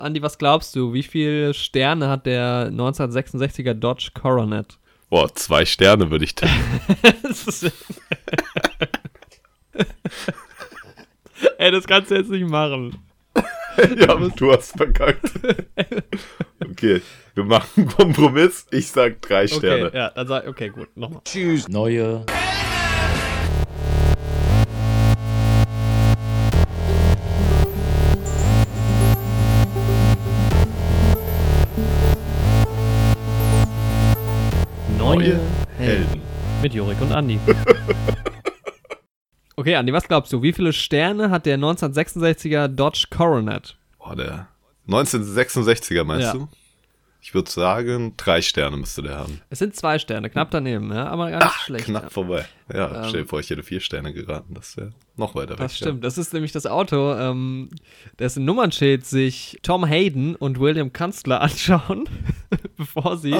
Andi, was glaubst du? Wie viele Sterne hat der 1966er Dodge Coronet? Boah, 2 Sterne würde ich tippen. Ey, das kannst du jetzt nicht machen. Ja, du hast verkackt. Okay, wir machen einen Kompromiss. Ich sag 3 Sterne. Okay, ja, dann sag okay, gut, nochmal. Tschüss. Neue. Neue Helden. Mit Jorik und Andi. Okay, Andi, was glaubst du? Wie viele Sterne hat der 1966er Dodge Coronet? Boah, der 1966er meinst du? Ich würde sagen, 3 Sterne müsste der haben. Es sind 2 Sterne, knapp daneben, ja, aber gar nicht schlecht. Knapp vorbei. Ja, stell dir vor, ich hätte 4 Sterne geraten. Das wäre noch weiter weg. Das stimmt, das ist nämlich das Auto, dessen Nummernschild sich Tom Hayden und William Kanzler anschauen, bevor sie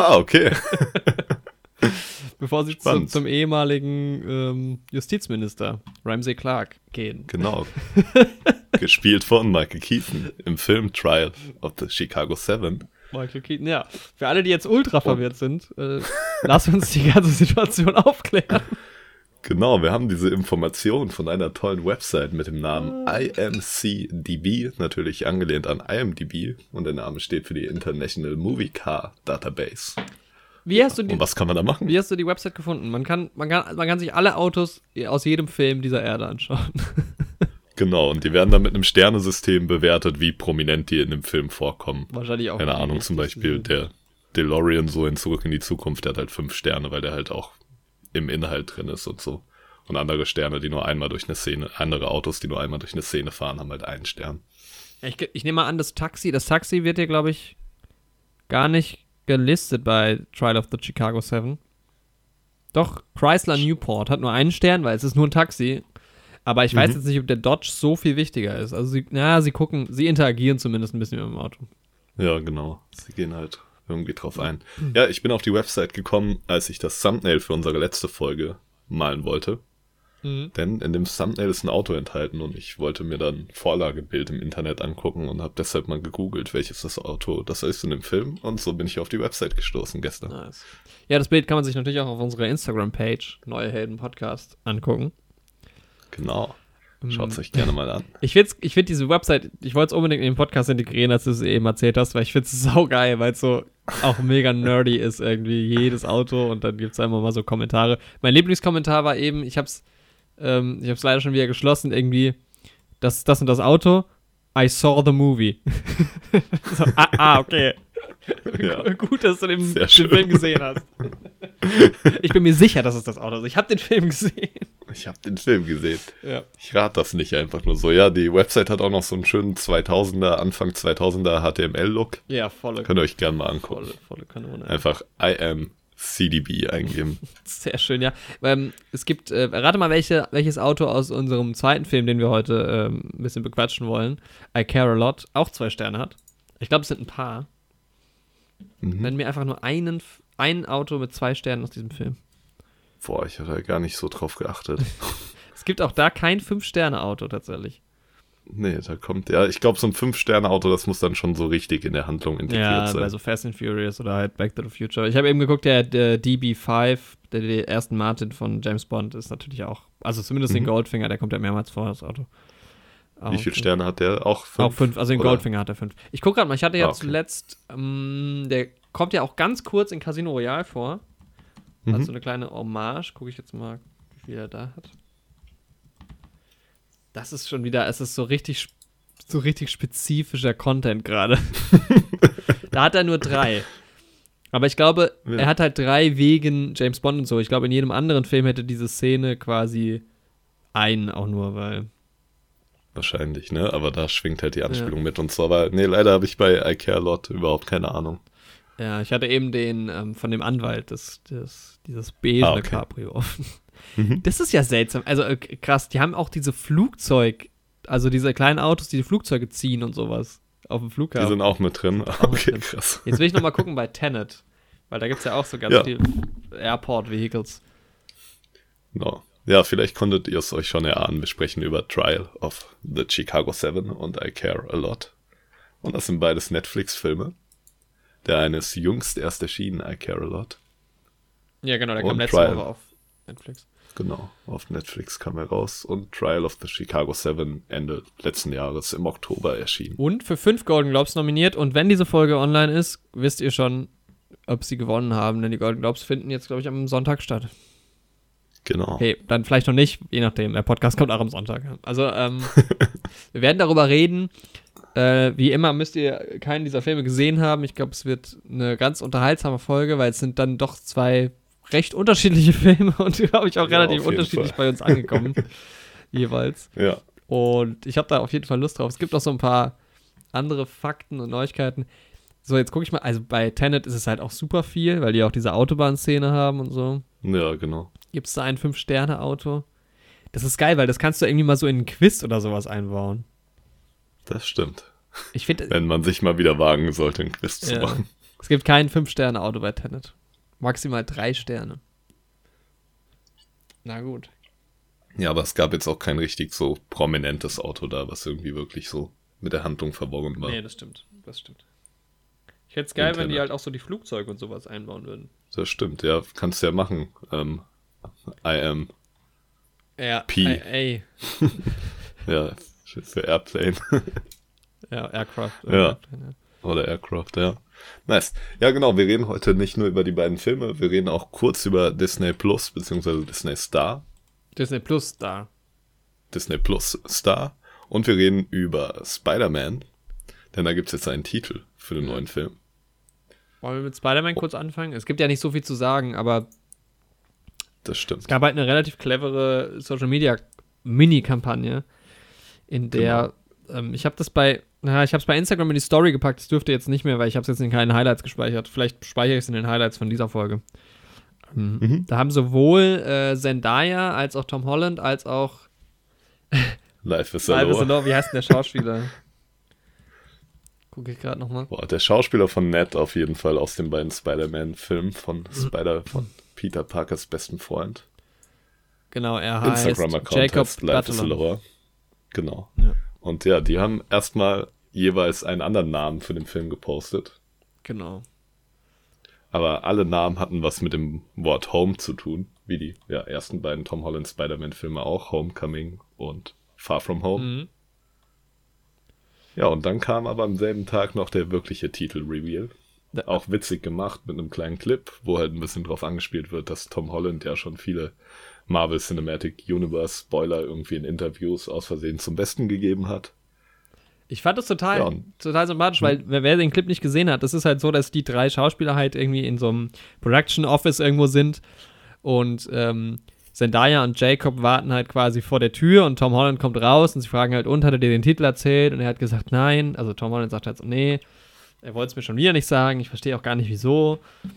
zum ehemaligen Justizminister Ramsey Clark gehen. Genau. Gespielt von Michael Keaton im Film Trial of the Chicago 7. Michael Keaton, ja. Für alle, die jetzt ultra verwirrt sind, lass uns die ganze Situation aufklären. Genau, wir haben diese Information von einer tollen Website mit dem Namen IMCDB, natürlich angelehnt an IMDb, und der Name steht für die International Movie Car Database. Und was kann man da machen? Wie hast du die Website gefunden? Man kann sich alle Autos aus jedem Film dieser Erde anschauen. Genau, und die werden dann mit einem Sternesystem bewertet, wie prominent die in dem Film vorkommen. Wahrscheinlich auch. Keine Ahnung, zum Beispiel der DeLorean so in Zurück in die Zukunft, der hat halt 5 Sterne, weil der halt auch im Inhalt drin ist und so. Und andere Sterne, die nur einmal durch eine Szene, andere Autos, die nur einmal durch eine Szene fahren, haben halt 1 Stern. Ich nehme mal an, das Taxi wird hier, glaube ich, gar nicht gelistet bei Trial of the Chicago 7. Doch, Chrysler Newport hat nur 1 Stern, weil es ist nur ein Taxi. Aber ich weiß jetzt nicht, ob der Dodge so viel wichtiger ist. Also sie interagieren zumindest ein bisschen mit dem Auto. Ja, genau. Sie gehen halt irgendwie drauf ein. Ja, ich bin auf die Website gekommen, als ich das Thumbnail für unsere letzte Folge malen wollte. Denn in dem Thumbnail ist ein Auto enthalten und ich wollte mir dann Vorlagebild im Internet angucken und habe deshalb mal gegoogelt, welches das Auto das ist in dem Film. Und so bin ich auf die Website gestoßen gestern. Nice. Ja, das Bild kann man sich natürlich auch auf unserer Instagram-Page Neue Helden Podcast angucken. Genau. Schaut es euch gerne mal an. Ich find diese Website, ich wollte es unbedingt in den Podcast integrieren, als du es eben erzählt hast, weil ich finde es saugeil, weil es so auch mega nerdy ist irgendwie, jedes Auto, und dann gibt es einfach mal so Kommentare. Mein Lieblingskommentar war eben, ich hab's leider schon wieder geschlossen, irgendwie, das und das Auto, I saw the movie. So, okay. Ja. Gut, dass du den Film gesehen hast. Ich bin mir sicher, dass es das Auto ist. Ich habe den Film gesehen. Ja. Ich rate das nicht einfach nur so. Ja, die Website hat auch noch so einen schönen Anfang 2000er HTML-Look. Ja, volle. Könnt ihr euch gerne mal angucken. Volle Kanone. Einfach IMCDB eingeben. Sehr schön, ja. Es gibt, rate mal, welches Auto aus unserem zweiten Film, den wir heute ein bisschen bequatschen wollen, I Care a Lot, auch 2 Sterne hat. Ich glaube, es sind ein paar. Nenn mir einfach nur ein Auto mit 2 Sternen aus diesem Film. Boah, ich hatte gar nicht so drauf geachtet. Es gibt auch da kein 5-Sterne-Auto tatsächlich. Nee, da kommt, ja, ich glaube, so ein 5-Sterne-Auto, das muss dann schon so richtig in der Handlung integriert sein. Ja, bei so Fast and Furious oder halt Back to the Future. Ich habe eben geguckt, der DB5, der Aston Martin von James Bond, ist natürlich auch, also zumindest den Goldfinger, der kommt ja mehrmals vor, das Auto. Wie viele Sterne hat der? Auch 5? Auch 5, also den Goldfinger hat er 5. Ich gucke gerade mal, ich hatte ja zuletzt, der kommt ja auch ganz kurz in Casino Royale vor. Also eine kleine Hommage. Gucke ich jetzt mal, wie viel er da hat. Das ist schon wieder, es ist so richtig spezifischer Content gerade. Da hat er nur 3. Aber ich glaube, er hat halt 3 wegen James Bond und so. Ich glaube, in jedem anderen Film hätte diese Szene quasi einen auch nur, weil... Wahrscheinlich, ne? Aber da schwingt halt die Anspielung mit und so. Aber nee, leider habe ich bei I Care a Lot überhaupt keine Ahnung. Ja, ich hatte eben den von dem Anwalt, dieses beige Cabrio offen. Das ist ja seltsam. Also krass, die haben auch diese also diese kleinen Autos, die Flugzeuge ziehen und sowas auf dem Flughafen. Die sind auch mit drin. Okay, krass. Jetzt will ich nochmal gucken bei Tenet, weil da gibt es ja auch so ganz viele Airport-Vehicles. No. Ja, vielleicht konntet ihr es euch schon erahnen. Wir sprechen über Trial of the Chicago 7 und I Care a Lot. Und das sind beides Netflix-Filme. Der eine ist jüngst erst erschienen, I Care a Lot. Ja, genau, der Und kam letzte Trial. Woche auf Netflix. Genau, auf Netflix kam er raus. Und Trial of the Chicago 7 Ende letzten Jahres im Oktober erschienen. Und für 5 Golden Globes nominiert. Und wenn diese Folge online ist, wisst ihr schon, ob sie gewonnen haben. Denn die Golden Globes finden jetzt, glaube ich, am Sonntag statt. Genau. Okay, dann vielleicht noch nicht, je nachdem. Der Podcast kommt auch am Sonntag. Also, wir werden darüber reden. Wie immer müsst ihr keinen dieser Filme gesehen haben. Ich glaube, es wird eine ganz unterhaltsame Folge, weil es sind dann doch 2 recht unterschiedliche Filme und glaube ich auch relativ unterschiedlich bei uns angekommen. Jeweils. Ja. Und ich habe da auf jeden Fall Lust drauf. Es gibt auch so ein paar andere Fakten und Neuigkeiten. So, jetzt gucke ich mal. Also bei Tenet ist es halt auch super viel, weil die auch diese Autobahnszene haben und so. Ja, genau. Gibt es da ein 5-Sterne-Auto? Das ist geil, weil das kannst du irgendwie mal so in einen Quiz oder sowas einbauen. Das stimmt. Ich finde, wenn man sich mal wieder wagen sollte, einen Quiz zu machen. Es gibt kein 5-Sterne-Auto bei Tenet. Maximal 3 Sterne. Na gut. Ja, aber es gab jetzt auch kein richtig so prominentes Auto da, was irgendwie wirklich so mit der Handlung verworren war. Nee, das stimmt. Ich hätte es geil, wenn die halt auch so die Flugzeuge und sowas einbauen würden. Das stimmt, ja. Kannst du ja machen. I am P. Ja, für Airplane. Ja, Aircraft. Ja. Airplane, Oder Aircraft, ja. Nice. Ja, genau, wir reden heute nicht nur über die beiden Filme, wir reden auch kurz über Disney Plus, beziehungsweise Disney Star. Disney Plus Star. Disney Plus Star. Und wir reden über Spider-Man, denn da gibt es jetzt einen Titel für den neuen Film. Wollen wir mit Spider-Man kurz anfangen? Es gibt ja nicht so viel zu sagen, aber das stimmt. Es gab halt eine relativ clevere Social-Media-Mini-Kampagne, in der ich habe es bei Instagram in die Story gepackt, das dürfte jetzt nicht mehr, weil ich habe es jetzt in keinen Highlights gespeichert. Vielleicht speichere ich es in den Highlights von dieser Folge. Da haben sowohl Zendaya als auch Tom Holland als auch Life is a Law. Wie heißt denn der Schauspieler? Gucke ich gerade nochmal. Boah, der Schauspieler von Ned auf jeden Fall aus den beiden Spider-Man-Filmen von Peter Parkers besten Freund. Genau, er heißt Instagram-Account Jacob Life is a Law. Genau. Ja. Und ja, die haben erstmal jeweils einen anderen Namen für den Film gepostet. Genau. Aber alle Namen hatten was mit dem Wort Home zu tun, wie die ersten beiden Tom Holland Spider-Man-Filme auch, Homecoming und Far From Home. Mhm. Ja, und dann kam aber am selben Tag noch der wirkliche Titel-Reveal. Auch witzig gemacht mit einem kleinen Clip, wo halt ein bisschen drauf angespielt wird, dass Tom Holland ja schon viele Marvel Cinematic Universe Spoiler irgendwie in Interviews aus Versehen zum Besten gegeben hat. Ich fand das total sympathisch, weil wer den Clip nicht gesehen hat, das ist halt so, dass die 3 Schauspieler halt irgendwie in so einem Production Office irgendwo sind und Zendaya und Jacob warten halt quasi vor der Tür und Tom Holland kommt raus und sie fragen halt, hat er dir den Titel erzählt? Und er hat gesagt, nein. Also Tom Holland sagt halt so, nee, er wollte es mir schon wieder nicht sagen, ich verstehe auch gar nicht, wieso.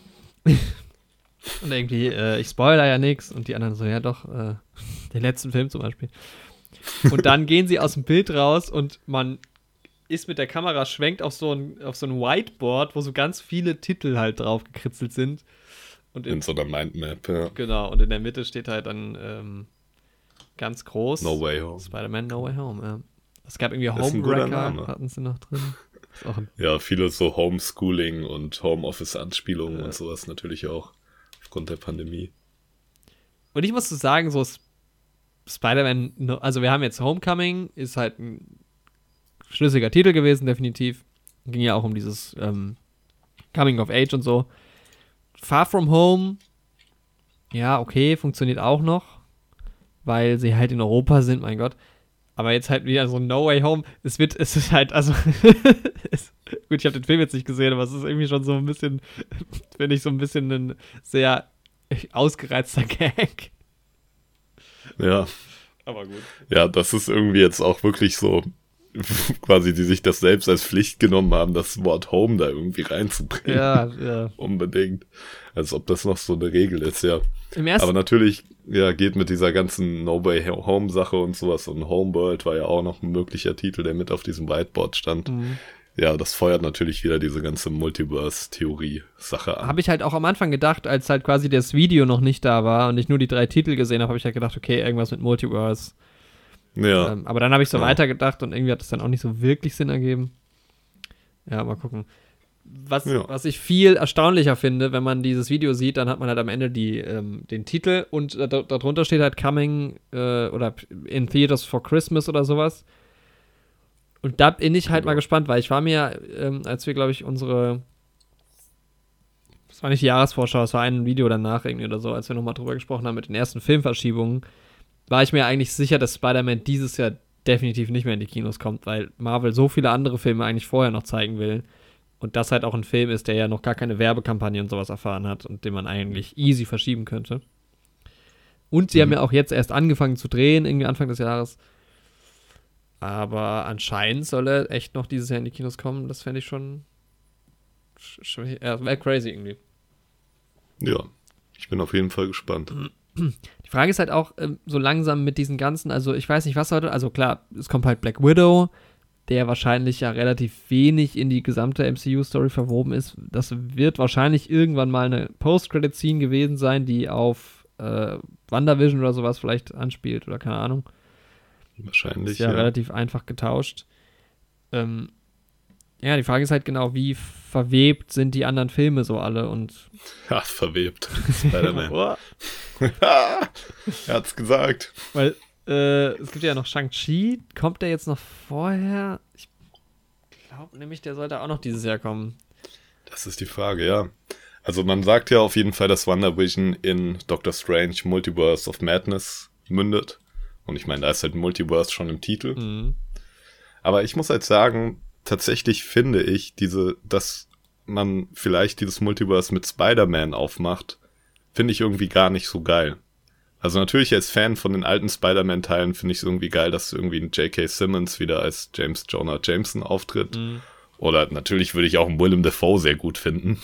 Und irgendwie, ich spoiler ja nichts. Und die anderen so, ja doch, den letzten Film zum Beispiel. Und dann gehen sie aus dem Bild raus und man ist mit der Kamera, schwenkt auf so ein Whiteboard, wo so ganz viele Titel halt drauf gekritzelt sind. Und in so einer Mindmap, ja. Genau, und in der Mitte steht halt dann ganz groß No Way Home. Spider-Man No Way Home, ja. Es gab irgendwie Das ist ein guter Homewrecker, Name. hatten sie noch drin. Ist auch Ja, viele so Homeschooling und Homeoffice-Anspielungen und sowas natürlich auch aufgrund der Pandemie. Und ich muss so sagen, so Spider-Man, also wir haben jetzt Homecoming, ist halt ein schlüssiger Titel gewesen, definitiv. Ging ja auch um dieses Coming of Age und so. Far From Home, ja, okay, funktioniert auch noch, weil sie halt in Europa sind, mein Gott. Aber jetzt halt wieder so No Way Home, es ist halt, also, gut, ich habe den Film jetzt nicht gesehen, aber es ist irgendwie schon so ein bisschen, finde ich, so ein bisschen ein sehr ausgereizter Gag. Ja. Aber gut. Ja, das ist irgendwie jetzt auch wirklich so, quasi, die sich das selbst als Pflicht genommen haben, das Wort Home da irgendwie reinzubringen. Ja. Unbedingt. Als ob das noch so eine Regel ist, ja. Im Aber natürlich, ja, geht mit dieser ganzen No Way Home Sache und sowas, und Homeworld war ja auch noch ein möglicher Titel, der mit auf diesem Whiteboard stand. Mhm. Ja, das feuert natürlich wieder diese ganze Multiverse-Theorie-Sache an. Habe ich halt auch am Anfang gedacht, als halt quasi das Video noch nicht da war und ich nur die 3 Titel gesehen habe, habe ich halt gedacht, okay, irgendwas mit Multiverse. Ja. Aber dann habe ich so weitergedacht und irgendwie hat das dann auch nicht so wirklich Sinn ergeben. Ja, mal gucken. Was ich viel erstaunlicher finde, wenn man dieses Video sieht, dann hat man halt am Ende den Titel und darunter steht halt Coming oder in Theaters for Christmas oder sowas. Und da bin ich halt mal gespannt, weil ich war mir, als wir, glaube ich, das war nicht die Jahresvorschau, es war ein Video danach irgendwie oder so, als wir nochmal drüber gesprochen haben mit den ersten Filmverschiebungen, war ich mir eigentlich sicher, dass Spider-Man dieses Jahr definitiv nicht mehr in die Kinos kommt, weil Marvel so viele andere Filme eigentlich vorher noch zeigen will. Und das halt auch ein Film ist, der ja noch gar keine Werbekampagne und sowas erfahren hat und den man eigentlich easy verschieben könnte. Und sie haben ja auch jetzt erst angefangen zu drehen, irgendwie Anfang des Jahres. Aber anscheinend soll er echt noch dieses Jahr in die Kinos kommen. Das fände ich schon wäre crazy irgendwie. Ja, ich bin auf jeden Fall gespannt. Die Frage ist halt auch so langsam mit diesen ganzen, also ich weiß nicht, was heute, also klar, es kommt halt Black Widow, der wahrscheinlich ja relativ wenig in die gesamte MCU-Story verwoben ist. Das wird wahrscheinlich irgendwann mal eine Post-Credit-Scene gewesen sein, die auf WandaVision oder sowas vielleicht anspielt oder keine Ahnung. Wahrscheinlich, ist ja relativ einfach getauscht. Ja, die Frage ist halt genau, wie verwebt sind die anderen Filme so alle und... Ja, verwebt. Spider-Man. Er hat's gesagt. Weil es gibt ja noch Shang-Chi. Kommt der jetzt noch vorher? Ich glaube nämlich, der sollte auch noch dieses Jahr kommen. Das ist die Frage, ja. Also man sagt ja auf jeden Fall, dass WandaVision in Doctor Strange Multiverse of Madness mündet. Und ich meine, da ist halt Multiverse schon im Titel. Mhm. Aber ich muss halt sagen, tatsächlich finde ich dass man vielleicht dieses Multiverse mit Spider-Man aufmacht, finde ich irgendwie gar nicht so geil. Also natürlich als Fan von den alten Spider-Man-Teilen finde ich es irgendwie geil, dass irgendwie ein J.K. Simmons wieder als James Jonah Jameson auftritt. Mhm. Oder natürlich würde ich auch einen Willem Dafoe sehr gut finden.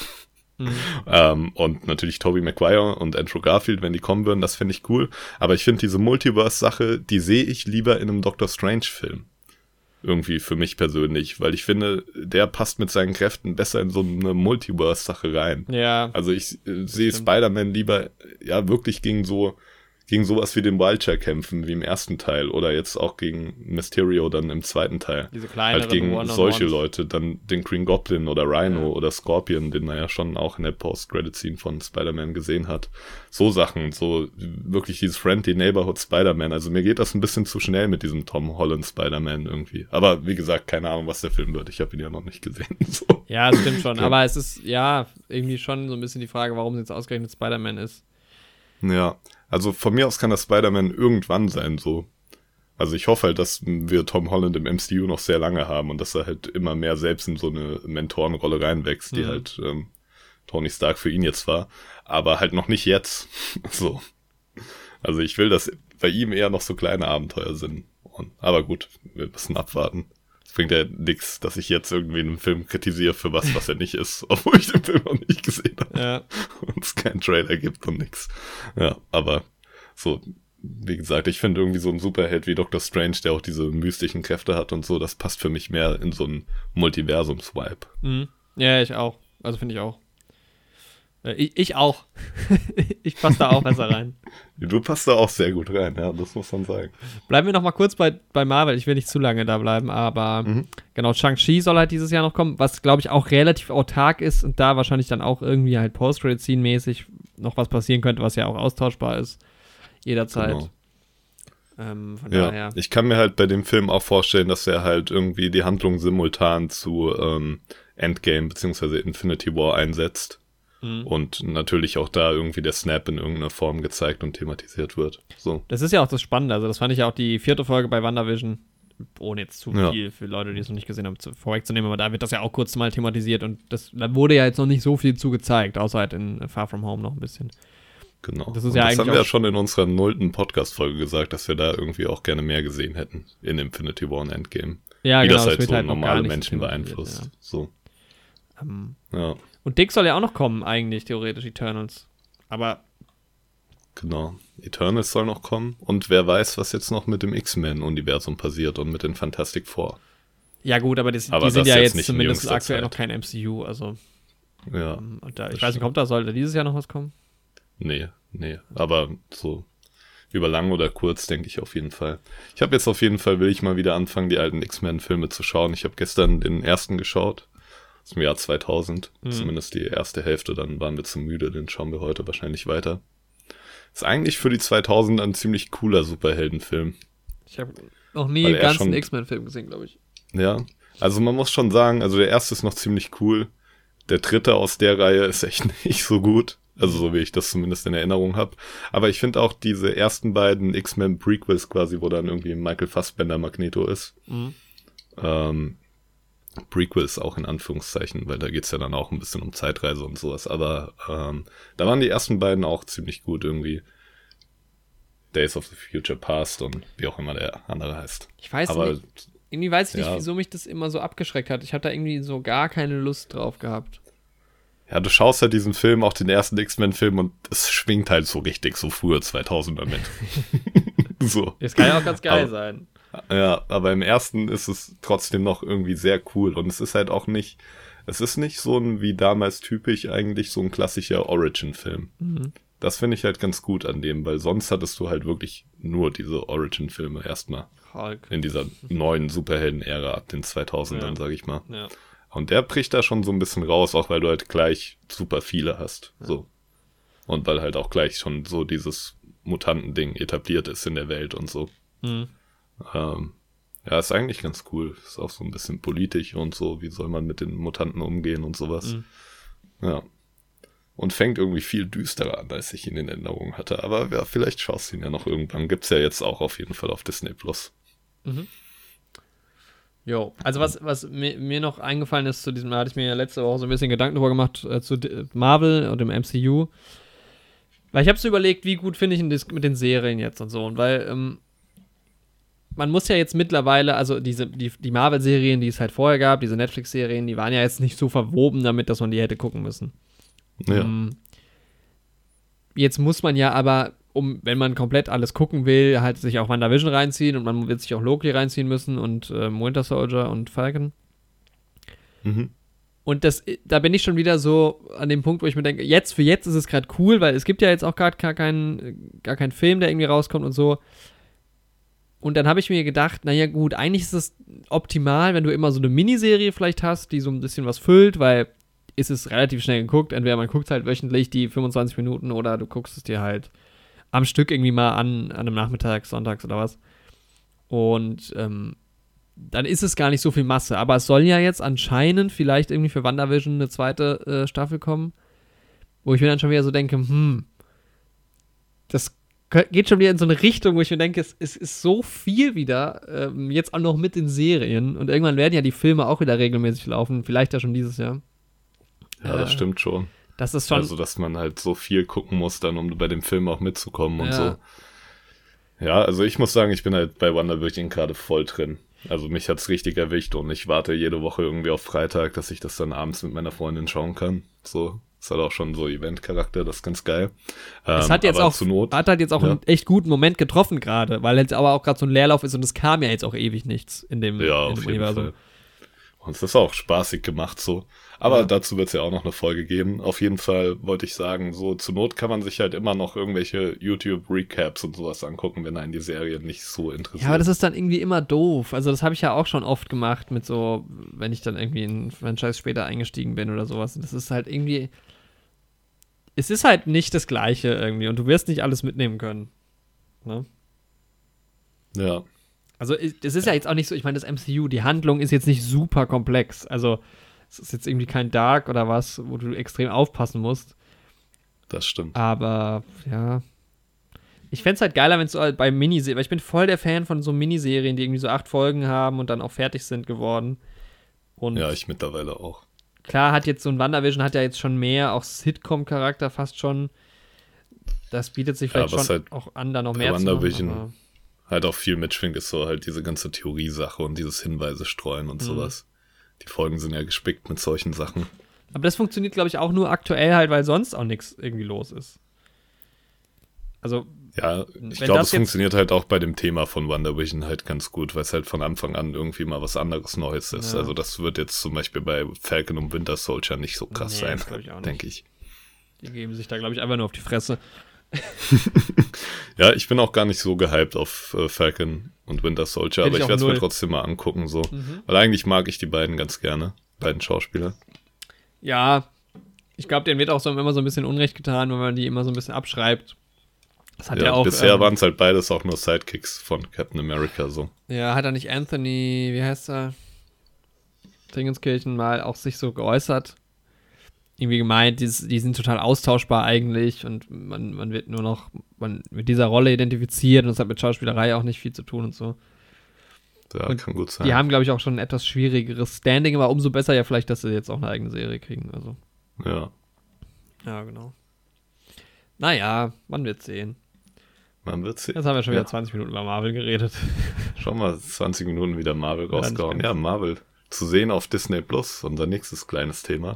Mhm. Und natürlich Tobey Maguire und Andrew Garfield, wenn die kommen würden, das finde ich cool. Aber ich finde diese Multiverse-Sache, die sehe ich lieber in einem Doctor Strange-Film. Irgendwie für mich persönlich, weil ich finde, der passt mit seinen Kräften besser in so eine Multiverse-Sache rein. Ja. Also ich sehe Spider-Man lieber ja wirklich gegen sowas wie den Vulture kämpfen, wie im ersten Teil, oder jetzt auch gegen Mysterio dann im zweiten Teil. Diese kleineren halt gegen solche Leute, dann den Green Goblin oder Rhino oder Scorpion, den man ja schon auch in der Post-Credit-Scene von Spider-Man gesehen hat. So Sachen, so wirklich dieses Friendly Neighborhood Spider-Man. Also mir geht das ein bisschen zu schnell mit diesem Tom Holland Spider-Man irgendwie. Aber wie gesagt, keine Ahnung, was der Film wird. Ich habe ihn ja noch nicht gesehen. So. Ja, das stimmt schon. Ja. Aber es ist ja irgendwie schon so ein bisschen die Frage, warum es jetzt ausgerechnet Spider-Man ist. Ja, also von mir aus kann das Spider-Man irgendwann sein, so. Also ich hoffe halt, dass wir Tom Holland im MCU noch sehr lange haben und dass er halt immer mehr selbst in so eine Mentorenrolle reinwächst, die halt Tony Stark für ihn jetzt war, aber halt noch nicht jetzt. So. Also ich will, dass bei ihm eher noch so kleine Abenteuer sind. Aber gut, wir müssen abwarten. Es bringt ja nichts, dass ich jetzt irgendwie einen Film kritisiere für was er nicht ist, obwohl ich den Film noch nicht gesehen habe. Ja. Und es keinen Trailer gibt und nix. Ja, aber so, wie gesagt, ich finde irgendwie so ein Superheld wie Doctor Strange, der auch diese mystischen Kräfte hat und so, das passt für mich mehr in so einen Multiversums-Vibe. Mhm. Ja, ich auch. Also finde ich auch. Ich auch. Ich passe da auch besser rein. Du passt da auch sehr gut rein, ja, das muss man sagen. Bleiben wir noch mal kurz bei Marvel. Ich will nicht zu lange da bleiben, aber genau, Shang-Chi soll halt dieses Jahr noch kommen, was, glaube ich, auch relativ autark ist und da wahrscheinlich dann auch irgendwie halt Post-Credit-Scene-mäßig noch was passieren könnte, was ja auch austauschbar ist. Jederzeit. Genau. Von daher. Ich kann mir halt bei dem Film auch vorstellen, dass er halt irgendwie die Handlung simultan zu Endgame bzw. Infinity War einsetzt. Und natürlich auch da irgendwie der Snap in irgendeiner Form gezeigt und thematisiert wird. So. Das ist ja auch das Spannende. Also das fand ich ja auch die 4. Folge bei WandaVision, ohne jetzt zu viel für Leute, die es noch nicht gesehen haben, vorwegzunehmen, aber da wird das ja auch kurz mal thematisiert und da wurde ja jetzt noch nicht so viel zu gezeigt, außer halt in Far From Home noch ein bisschen. Genau. Das haben wir ja schon in unserer 0. Podcast-Folge gesagt, dass wir da irgendwie auch gerne mehr gesehen hätten in Infinity War und Endgame. Ja, wie genau, das halt so normale Menschen beeinflusst. Ja. So. Ja. Und Dick soll ja auch noch kommen, eigentlich, theoretisch, Eternals. Aber. Genau. Eternals soll noch kommen. Und wer weiß, was jetzt noch mit dem X-Men-Universum passiert und mit den Fantastic Four. Ja, gut, aber die sind ja jetzt zumindest aktuell noch kein MCU, also. Ja. Und ich weiß nicht, sollte dieses Jahr noch was kommen? Nee. Aber so über lang oder kurz, denke ich auf jeden Fall. Ich habe jetzt auf jeden Fall, will ich mal wieder anfangen, die alten X-Men-Filme zu schauen. Ich habe gestern den ersten geschaut. aus dem Jahr 2000. Zumindest die erste Hälfte, dann waren wir zu müde, den schauen wir heute wahrscheinlich weiter. Ist eigentlich für die 2000er ein ziemlich cooler Superheldenfilm. Ich habe noch nie einen ganzen X-Men-Film gesehen, glaube ich. Ja, also man muss schon sagen, also der erste ist noch ziemlich cool. Der dritte aus der Reihe ist echt nicht so gut. Also so wie ich das zumindest in Erinnerung habe. Aber ich finde auch diese ersten beiden X-Men-Prequels quasi, wo dann irgendwie Michael Fassbender Magneto ist. Prequels auch in Anführungszeichen, weil da geht's ja dann auch ein bisschen um Zeitreise und sowas. Aber da waren die ersten beiden auch ziemlich gut irgendwie. Days of the Future Past und wie auch immer der andere heißt. Ich weiß nicht. Irgendwie weiß ich nicht, wieso mich das immer so abgeschreckt hat. Ich habe da irgendwie so gar keine Lust drauf gehabt. Ja, du schaust halt diesen Film, auch den ersten X-Men-Film und es schwingt halt so richtig so frühe 2000er mit. So. Das kann ja auch ganz geil sein. Ja, aber im ersten ist es trotzdem noch irgendwie sehr cool und es ist halt auch nicht, es ist nicht so ein, wie damals typisch eigentlich, so ein klassischer Origin-Film. Das finde ich halt ganz gut an dem, weil sonst hattest du halt wirklich nur diese Origin-Filme erstmal. Hulk. In dieser neuen Superhelden-Ära ab den 2000ern, sag ich mal. Ja. Und der bricht da schon so ein bisschen raus, auch weil du halt gleich super viele hast. So. Und weil halt auch gleich schon so dieses Mutantending etabliert ist in der Welt und so. Ja, ist eigentlich ganz cool. Ist auch so ein bisschen politisch und so. Wie soll man mit den Mutanten umgehen und sowas. Ja. Und fängt irgendwie viel düsterer an, als ich ihn in Erinnerung hatte. Aber ja, vielleicht schaust du ihn ja noch irgendwann. Gibt's ja jetzt auch auf jeden Fall auf Disney+. Jo, also was mir noch eingefallen ist zu diesem, da hatte ich mir ja letzte Woche so ein bisschen Gedanken drüber gemacht, zu Marvel und dem MCU. Weil ich habe so überlegt, wie gut finde ich das mit den Serien jetzt und so. Und weil man muss ja jetzt mittlerweile, also die Marvel-Serien, die es halt vorher gab, diese Netflix-Serien, die waren ja jetzt nicht so verwoben damit, dass man die hätte gucken müssen. Ja. Jetzt muss man ja aber, wenn man komplett alles gucken will, halt sich auch WandaVision reinziehen und man wird sich auch Loki reinziehen müssen und Winter Soldier und Falcon. Und da bin ich schon wieder so an dem Punkt, wo ich mir denke, jetzt ist es gerade cool, weil es gibt ja jetzt auch gerade gar keinen Film, der irgendwie rauskommt und so. Und dann habe ich mir gedacht, naja gut, eigentlich ist es optimal, wenn du immer so eine Miniserie vielleicht hast, die so ein bisschen was füllt, weil ist es relativ schnell geguckt. Entweder man guckt halt wöchentlich die 25 Minuten oder du guckst es dir halt am Stück irgendwie mal an einem Nachmittag, sonntags oder was. Und dann ist es gar nicht so viel Masse. Aber es soll ja jetzt anscheinend vielleicht irgendwie für WandaVision eine zweite Staffel kommen, wo ich mir dann schon wieder so denke, das geht schon wieder in so eine Richtung, wo ich mir denke, es ist so viel wieder, jetzt auch noch mit den Serien. Und irgendwann werden ja die Filme auch wieder regelmäßig laufen. Vielleicht ja schon dieses Jahr. Ja, das stimmt schon. Das ist schon. Also, dass man halt so viel gucken muss, dann, um bei dem Film auch mitzukommen und so. Ja, also ich muss sagen, ich bin halt bei WandaVision gerade voll drin. Also mich hat's richtig erwischt und ich warte jede Woche irgendwie auf Freitag, dass ich das dann abends mit meiner Freundin schauen kann. So, ist halt auch schon so Event-Charakter, das ist ganz geil. Es hat jetzt auch, hat halt jetzt auch einen echt guten Moment getroffen gerade, weil jetzt aber auch gerade so ein Leerlauf ist und es kam ja jetzt auch ewig nichts in dem Universum. Fall. Und es ist auch spaßig gemacht so. Aber dazu wird es ja auch noch eine Folge geben. Auf jeden Fall wollte ich sagen, so zur Not kann man sich halt immer noch irgendwelche YouTube-Recaps und sowas angucken, wenn einen die Serie nicht so interessiert. Ja, aber das ist dann irgendwie immer doof. Also das habe ich ja auch schon oft gemacht mit so, wenn ich dann irgendwie in ein Franchise später eingestiegen bin oder sowas. Das ist halt irgendwie, es ist halt nicht das Gleiche irgendwie und du wirst nicht alles mitnehmen können. Ne? Ja. Also das ist ja jetzt auch nicht so, ich meine, das MCU, die Handlung ist jetzt nicht super komplex. Also es ist jetzt irgendwie kein Dark oder was, wo du extrem aufpassen musst. Das stimmt. Aber, ja. Ich fände es halt geiler, wenn es so bei Miniserien, weil ich bin voll der Fan von so Miniserien, die irgendwie so 8 Folgen haben und dann auch fertig sind geworden. Und ja, ich mittlerweile auch. Klar hat jetzt so ein WandaVision hat ja jetzt schon mehr, auch Sitcom-Charakter fast schon. Das bietet sich vielleicht schon halt auch an, da noch mehr zu machen. Halt auch viel mitschwingt, ist so halt diese ganze Theorie-Sache und dieses Hinweise streuen und sowas. Die Folgen sind ja gespickt mit solchen Sachen. Aber das funktioniert, glaube ich, auch nur aktuell halt, weil sonst auch nichts irgendwie los ist. Also, ja, ich glaube, es funktioniert halt auch bei dem Thema von WandaVision halt ganz gut, weil es halt von Anfang an irgendwie mal was anderes Neues ist. Ja. Also das wird jetzt zum Beispiel bei Falcon und Winter Soldier nicht so krass sein, denke ich. Die geben sich da, glaube ich, einfach nur auf die Fresse. Ja, ich bin auch gar nicht so gehypt auf Falcon und Winter Soldier, aber ich werde es mir trotzdem mal angucken, so. Weil eigentlich mag ich die beiden ganz gerne, beiden Schauspieler. Ja, ich glaube, denen wird auch so immer so ein bisschen Unrecht getan, wenn man die immer so ein bisschen abschreibt. Das hat ja auch. Bisher waren es halt beides auch nur Sidekicks von Captain America so. Ja, hat er nicht Anthony, wie heißt er? Dingenskirchen mal auch sich so geäußert. Irgendwie gemeint, die sind total austauschbar eigentlich und man wird nur noch mit dieser Rolle identifiziert und das hat mit Schauspielerei auch nicht viel zu tun und so. Ja, und kann gut sein. Die haben, glaube ich, auch schon ein etwas schwierigeres Standing, aber umso besser ja vielleicht, dass sie jetzt auch eine eigene Serie kriegen. Also. Ja. Ja, genau. Naja, man wird sehen. Man wird sehen. Jetzt haben wir schon wieder 20 Minuten über Marvel geredet. Schon mal 20 Minuten wieder Marvel rausgehauen. Ja, Marvel. Zu sehen auf Disney Plus, unser nächstes kleines Thema.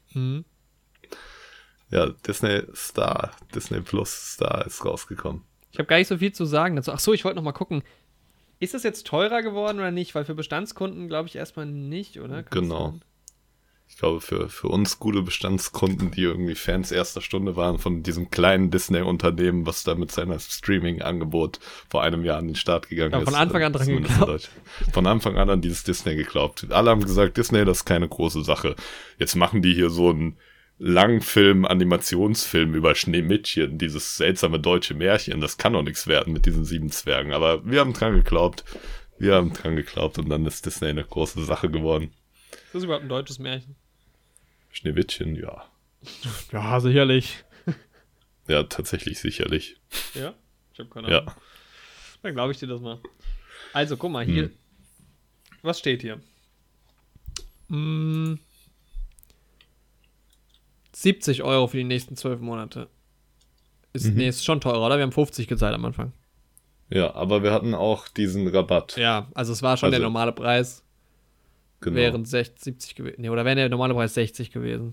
Ja, Disney Plus Star ist rausgekommen. Ich habe gar nicht so viel zu sagen dazu. Achso, ich wollte noch mal gucken. Ist es jetzt teurer geworden oder nicht? Weil für Bestandskunden glaube ich erstmal nicht, oder? Genau. Ich glaube, für uns gute Bestandskunden, die irgendwie Fans erster Stunde waren von diesem kleinen Disney-Unternehmen, was da mit seiner Streaming-Angebot vor einem Jahr an den Start gegangen ist. Von Anfang an dran geglaubt. Von Anfang an dieses Disney geglaubt. Alle haben gesagt, Disney, das ist keine große Sache. Jetzt machen die hier so einen Langfilm, Animationsfilm über Schneewittchen, dieses seltsame deutsche Märchen. Das kann doch nichts werden mit diesen 7 Zwergen. Aber wir haben dran geglaubt. Und dann ist Disney eine große Sache geworden. Ist das überhaupt ein deutsches Märchen? Schneewittchen, ja. Ja, sicherlich. Ja, tatsächlich sicherlich. Ja? Ich habe keine Ahnung. Ja. Dann glaube ich dir das mal. Also, guck mal, hier. Was steht hier? 70 € für die nächsten 12 Monate. Ist schon teurer, oder? Wir haben 50 gezahlt am Anfang. Ja, aber wir hatten auch diesen Rabatt. Ja, also es war schon der normale Preis. Genau. Wären 70 gewesen. Nee, oder wäre der normale Preis 60 gewesen.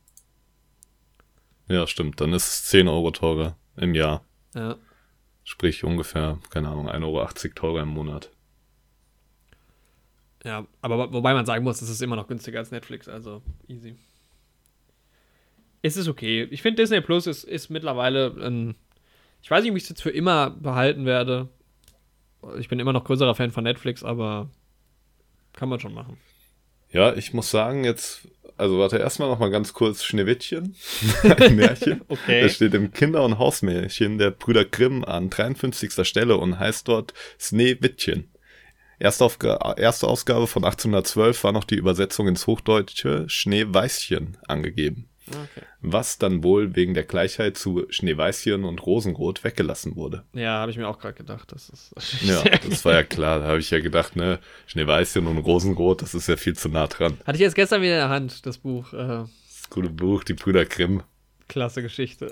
Ja, stimmt. Dann ist es 10 € teurer im Jahr. Ja. Sprich ungefähr, keine Ahnung, 1,80 € teurer im Monat. Ja, aber wobei man sagen muss, es ist immer noch günstiger als Netflix, also easy. Es ist okay. Ich finde, Disney Plus ist mittlerweile ich weiß nicht, ob ich es jetzt für immer behalten werde. Ich bin immer noch größerer Fan von Netflix, aber kann man schon machen. Ja, ich muss sagen, warte, erstmal noch mal ganz kurz Schneewittchen. Ein Märchen. Okay. Das steht im Kinder- und Hausmärchen der Brüder Grimm an 53. Stelle und heißt dort Schneewittchen. Erste Ausgabe von 1812 war noch die Übersetzung ins Hochdeutsche Schneeweißchen angegeben. Okay. Was dann wohl wegen der Gleichheit zu Schneeweißchen und Rosenrot weggelassen wurde. Ja, habe ich mir auch gerade gedacht. Ja, das war ja klar. Da habe ich ja gedacht, ne, Schneeweißchen und Rosenrot, das ist ja viel zu nah dran. Hatte ich jetzt gestern wieder in der Hand, das Buch. Das gute Buch, die Brüder Grimm. Klasse Geschichte.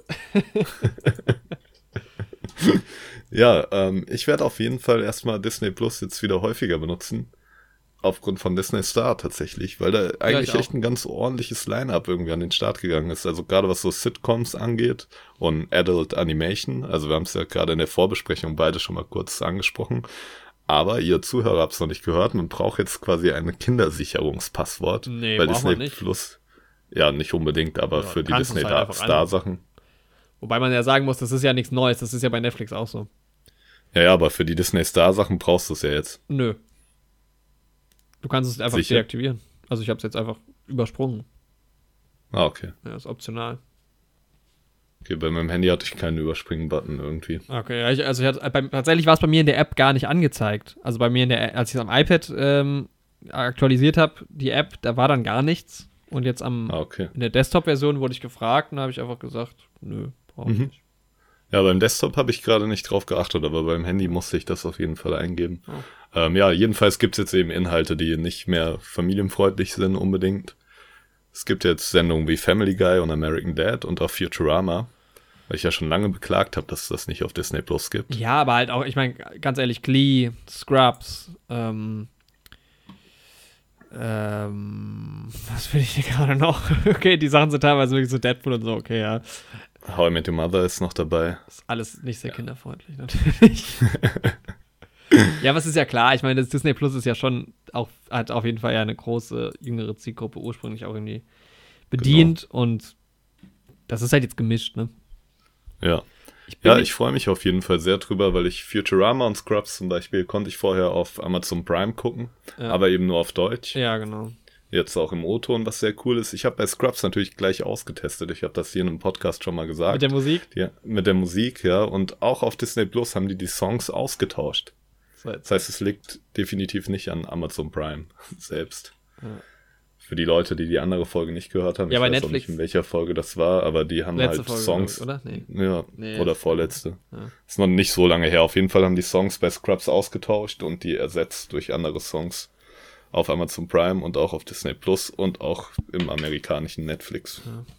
Ja, ich werde auf jeden Fall erstmal Disney Plus jetzt wieder häufiger benutzen. Aufgrund von Disney Star tatsächlich, weil da eigentlich echt ein ganz ordentliches Line-Up irgendwie an den Start gegangen ist. Also gerade was so Sitcoms angeht und Adult Animation. Also wir haben es ja gerade in der Vorbesprechung beide schon mal kurz angesprochen. Aber ihr Zuhörer habt es noch nicht gehört. Man braucht jetzt quasi ein Kindersicherungspasswort. Nee, weil braucht Disney man nicht. Plus, ja nicht unbedingt, aber für die Disney halt Star Sachen. Wobei man ja sagen muss, das ist ja nichts Neues. Das ist ja bei Netflix auch so. Ja, aber für die Disney Star Sachen brauchst du es ja jetzt. Nö. Du kannst es einfach deaktivieren. Also ich habe es jetzt einfach übersprungen. Ah, okay. Ja, ist optional. Okay, bei meinem Handy hatte ich keinen Überspringen-Button irgendwie. Okay, tatsächlich war es bei mir in der App gar nicht angezeigt. Also bei mir als ich es am iPad aktualisiert habe, die App, da war dann gar nichts. Und jetzt in der Desktop-Version wurde ich gefragt und da habe ich einfach gesagt, nö, brauche ich nicht. Ja, beim Desktop habe ich gerade nicht drauf geachtet, aber beim Handy musste ich das auf jeden Fall eingeben. Oh. Ja, jedenfalls gibt es jetzt eben Inhalte, die nicht mehr familienfreundlich sind unbedingt. Es gibt jetzt Sendungen wie Family Guy und American Dad und auch Futurama, weil ich ja schon lange beklagt habe, dass es das nicht auf Disney Plus gibt. Ja, aber halt auch, ich meine, ganz ehrlich, Glee, Scrubs, was will ich hier gerade noch? Okay, die Sachen sind teilweise wirklich so Deadpool und so, okay, ja. How I Met Your Mother ist noch dabei. Ist alles nicht sehr kinderfreundlich, natürlich. Ja, aber es ist ja klar, ich meine, das Disney Plus ist ja schon hat auf jeden Fall ja eine große, jüngere Zielgruppe ursprünglich auch irgendwie bedient und das ist halt jetzt gemischt, ne? Ja. Ich freue mich auf jeden Fall sehr drüber, weil ich Futurama und Scrubs zum Beispiel konnte ich vorher auf Amazon Prime gucken, aber eben nur auf Deutsch. Ja, genau. jetzt auch im O-Ton, was sehr cool ist. Ich habe bei Scrubs natürlich gleich ausgetestet. Ich habe das hier in einem Podcast schon mal gesagt. Mit der Musik? Ja, mit der Musik, ja. Und auch auf Disney Plus haben die Songs ausgetauscht. Das heißt, es liegt definitiv nicht an Amazon Prime selbst. Ja. Für die Leute, die andere Folge nicht gehört haben, ja, ich bei weiß Netflix. auch nicht, in welcher Folge das war, aber die haben Letzte halt Folge, Songs. oder? Nee. Ja, Nee, oder vorletzte. Ja. Ist noch nicht so lange her. Auf jeden Fall haben die Songs bei Scrubs ausgetauscht und die ersetzt durch andere Songs auf Amazon Prime und auch auf Disney Plus und auch im amerikanischen Netflix.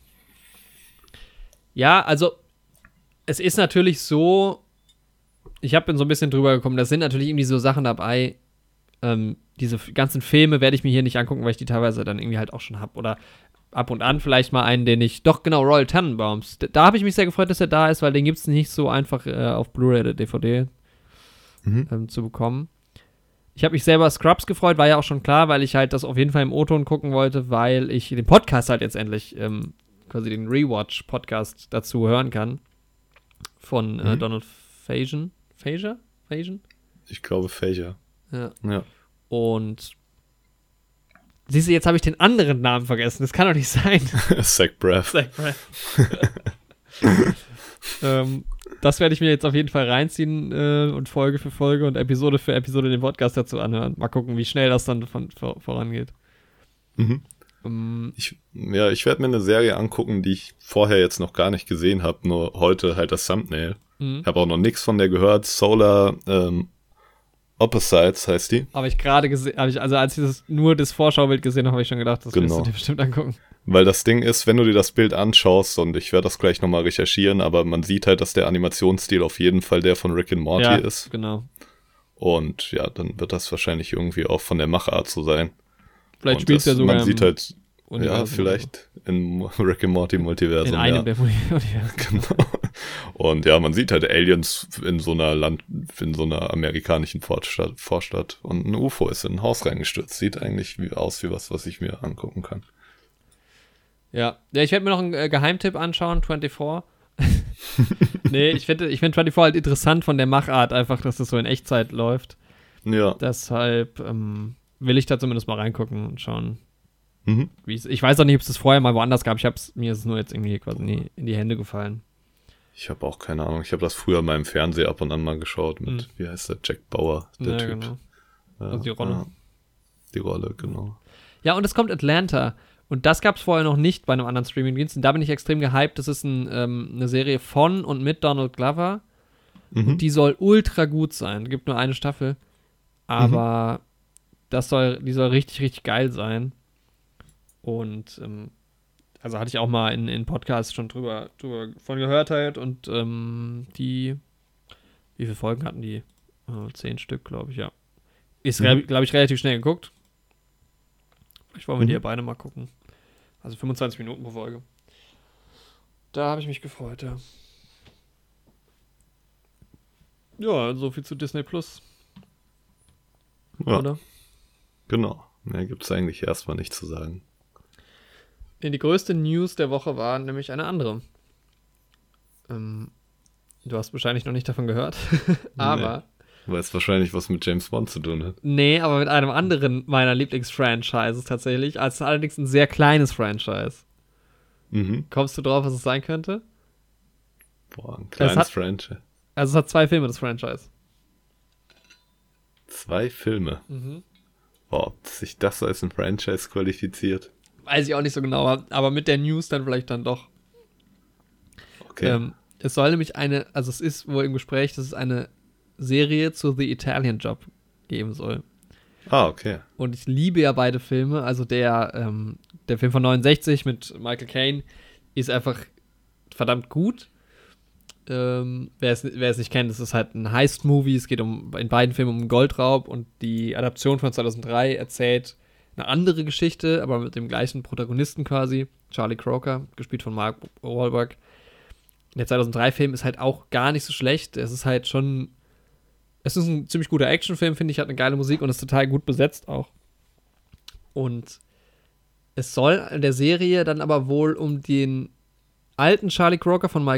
Ja, also es ist natürlich so, ich bin so ein bisschen drüber gekommen, da sind natürlich irgendwie so Sachen dabei, diese ganzen Filme werde ich mir hier nicht angucken, weil ich die teilweise dann irgendwie halt auch schon habe. Oder ab und an vielleicht mal einen, den ich, doch genau, Royal Tenenbaums. Da habe ich mich sehr gefreut, dass er da ist, weil den gibt es nicht so einfach auf Blu-ray oder DVD zu bekommen. Ich habe mich selber Scrubs gefreut, war ja auch schon klar, weil ich halt das auf jeden Fall im O-Ton gucken wollte, weil ich den Podcast halt jetzt endlich, quasi den Rewatch-Podcast dazu hören kann. Von Donald Faison. Faison? Ich glaube Fager. Ja. Und siehst du, jetzt habe ich den anderen Namen vergessen. Das kann doch nicht sein. Zach Braff. Das werde ich mir jetzt auf jeden Fall reinziehen und Folge für Folge und Episode für Episode den Podcast dazu anhören. Mal gucken, wie schnell das dann vorangeht. Ich werde mir eine Serie angucken, die ich vorher jetzt noch gar nicht gesehen habe, nur heute halt das Thumbnail. Ich habe auch noch nichts von der gehört. Solar Opposites heißt die. Habe ich gerade gesehen, als ich nur das Vorschaubild gesehen habe, habe ich schon gedacht, das wirst du dir bestimmt angucken. Weil das Ding ist, wenn du dir das Bild anschaust, und ich werde das gleich nochmal recherchieren, aber man sieht halt, dass der Animationsstil auf jeden Fall der von Rick and Morty ist. Genau. Und ja, dann wird das wahrscheinlich irgendwie auch von der Machart so sein. Vielleicht spielt es ja sogar man sieht halt, Universum vielleicht in Rick and Morty Multiversum. In einem der Universen. Genau. Und ja, man sieht halt Aliens in so einer amerikanischen Vorstadt und ein UFO ist in ein Haus reingestürzt. Sieht eigentlich aus wie was ich mir angucken kann. Ja, ich werde mir noch einen Geheimtipp anschauen, 24. Nee, ich finde 24 halt interessant von der Machart, einfach, dass das so in Echtzeit läuft. Ja. Deshalb will ich da zumindest mal reingucken und schauen, wie es. Ich weiß auch nicht, ob es das vorher mal woanders gab. Mir ist es nur jetzt irgendwie quasi in die Hände gefallen. Ich habe auch keine Ahnung. Ich habe das früher in meinem Fernseher ab und an mal geschaut mit, wie heißt der, Jack Bauer, der Typ. Genau. Also die Rolle. Ja. Die Rolle, genau. Ja, und es kommt Atlanta. Und das gab es vorher noch nicht bei einem anderen Streaming-Dienst. Und da bin ich extrem gehypt. Das ist eine Serie von und mit Donald Glover. Und die soll ultra gut sein. Es gibt nur eine Staffel. Aber die soll richtig, richtig geil sein. Und also hatte ich auch mal in Podcasts schon drüber von gehört halt. Und wie viele Folgen hatten die? 10 Stück, glaube ich, ja. Ist, glaube ich, relativ schnell geguckt. Vielleicht wollen wir die ja beide mal gucken. Also 25 Minuten pro Folge. Da habe ich mich gefreut, ja. Ja, so viel zu Disney Plus. Ja, oder? Genau. Mehr gibt es eigentlich erstmal nicht zu sagen. Die größte News der Woche war nämlich eine andere. Du hast wahrscheinlich noch nicht davon gehört, aber... Nee, weil es wahrscheinlich was mit James Bond zu tun hat. Nee, aber mit einem anderen meiner Lieblingsfranchises tatsächlich, als allerdings ein sehr kleines Franchise. Kommst du drauf, was es sein könnte? Boah, ein kleines Franchise. Also es hat 2 Filme, das Franchise. 2 Filme? Boah, ob sich das als ein Franchise qualifiziert? Weiß ich auch nicht so genau, aber mit der News dann vielleicht dann doch. Okay. Es soll nämlich es ist wohl im Gespräch, dass es eine Serie zu The Italian Job geben soll. Ah, okay. Und ich liebe ja beide Filme. Also der Film von 69 mit Michael Caine ist einfach verdammt gut. Wer es nicht kennt, es ist halt ein Heist-Movie. Es geht in beiden Filmen um Goldraub und die Adaption von 2003 erzählt eine andere Geschichte, aber mit dem gleichen Protagonisten quasi. Charlie Croker, gespielt von Mark Wahlberg. Der 2003-Film ist halt auch gar nicht so schlecht. Es ist ein ziemlich guter Actionfilm, finde ich, hat eine geile Musik und ist total gut besetzt auch. Und es soll in der Serie dann aber wohl um den alten Charlie Croker von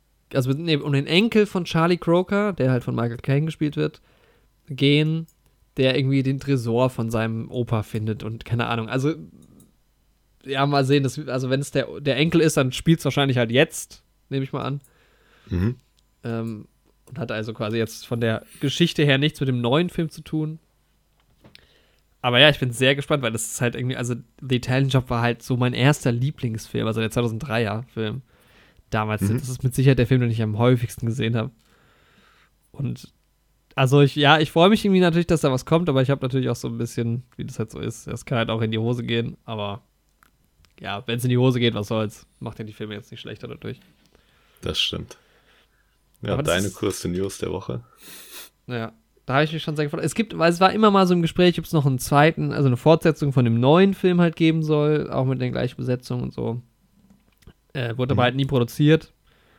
um den Enkel von Charlie Croker, der halt von Michael Caine gespielt wird, gehen, der irgendwie den Tresor von seinem Opa findet und keine Ahnung. Also, ja, mal sehen. Also, wenn es der Enkel ist, dann spielt es wahrscheinlich halt jetzt, nehme ich mal an. Mhm. Und hat also quasi jetzt von der Geschichte her nichts mit dem neuen Film zu tun. Aber ja, ich bin sehr gespannt, weil das ist halt irgendwie, also The Italian Job war halt so mein erster Lieblingsfilm, also der 2003er-Film. Damals, das ist mit Sicherheit der Film, den ich am häufigsten gesehen habe. Und also ich freue mich irgendwie natürlich, dass da was kommt, aber ich habe natürlich auch so ein bisschen, wie das halt so ist, das kann halt auch in die Hose gehen, aber ja, wenn es in die Hose geht, was soll's, macht ja die Filme jetzt nicht schlechter dadurch. Das stimmt. Ja, aber deine kurze News der Woche. Ja, da habe ich mich schon sehr gefreut. Weil es war immer mal so im Gespräch, ob es noch einen zweiten, also eine Fortsetzung von dem neuen Film halt geben soll, auch mit der gleichen Besetzung und so. Wurde aber halt nie produziert.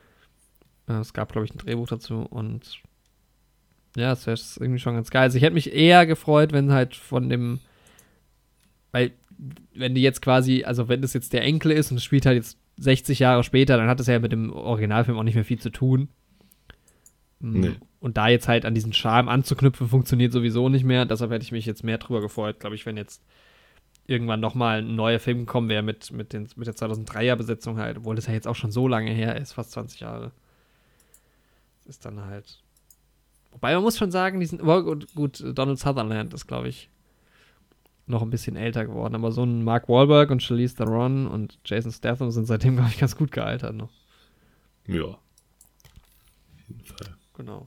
Es gab, glaube ich, ein Drehbuch dazu und ja, das wäre irgendwie schon ganz geil. Also ich hätte mich eher gefreut, wenn halt von dem, weil wenn die jetzt quasi, also wenn das jetzt der Enkel ist und es spielt halt jetzt 60 Jahre später, dann hat das ja mit dem Originalfilm auch nicht mehr viel zu tun. Nee. Und da jetzt halt an diesen Charme anzuknüpfen, funktioniert sowieso nicht mehr. Deshalb hätte ich mich jetzt mehr drüber gefreut, glaube ich, wenn jetzt irgendwann nochmal ein neuer Film gekommen wäre mit der 2003er-Besetzung halt, obwohl das ja jetzt auch schon so lange her ist, fast 20 Jahre. Das ist dann halt. Wobei man muss schon sagen, gut, Donald Sutherland ist, glaube ich, noch ein bisschen älter geworden, aber so ein Mark Wahlberg und Charlize Theron und Jason Statham sind seitdem, glaube ich, ganz gut gealtert noch. Ja. Auf jeden Fall. Genau.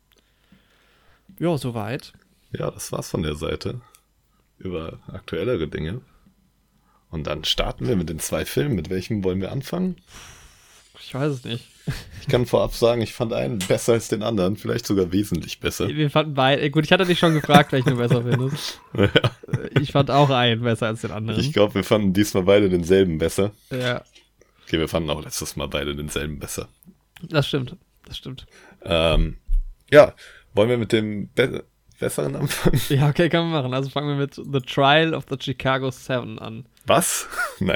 Ja, soweit. Ja, das war's von der Seite. Über aktuellere Dinge. Und dann starten wir mit den 2 Filmen. Mit welchem wollen wir anfangen? Ich weiß es nicht. Ich kann vorab sagen, ich fand einen besser als den anderen. Vielleicht sogar wesentlich besser. Wir fanden beide. Gut, ich hatte dich schon gefragt, welchen du besser findest. Ja. Ich fand auch einen besser als den anderen. Ich glaube, wir fanden diesmal beide denselben besser. Ja. Okay, wir fanden auch letztes Mal beide denselben besser. Das stimmt. Ja, wollen wir mit dem besseren anfangen? Ja, okay, können wir machen. Also fangen wir mit The Trial of the Chicago 7 an. Was? Nein.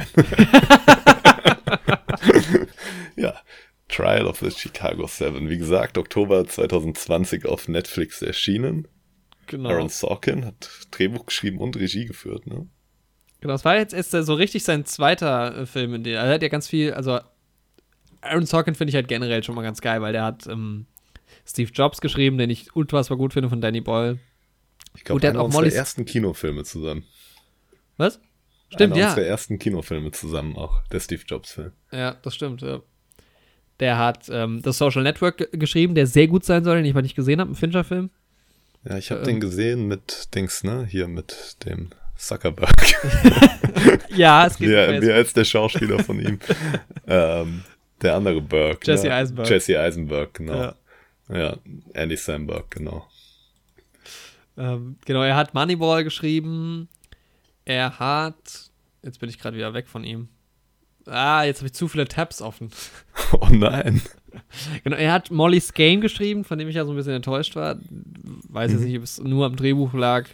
Ja, Trial of the Chicago 7. Wie gesagt, Oktober 2020 auf Netflix erschienen. Genau. Aaron Sorkin hat Drehbuch geschrieben und Regie geführt, ne? Genau, das war jetzt erst so richtig sein zweiter Film, in dem er hat ja ganz viel, also Aaron Sorkin finde ich halt generell schon mal ganz geil, weil der hat Steve Jobs geschrieben, den ich ultra gut finde, von Danny Boyle. Ich glaube, einer unserer ersten Kinofilme zusammen. Was? Stimmt, einer ja. unserer ersten Kinofilme zusammen auch, der Steve Jobs-Film. Ja, das stimmt, ja. Der hat das Social Network geschrieben, der sehr gut sein soll, den ich mal nicht gesehen habe, ein Fincher-Film. Ja, ich habe den gesehen mit Dings, ne? Hier mit dem Zuckerberg. Ja, es geht wie als der Schauspieler von ihm. Der andere Berg. Jesse ne? Eisenberg. Jesse Eisenberg, genau. Ja. Ja, Andy Samberg, genau. Genau, er hat Moneyball geschrieben. Er hat. Jetzt bin ich gerade wieder weg von ihm. Jetzt habe ich zu viele Tabs offen. Oh nein. Genau, er hat Molly's Game geschrieben, von dem ich ja so ein bisschen enttäuscht war. Weiß jetzt nicht, ob es nur am Drehbuch lag.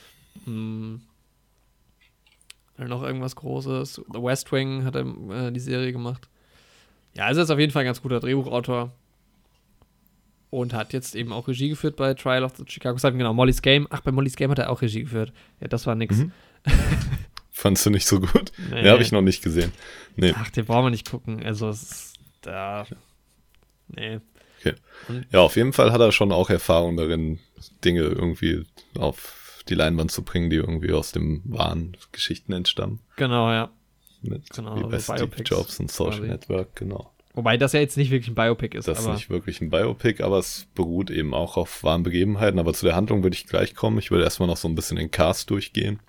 Noch irgendwas Großes. The West Wing hat er die Serie gemacht. Ja, also ist auf jeden Fall ein ganz guter Drehbuchautor. Und hat jetzt eben auch Regie geführt bei Trial of the Chicago 7. Genau, Molly's Game. Ach, bei Molly's Game hat er auch Regie geführt. Ja, das war nix. Fandst du nicht so gut? Nee. Den habe ich noch nicht gesehen. Nee. Ach, den brauchen wir nicht gucken. Also, es ist da. Nee. Okay. Ja, auf jeden Fall hat er schon auch Erfahrung darin, Dinge irgendwie auf die Leinwand zu bringen, die irgendwie aus dem wahren Geschichten entstammen. Genau, ja. Wie bei Steve Jobs und Social Network, genau. Wobei das ja jetzt nicht wirklich ein Biopic ist. Das ist nicht wirklich ein Biopic, aber es beruht eben auch auf wahren Begebenheiten. Aber zu der Handlung würde ich gleich kommen. Ich würde erstmal noch so ein bisschen den Cast durchgehen.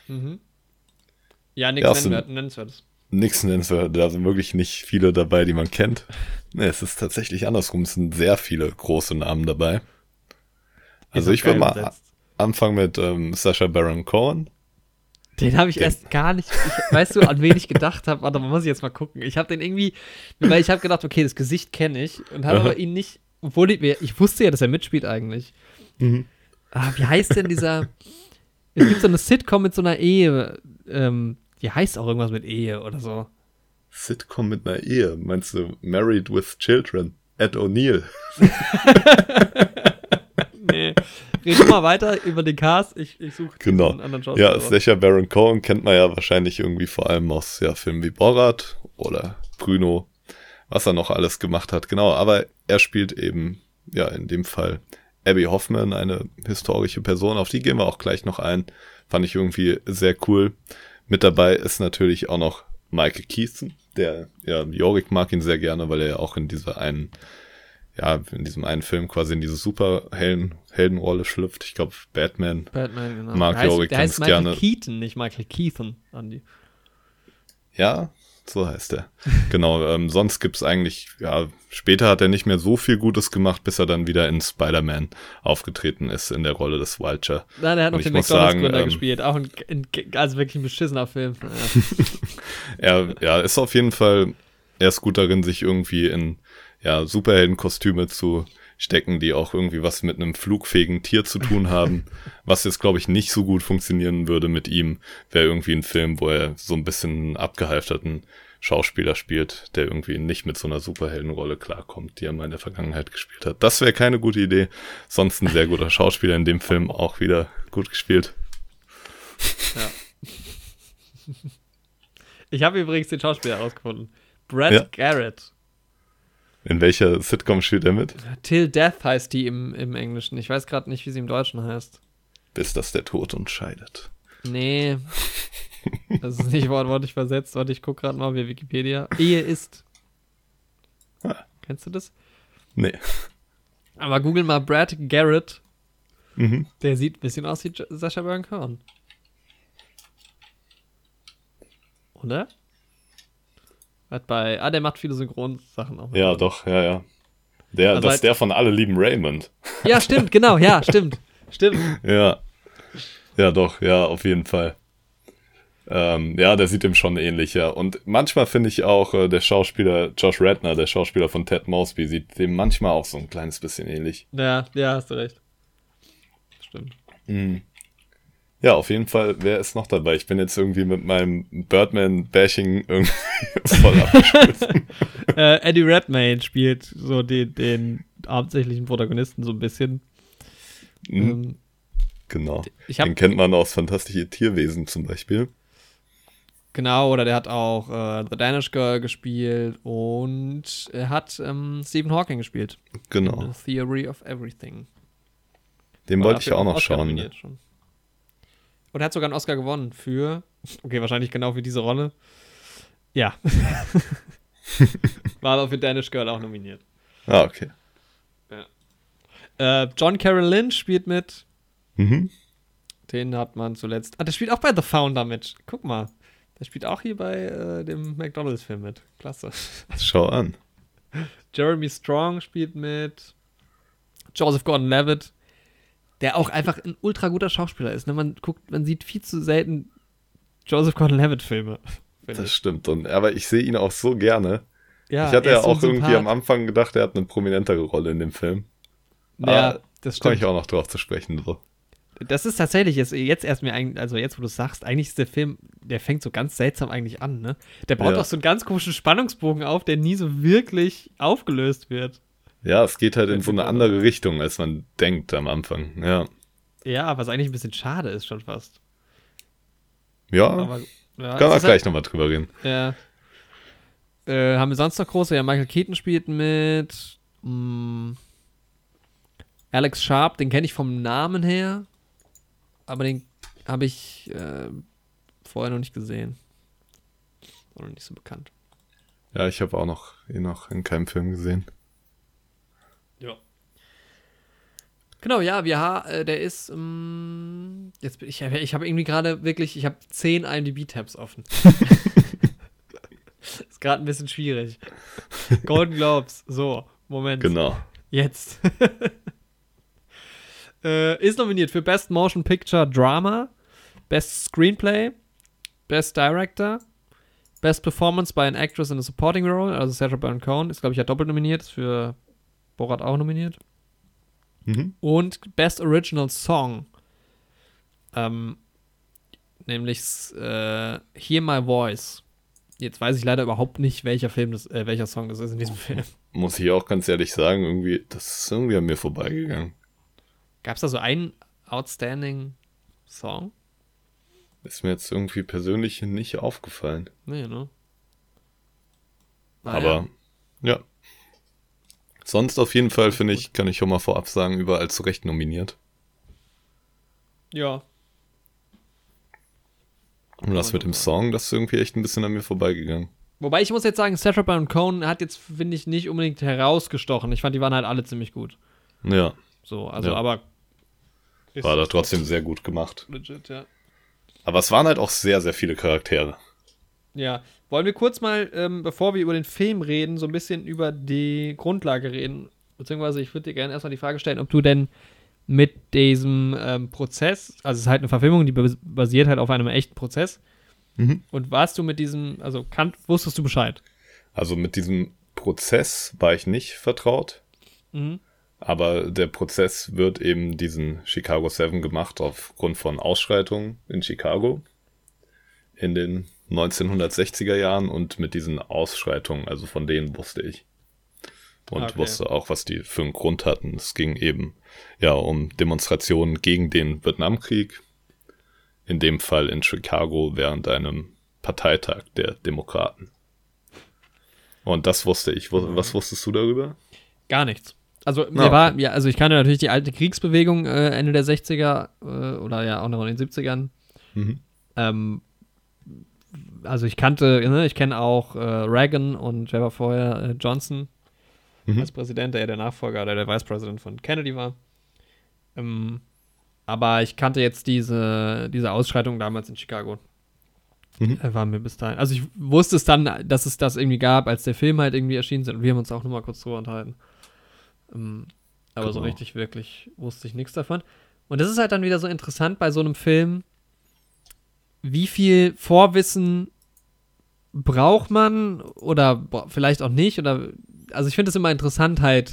Ja, nichts Nennenswertes. Nichts Nennenswertes. Da sind wirklich nicht viele dabei, die man kennt. Nee, es ist tatsächlich andersrum. Es sind sehr viele große Namen dabei. Also ich würde mal anfangen mit Sacha Baron Cohen. Den habe ich erst gar nicht, weißt du, an wen ich gedacht habe, warte, muss ich jetzt mal gucken. Ich habe den irgendwie, weil ich habe gedacht, okay, das Gesicht kenne ich und habe aber ihn nicht, obwohl ich wusste ja, dass er mitspielt eigentlich. Wie heißt denn dieser, es gibt so eine Sitcom mit so einer Ehe, die heißt auch irgendwas mit Ehe oder so. Sitcom mit einer Ehe? Meinst du Married with Children? Ed O'Neill? Nee, Red mal weiter über den Cast. Ich suche genau. einen anderen Schauspieler. Ja, Sacha Baron Cohen kennt man ja wahrscheinlich irgendwie vor allem aus Filmen wie Borat oder Bruno, was er noch alles gemacht hat. Genau, aber er spielt eben, ja, in dem Fall Abby Hoffman, eine historische Person. Auf die gehen wir auch gleich noch ein. Fand ich irgendwie sehr cool. Mit dabei ist natürlich auch noch Michael Keaton, Jorik mag ihn sehr gerne, weil er ja auch in diesem einen Film quasi in diese Superheldenrolle schlüpft. Ich glaube, Batman, genau. mag Jorik ganz gerne. Der heißt Michael Keaton, nicht Michael Keaton, Andi. Ja, so heißt er. Genau, sonst gibt's eigentlich, später hat er nicht mehr so viel Gutes gemacht, bis er dann wieder in Spider-Man aufgetreten ist, in der Rolle des Vulture. Nein, der hat noch den McDonald's-Gründer gespielt, auch also wirklich ein beschissener Film. Er ist auf jeden Fall, er ist gut darin, sich irgendwie in Superheldenkostüme zu stecken, die auch irgendwie was mit einem flugfähigen Tier zu tun haben. Was jetzt, glaube ich, nicht so gut funktionieren würde mit ihm, wäre irgendwie ein Film, wo er so ein bisschen einen abgehalfterten Schauspieler spielt, der irgendwie nicht mit so einer Superheldenrolle klarkommt, die er mal in der Vergangenheit gespielt hat. Das wäre keine gute Idee. Sonst ein sehr guter Schauspieler in dem Film, auch wieder gut gespielt. Ja. Ich habe übrigens den Schauspieler herausgefunden. Brad Garrett. In welcher Sitcom spielt er mit? Till Death heißt die im Englischen. Ich weiß gerade nicht, wie sie im Deutschen heißt. Bis dass der Tod uns scheidet. Nee. Das ist nicht wortwörtlich versetzt. Warte, ich gucke gerade mal via Wikipedia. Ehe ist. Kennst du das? Nee. Aber google mal Brad Garrett. Mhm. Der sieht ein bisschen aus wie Sacha Baron Cohen. Oder? Der macht viele Synchronsachen auch. Ja, doch, ja. Das ist der von Alle lieben Raymond. Ja, stimmt, genau, ja, stimmt. Ja, doch, ja, auf jeden Fall. Der sieht ihm schon ähnlich, ja. Und manchmal finde ich auch, der Schauspieler Josh Radnor, der Schauspieler von Ted Mosby, sieht dem manchmal auch so ein kleines bisschen ähnlich. Ja, hast du recht. Stimmt. Mhm. Ja, auf jeden Fall, wer ist noch dabei? Ich bin jetzt irgendwie mit meinem Birdman-Bashing irgendwie voll abgeschmissen. Eddie Redmayne spielt so den hauptsächlichen Protagonisten so ein bisschen. Genau. Den kennt man aus Fantastische Tierwesen zum Beispiel. Genau, oder der hat auch The Danish Girl gespielt und er hat Stephen Hawking gespielt. Genau. The Theory of Everything. Den wollte ich auch noch schauen. Und er hat sogar einen Oscar gewonnen für, wahrscheinlich genau für diese Rolle. Ja. War aber für Danish Girl auch nominiert. Ah, okay. Ja. John Carroll Lynch spielt mit. Mhm. Den hat man zuletzt. Der spielt auch bei The Founder mit. Guck mal. Der spielt auch hier bei dem McDonald's-Film mit. Klasse. Schau an. Jeremy Strong spielt mit. Joseph Gordon-Levitt. Der auch einfach ein ultra guter Schauspieler ist. Ne? Man sieht viel zu selten Joseph Gordon-Levitt-Filme. Das stimmt. Aber ich sehe ihn auch so gerne. Ja, ich hatte ja auch so irgendwie am Anfang gedacht, er hat eine prominentere Rolle in dem Film. Ja, das stimmt. Komme ich auch noch drauf zu sprechen. So. Das ist tatsächlich jetzt erst mir eigentlich, also jetzt, wo du es sagst, eigentlich ist der Film, der fängt so ganz seltsam eigentlich an, ne? Der baut auch so einen ganz komischen Spannungsbogen auf, der nie so wirklich aufgelöst wird. Ja, es geht halt in so eine andere Richtung, als man denkt am Anfang, ja. Ja, was eigentlich ein bisschen schade ist schon fast. Ja, aber, kann man gleich nochmal drüber reden. Ja. Haben wir sonst noch große? Ja, Michael Keaton spielt mit Alex Sharp, den kenne ich vom Namen her, aber den habe ich vorher noch nicht gesehen. War noch nicht so bekannt. Ja, ich habe auch ihn noch in keinem Film gesehen. Ja. Genau, ja, der ist, ich habe irgendwie gerade wirklich, ich habe 10 IMDb-Tabs offen. Ist gerade ein bisschen schwierig. Golden Globes, so, Moment. Genau. Jetzt. Ist nominiert für Best Motion Picture Drama, Best Screenplay, Best Director, Best Performance by an Actress in a Supporting Role, also Sacha Baron Cohen, ist, glaube ich, ja doppelt nominiert, ist für Borat auch nominiert. Mhm. Und Best Original Song, nämlich Hear My Voice. Jetzt weiß ich leider überhaupt nicht, welcher Song das ist in diesem Film. Muss ich auch ganz ehrlich sagen, das ist irgendwie an mir vorbeigegangen. Gab es da so einen outstanding Song? Ist mir jetzt irgendwie persönlich nicht aufgefallen. Nee, ne? Aber, ja. Sonst auf jeden Fall, finde ich, kann ich schon mal vorab sagen, überall zu Recht nominiert. Ja. Und das mit dem Song, das ist irgendwie echt ein bisschen an mir vorbeigegangen. Wobei ich muss jetzt sagen, Sacha Baron Cohen hat jetzt, finde ich, nicht unbedingt herausgestochen. Ich fand, die waren halt alle ziemlich gut. Ja. So, also, Ja. Aber. War da trotzdem sehr gut gemacht. Legit, ja. Aber es waren halt auch sehr, sehr viele Charaktere. Ja. Wollen wir kurz mal, bevor wir über den Film reden, so ein bisschen über die Grundlage reden? Beziehungsweise, ich würde dir gerne erstmal die Frage stellen, ob du denn mit diesem Prozess, also es ist halt eine Verfilmung, die basiert halt auf einem echten Prozess. Und warst du mit diesem, also wusstest du Bescheid? Also mit diesem Prozess war ich nicht vertraut. Aber der Prozess wird eben diesen Chicago 7 gemacht aufgrund von Ausschreitungen in Chicago in den 1960er Jahren und mit diesen Ausschreitungen, also von denen wusste ich. Und wusste auch, was die für einen Grund hatten. Es ging eben ja um Demonstrationen gegen den Vietnamkrieg. In dem Fall in Chicago während einem Parteitag der Demokraten. Und das wusste ich. Was wusstest du darüber? Gar nichts. Also also ich kannte natürlich die alte Kriegsbewegung Ende der 60er oder ja auch noch in den 70ern. Also ich kenne auch Reagan und wer war vorher Johnson als Präsident, der ja der Nachfolger oder der Vice President von Kennedy war. Aber ich kannte jetzt diese Ausschreitung damals in Chicago. War mir bis dahin. Also ich wusste es dann, dass es das irgendwie gab, als der Film halt irgendwie erschienen ist. Und wir haben uns auch nochmal kurz drüber unterhalten. Aber so richtig wirklich wusste ich nichts davon. Und das ist halt dann wieder so interessant bei so einem Film, wie viel Vorwissen braucht man oder vielleicht auch nicht. Also ich finde es immer interessant halt,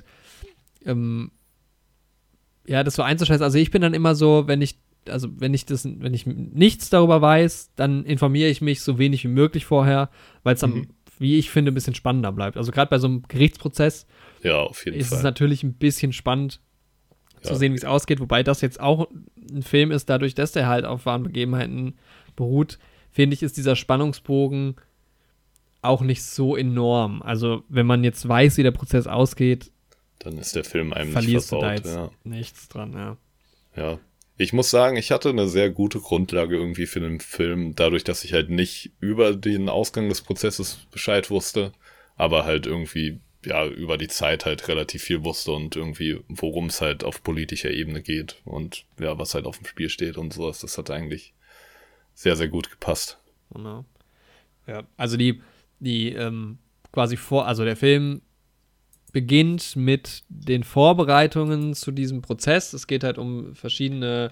das so einzuschätzen. Also ich bin dann immer so, wenn ich nichts darüber weiß, dann informiere ich mich so wenig wie möglich vorher, weil es dann, wie ich finde, ein bisschen spannender bleibt. Also gerade bei so einem Gerichtsprozess auf jeden Fall. Ist es natürlich ein bisschen spannend zu sehen, wie es ausgeht, wobei das jetzt auch ein Film ist, dadurch, dass der halt auf wahren Begebenheiten beruht, finde ich, ist dieser Spannungsbogen auch nicht so enorm. Also wenn man jetzt weiß, wie der Prozess ausgeht, dann ist der Film einem verlierst nicht du versaut. da jetzt nichts dran, ja. Ja, ich muss sagen, ich hatte eine sehr gute Grundlage irgendwie für den Film, dadurch, dass ich halt nicht über den Ausgang des Prozesses Bescheid wusste, aber halt irgendwie über die Zeit halt relativ viel wusste und irgendwie, worum es halt auf politischer Ebene geht und was halt auf dem Spiel steht und sowas. Das hat eigentlich sehr, sehr gut gepasst. Genau. Ja, also die quasi also der Film beginnt mit den Vorbereitungen zu diesem Prozess. Es geht halt um verschiedene,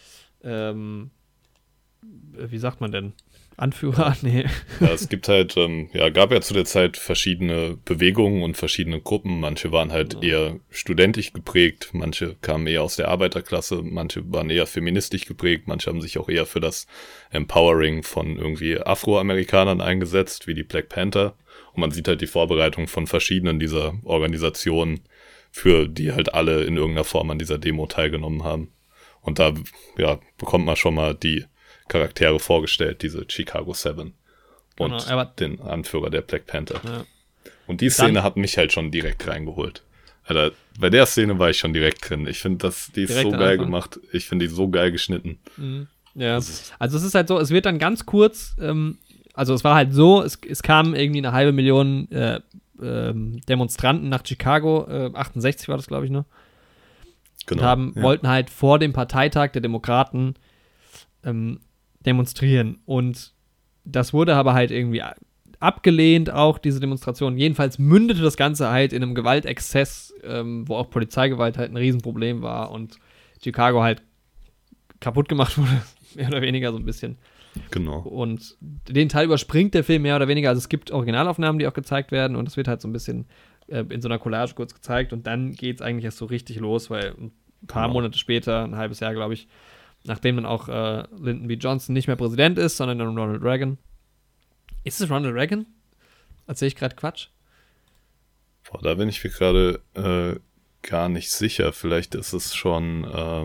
wie sagt man denn? Anführer? Nee. Ja, es gibt halt, gab ja zu der Zeit verschiedene Bewegungen und verschiedene Gruppen. Manche waren halt eher studentisch geprägt, manche kamen eher aus der Arbeiterklasse, manche waren eher feministisch geprägt, manche haben sich auch eher für das Empowering von irgendwie Afroamerikanern eingesetzt, wie die Black Panther. Und man sieht halt die Vorbereitung von verschiedenen dieser Organisationen, für die halt alle in irgendeiner Form an dieser Demo teilgenommen haben. Und da, bekommt man schon mal die Charaktere vorgestellt, diese Chicago 7 und den Anführer der Black Panther. Ja. Und die Szene hat mich halt schon direkt reingeholt. Alter, bei der Szene war ich schon direkt drin. Ich finde, die ist so geil gemacht. Ich finde die so geil geschnitten. Ja, also es ist halt so, es wird dann ganz kurz, also es war halt so, es kamen irgendwie 500.000 Demonstranten nach Chicago, 68 war das, glaube ich, ne? Genau. Und wollten halt vor dem Parteitag der Demokraten demonstrieren. Und das wurde aber halt irgendwie abgelehnt, auch diese Demonstration. Jedenfalls mündete das Ganze halt in einem Gewaltexzess, wo auch Polizeigewalt halt ein Riesenproblem war und Chicago halt kaputt gemacht wurde, mehr oder weniger so ein bisschen. Genau. Und den Teil überspringt der Film mehr oder weniger. Also es gibt Originalaufnahmen, die auch gezeigt werden und es wird halt so ein bisschen in so einer Collage kurz gezeigt und dann geht es eigentlich erst so richtig los, weil ein paar Monate später, ein halbes Jahr, glaube ich, nachdem dann auch Lyndon B. Johnson nicht mehr Präsident ist, sondern dann Ronald Reagan. Ist es Ronald Reagan? Erzähle ich gerade Quatsch? Boah, da bin ich mir gerade gar nicht sicher. Vielleicht ist es schon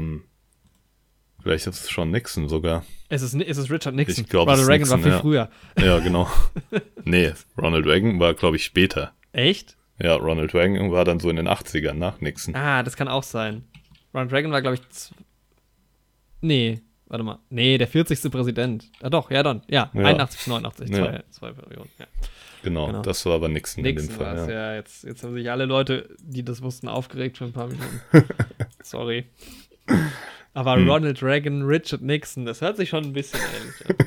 Nixon sogar. Es ist Richard Nixon. Ich glaube, Ronald Reagan Nixon, war viel früher. Ja, genau. Nee, Ronald Reagan war, glaube ich, später. Echt? Ja, Ronald Reagan war dann so in den 80ern nach Nixon. Ah, das kann auch sein. Ronald Reagan war, glaube ich, nee, warte mal. Nee, der 40. Präsident. Ah doch, ja dann. Ja, 81, 89, zwei Perioden. Ja. Genau, das war aber Nixon in dem Fall. Ja, jetzt haben sich alle Leute, die das wussten, aufgeregt für ein paar Minuten. Sorry. Aber Ronald Reagan, Richard Nixon, das hört sich schon ein bisschen ähnlich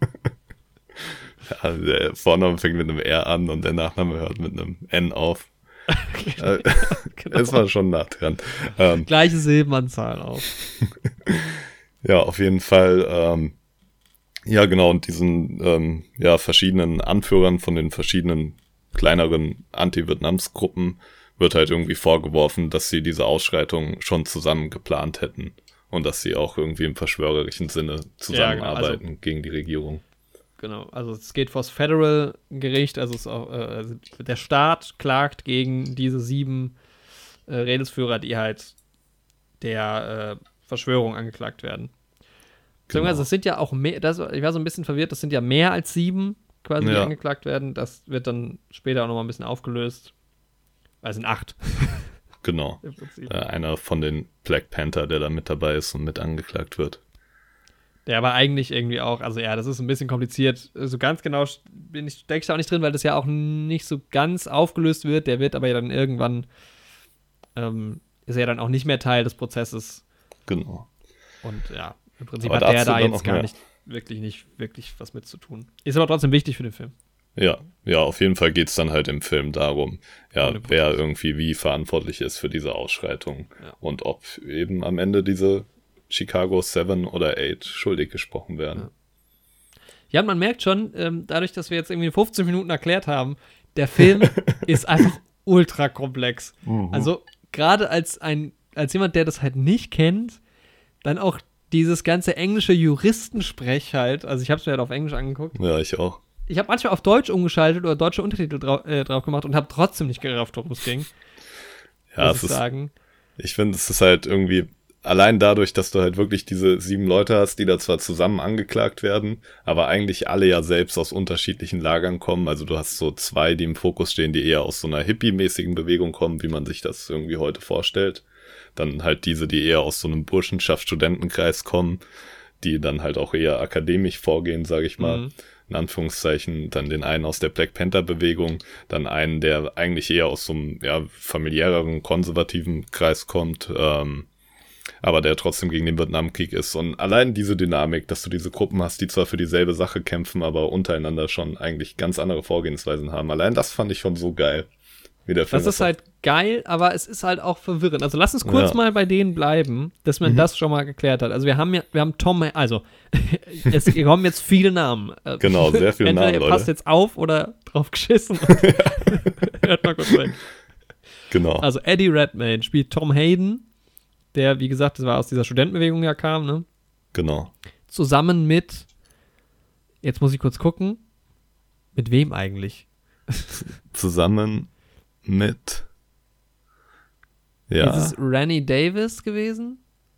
an. Ja, der Vorname fängt mit einem R an und der Nachname hört mit einem N auf. Genau. Das war schon nah dran. Gleiche Silbenanzahl auch. Ja, auf jeden Fall. Ja, genau. Und diesen verschiedenen Anführern von den verschiedenen kleineren Anti-Vietnams-Gruppen wird halt irgendwie vorgeworfen, dass sie diese Ausschreitung schon zusammen geplant hätten. Und dass sie auch irgendwie im verschwörerischen Sinne zusammenarbeiten gegen die Regierung. Genau, also es geht vors Federal-Gericht, also, also der Staat klagt gegen diese 7 Rädelsführer, die halt der Verschwörung angeklagt werden. Beziehungsweise es sind ja auch mehr, ich war so ein bisschen verwirrt, das sind ja mehr als 7 quasi, die angeklagt werden. Das wird dann später auch nochmal ein bisschen aufgelöst. Es sind 8. Genau. Einer von den Black Panther, der da mit dabei ist und mit angeklagt wird. Der aber eigentlich irgendwie auch, also ja, das ist ein bisschen kompliziert. So ganz genau stecke ich da auch nicht drin, weil das ja auch nicht so ganz aufgelöst wird. Der wird aber ja dann irgendwann, ist er ja dann auch nicht mehr Teil des Prozesses. Genau. Und ja, im Prinzip hat der da jetzt gar nicht wirklich was mit zu tun. Ist aber trotzdem wichtig für den Film. Ja, auf jeden Fall geht es dann halt im Film darum, wer irgendwie wie verantwortlich ist für diese Ausschreitung und ob eben am Ende diese Chicago 7 oder 8 schuldig gesprochen werden. Ja, und man merkt schon, dadurch, dass wir jetzt irgendwie 15 Minuten erklärt haben, der Film ist einfach ultra komplex. Also gerade als jemand, der das halt nicht kennt, dann auch dieses ganze englische Juristensprech halt, also ich habe es mir halt auf Englisch angeguckt. Ja, ich auch. Ich habe manchmal auf Deutsch umgeschaltet oder deutsche Untertitel drauf gemacht und habe trotzdem nicht gerafft, worum es ging. Ja, ich finde, es ist halt irgendwie allein dadurch, dass du halt wirklich diese 7 Leute hast, die da zwar zusammen angeklagt werden, aber eigentlich alle ja selbst aus unterschiedlichen Lagern kommen. Also du hast so 2, die im Fokus stehen, die eher aus so einer hippie-mäßigen Bewegung kommen, wie man sich das irgendwie heute vorstellt. Dann halt diese, die eher aus so einem Burschenschafts-Studentenkreis kommen, die dann halt auch eher akademisch vorgehen, sage ich mal. In Anführungszeichen, dann den einen aus der Black Panther-Bewegung, dann einen, der eigentlich eher aus so einem familiäreren, konservativen Kreis kommt, aber der trotzdem gegen den Vietnamkrieg ist. Und allein diese Dynamik, dass du diese Gruppen hast, die zwar für dieselbe Sache kämpfen, aber untereinander schon eigentlich ganz andere Vorgehensweisen haben. Allein das fand ich schon so geil. Wie der Film das ist halt geil, aber es ist halt auch verwirrend. Also lass uns kurz mal bei denen bleiben, dass man das schon mal geklärt hat. Also wir haben Tom, also es kommen jetzt viele Namen. Genau, sehr viele Namen, Leute. Entweder ihr passt jetzt auf oder drauf geschissen. Hört mal kurz weg. Genau. Also Eddie Redmayne spielt Tom Hayden, der, wie gesagt, das war aus dieser Studentenbewegung ja kam, ne? Genau. Zusammen mit, jetzt muss ich kurz gucken, mit wem eigentlich? Zusammen mit, Ist es Rennie Davis gewesen?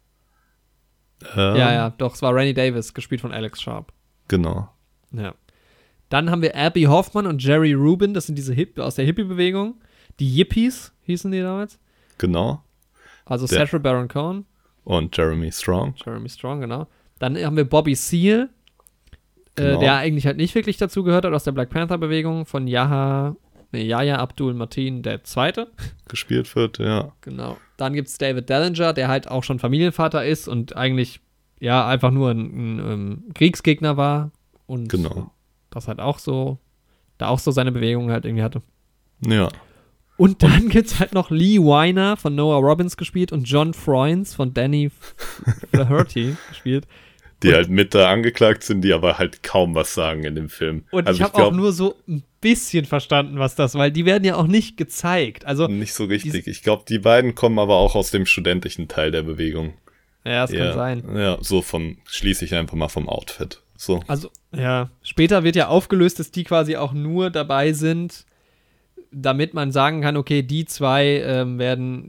Ja, doch, es war Rennie Davis, gespielt von Alex Sharp. Genau. Ja. Dann haben wir Abby Hoffman und Jerry Rubin, das sind diese aus der Hippie-Bewegung. Die Yippies hießen die damals. Genau. Also Sacha Baron Cohen. Und Jeremy Strong. Genau. Dann haben wir Bobby Seale, der eigentlich halt nicht wirklich dazu gehört hat, aus der Black Panther-Bewegung von Yahya Abdul-Mateen II. Gespielt wird, ja. Genau. Dann gibt es David Dallinger, der halt auch schon Familienvater ist und eigentlich einfach nur ein Kriegsgegner war und das halt auch so, seine Bewegungen halt irgendwie hatte. Ja. Und dann gibt es halt noch Lee Weiner von Noah Robbins gespielt und John Froines von Danny Flaherty gespielt. Die halt mit da angeklagt sind, die aber halt kaum was sagen in dem Film. Und also ich habe auch nur so ein bisschen verstanden, was das, weil die werden ja auch nicht gezeigt. Also nicht so richtig. Ich glaube, die beiden kommen aber auch aus dem studentischen Teil der Bewegung. Ja, das kann sein. Ja, so schließe ich einfach mal vom Outfit. So. Also, ja, später wird ja aufgelöst, dass die quasi auch nur dabei sind, damit man sagen kann, okay, die 2 werden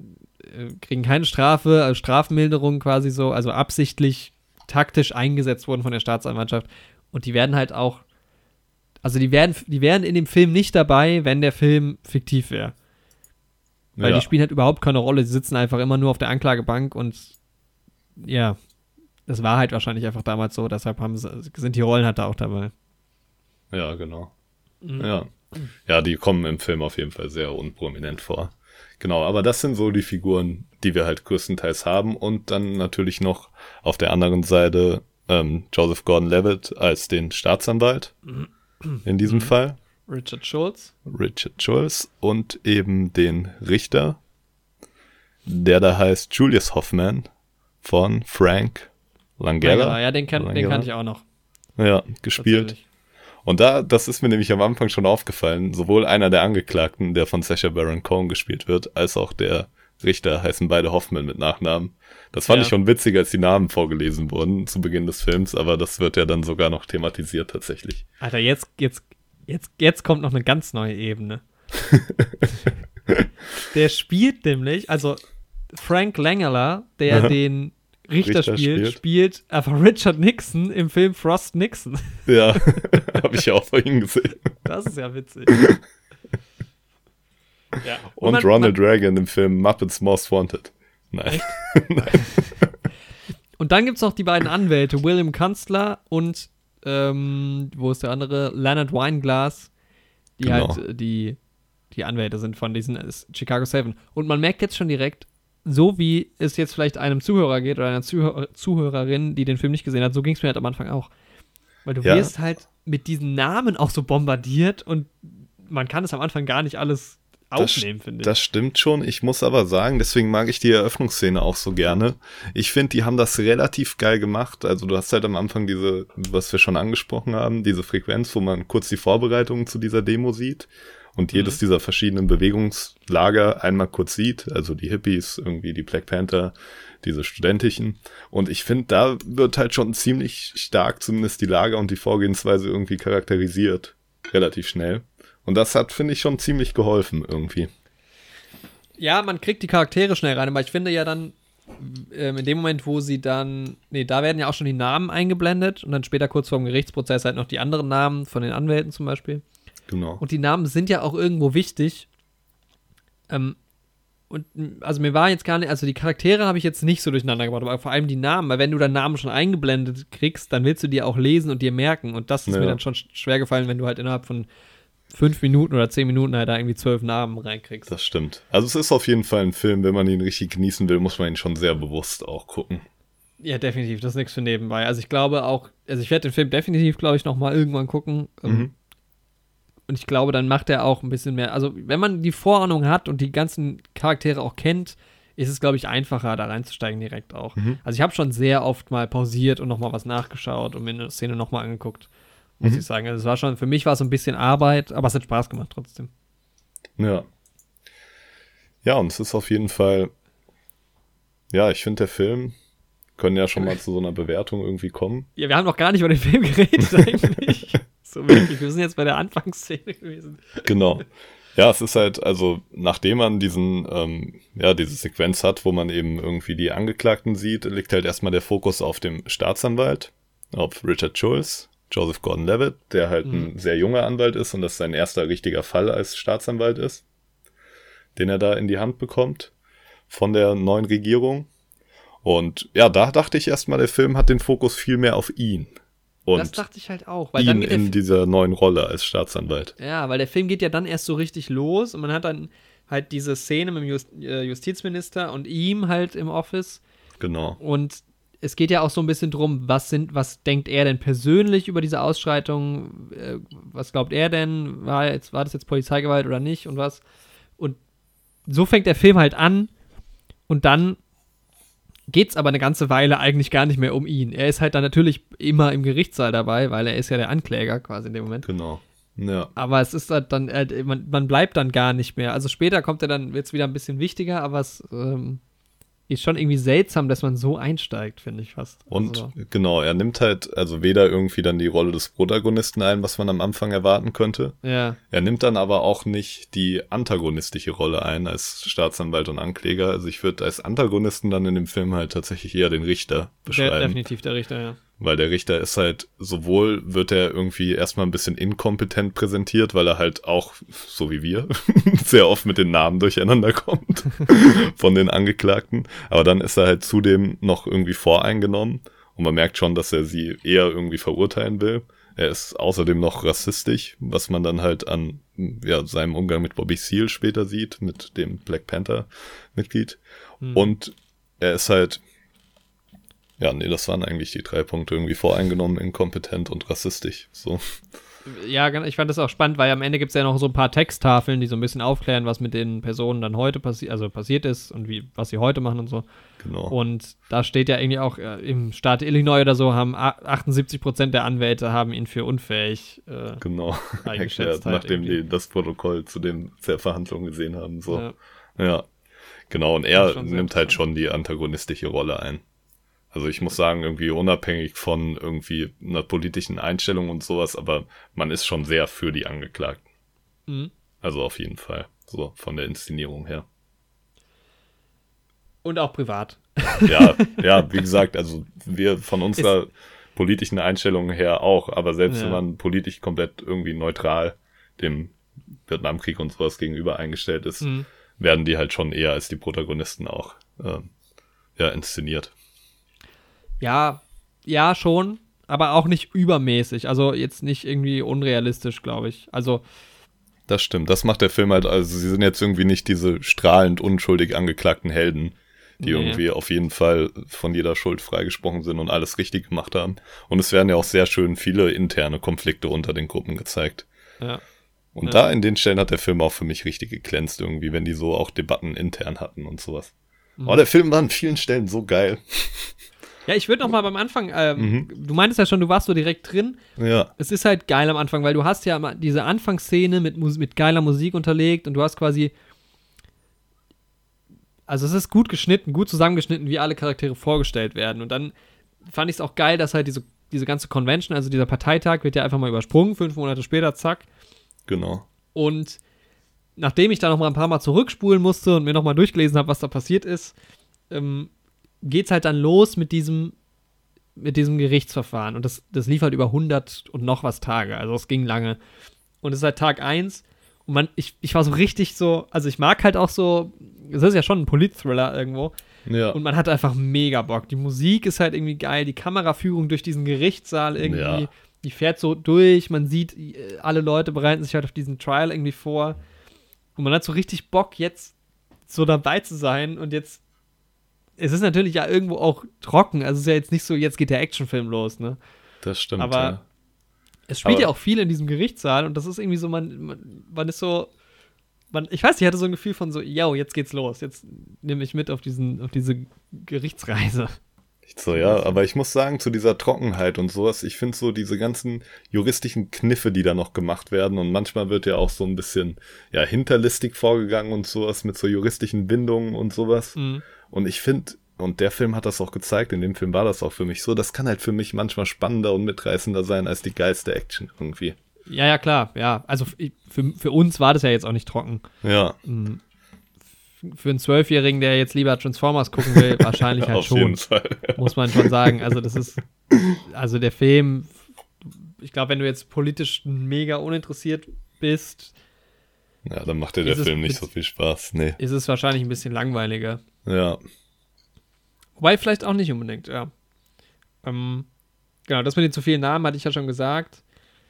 kriegen keine Strafe, also Strafmilderung quasi so, also absichtlich taktisch eingesetzt wurden von der Staatsanwaltschaft. Und die werden halt auch, also die wären in dem Film nicht dabei, wenn der Film fiktiv wäre. Weil die spielen halt überhaupt keine Rolle, die sitzen einfach immer nur auf der Anklagebank und ja, das war halt wahrscheinlich einfach damals so, deshalb sind die Rollen halt da auch dabei. Ja, genau. Mhm. Ja, die kommen im Film auf jeden Fall sehr unprominent vor. Genau, aber das sind so die Figuren, die wir halt größtenteils haben und dann natürlich noch auf der anderen Seite Joseph Gordon-Levitt als den Staatsanwalt in diesem Fall. Richard Schulz und eben den Richter, der da heißt Julius Hoffman von Frank Langella. Ja, den kannte ich auch noch. Ja, gespielt. Und das ist mir nämlich am Anfang schon aufgefallen, sowohl einer der Angeklagten, der von Sacha Baron Cohen gespielt wird, als auch der Richter heißen beide Hoffman mit Nachnamen. Das fand ich schon witzig, als die Namen vorgelesen wurden zu Beginn des Films, aber das wird ja dann sogar noch thematisiert tatsächlich. Alter, jetzt kommt noch eine ganz neue Ebene. Der spielt nämlich, also Frank Langella, der den Richter spielt einfach Richard Nixon im Film Frost Nixon. Ja, habe ich ja auch vorhin gesehen. Das ist ja witzig. Ja. Und Ronald Reagan im Film Muppets Most Wanted. Nein. Nein. Und dann gibt es noch die beiden Anwälte, William Kunstler und wo ist der andere? Leonard Weinglass, die halt die Anwälte sind von diesen Chicago 7. Und man merkt jetzt schon direkt, so wie es jetzt vielleicht einem Zuhörer geht oder einer Zuhörerin, die den Film nicht gesehen hat, so ging es mir halt am Anfang auch. Weil du wirst halt mit diesen Namen auch so bombardiert und man kann es am Anfang gar nicht alles aufnehmen, finde ich. Das stimmt schon. Ich muss aber sagen, deswegen mag ich die Eröffnungsszene auch so gerne. Ich finde, die haben das relativ geil gemacht. Also du hast halt am Anfang diese, was wir schon angesprochen haben, diese Frequenz, wo man kurz die Vorbereitungen zu dieser Demo sieht. Und jedes dieser verschiedenen Bewegungslager einmal kurz sieht, also die Hippies, irgendwie die Black Panther, diese Studentischen. Und ich finde, da wird halt schon ziemlich stark zumindest die Lager und die Vorgehensweise irgendwie charakterisiert. Relativ schnell. Und das hat, finde ich, schon ziemlich geholfen irgendwie. Ja, man kriegt die Charaktere schnell rein, aber ich finde ja dann, in dem Moment, wo sie dann, da werden ja auch schon die Namen eingeblendet und dann später kurz vor dem Gerichtsprozess halt noch die anderen Namen von den Anwälten zum Beispiel. Genau. Und die Namen sind ja auch irgendwo wichtig. Und also mir war jetzt gar nicht, also die Charaktere habe ich jetzt nicht so durcheinander gebracht, aber vor allem die Namen, weil wenn du deinen Namen schon eingeblendet kriegst, dann willst du dir auch lesen und dir merken. Und das ist mir dann schon schwer gefallen, wenn du halt innerhalb von 5 Minuten oder 10 Minuten halt da irgendwie 12 Namen reinkriegst. Das stimmt. Also es ist auf jeden Fall ein Film, wenn man ihn richtig genießen will, muss man ihn schon sehr bewusst auch gucken. Ja, definitiv, das ist nichts für nebenbei. Also ich glaube auch, ich werde den Film definitiv, glaube ich, noch mal irgendwann gucken. Und ich glaube, dann macht er auch ein bisschen mehr, also wenn man die Vorahnung hat und die ganzen Charaktere auch kennt, ist es, glaube ich, einfacher, da reinzusteigen direkt auch. Also ich habe schon sehr oft mal pausiert und noch mal was nachgeschaut und mir eine Szene noch mal angeguckt, muss ich sagen. Also es war schon, für mich war es so ein bisschen Arbeit, aber es hat Spaß gemacht trotzdem. Ja. Ja, und es ist auf jeden Fall, ja, ich finde, der Film können ja schon mal zu so einer Bewertung irgendwie kommen. Ja, wir haben noch gar nicht über den Film geredet eigentlich. So wirklich, wir sind jetzt bei der Anfangsszene gewesen. Genau. Ja, es ist halt, also nachdem man diese Sequenz hat, wo man eben irgendwie die Angeklagten sieht, liegt halt erstmal der Fokus auf dem Staatsanwalt, auf Richard Schulz, Joseph Gordon-Levitt, der halt ein sehr junger Anwalt ist und das sein erster richtiger Fall als Staatsanwalt ist, den er da in die Hand bekommt von der neuen Regierung. Und ja, da dachte ich erstmal, der Film hat den Fokus viel mehr auf ihn. Und das dachte ich halt auch. Weil ihn dann geht in dieser neuen Rolle als Staatsanwalt. Ja, weil der Film geht ja dann erst so richtig los und man hat dann halt diese Szene mit dem Justizminister und ihm halt im Office. Genau. Und es geht ja auch so ein bisschen drum, was denkt er denn persönlich über diese Ausschreitung? Was glaubt er denn? War das jetzt Polizeigewalt oder nicht und was? Und so fängt der Film halt an und dann geht's aber eine ganze Weile eigentlich gar nicht mehr um ihn. Er ist halt dann natürlich immer im Gerichtssaal dabei, weil er ist ja der Ankläger quasi in dem Moment. Genau. Ja. Aber es ist halt dann, man bleibt dann gar nicht mehr. Also später kommt er dann, wird's wieder ein bisschen wichtiger, aber ist schon irgendwie seltsam, dass man so einsteigt, finde ich fast. Und also. Genau, er nimmt halt also weder irgendwie dann die Rolle des Protagonisten ein, was man am Anfang erwarten könnte. Ja. Er nimmt dann aber auch nicht die antagonistische Rolle ein als Staatsanwalt und Ankläger. Also ich würde als Antagonisten dann in dem Film halt tatsächlich eher den Richter beschreiben. Definitiv der Richter, ja. Weil der Richter ist halt, sowohl wird er irgendwie erstmal ein bisschen inkompetent präsentiert, weil er halt auch, so wie wir, sehr oft mit den Namen durcheinander kommt von den Angeklagten. Aber dann ist er halt zudem noch irgendwie voreingenommen und man merkt schon, dass er sie eher irgendwie verurteilen will. Er ist außerdem noch rassistisch, was man dann halt an seinem Umgang mit Bobby Seale später sieht, mit dem Black Panther-Mitglied. Und er ist halt, das waren eigentlich die 3 Punkte, irgendwie voreingenommen, inkompetent und rassistisch. So. Ja, ich fand das auch spannend, weil am Ende gibt es ja noch so ein paar Texttafeln, die so ein bisschen aufklären, was mit den Personen dann heute passiert ist und was sie heute machen und so. Genau. Und da steht ja irgendwie auch, im Staat Illinois oder so haben 78% der Anwälte haben ihn für unfähig eingeschätzt. Nachdem die das Protokoll zu den Verhandlungen gesehen haben. So. Ja, genau. Und er nimmt halt schon die antagonistische Rolle ein. Also ich muss sagen, irgendwie unabhängig von irgendwie einer politischen Einstellung und sowas, aber man ist schon sehr für die Angeklagten. Mhm. Also auf jeden Fall, so von der Inszenierung her. Und auch privat. Ja, wie gesagt, also wir von unserer politischen Einstellung her auch, aber selbst wenn man politisch komplett irgendwie neutral dem Vietnamkrieg und sowas gegenüber eingestellt ist, werden die halt schon eher als die Protagonisten auch inszeniert. Ja, schon, aber auch nicht übermäßig. Also jetzt nicht irgendwie unrealistisch, glaube ich. Also das stimmt, das macht der Film halt, also sie sind jetzt irgendwie nicht diese strahlend unschuldig angeklagten Helden, die irgendwie auf jeden Fall von jeder Schuld freigesprochen sind und alles richtig gemacht haben. Und es werden ja auch sehr schön viele interne Konflikte unter den Gruppen gezeigt. Ja. Und da in den Stellen hat der Film auch für mich richtig geglänzt irgendwie, wenn die so auch Debatten intern hatten und sowas. Oh, der Film war an vielen Stellen so geil. Ja, ich würde noch mal beim Anfang, du meintest ja schon, du warst so direkt drin. Ja. Es ist halt geil am Anfang, weil du hast ja diese Anfangsszene mit geiler Musik unterlegt und du hast quasi, also es ist gut geschnitten, gut zusammengeschnitten, wie alle Charaktere vorgestellt werden. Und dann fand ich es auch geil, dass halt diese ganze Convention, also dieser Parteitag wird ja einfach mal übersprungen, 5 Monate später, zack. Genau. Und nachdem ich da noch mal ein paar Mal zurückspulen musste und mir noch mal durchgelesen habe, was da passiert ist, geht's halt dann los mit diesem Gerichtsverfahren. Und das lief halt über 100 und noch was Tage. Also es ging lange. Und es ist halt Tag 1. Und ich war so richtig so, also ich mag halt auch so, es ist ja schon ein Polit-Thriller irgendwo. Ja. Und man hat einfach mega Bock. Die Musik ist halt irgendwie geil, die Kameraführung durch diesen Gerichtssaal irgendwie, die fährt so durch, man sieht, alle Leute bereiten sich halt auf diesen Trial irgendwie vor. Und man hat so richtig Bock, jetzt so dabei zu sein und jetzt. Es ist natürlich ja irgendwo auch trocken, also es ist ja jetzt nicht so, jetzt geht der Actionfilm los, ne? Das stimmt, aber es spielt ja auch viel in diesem Gerichtssaal und das ist irgendwie so, man ist so, ich weiß nicht, ich hatte so ein Gefühl von so, yo, jetzt geht's los, jetzt nehme ich mit auf diese Gerichtsreise. So, ja, aber ich muss sagen, zu dieser Trockenheit und sowas, ich finde so diese ganzen juristischen Kniffe, die da noch gemacht werden und manchmal wird ja auch so ein bisschen, hinterlistig vorgegangen und sowas mit so juristischen Bindungen und sowas. Mhm. Und ich finde, und der Film hat das auch gezeigt, in dem Film war das auch für mich so, das kann halt für mich manchmal spannender und mitreißender sein als die geilste Action irgendwie. Ja, klar, ja. Also für uns war das ja jetzt auch nicht trocken. Ja. Für einen 12-Jährigen, der jetzt lieber Transformers gucken will, wahrscheinlich halt Auf schon. Jeden Fall. Muss man schon sagen. Also der Film, ich glaube, wenn du jetzt politisch mega uninteressiert bist. Ja, dann macht dir der Film nicht so viel Spaß, nee. Ist es wahrscheinlich ein bisschen langweiliger. Ja. Wobei vielleicht auch nicht unbedingt, ja. Genau, das mit den zu vielen Namen hatte ich ja schon gesagt.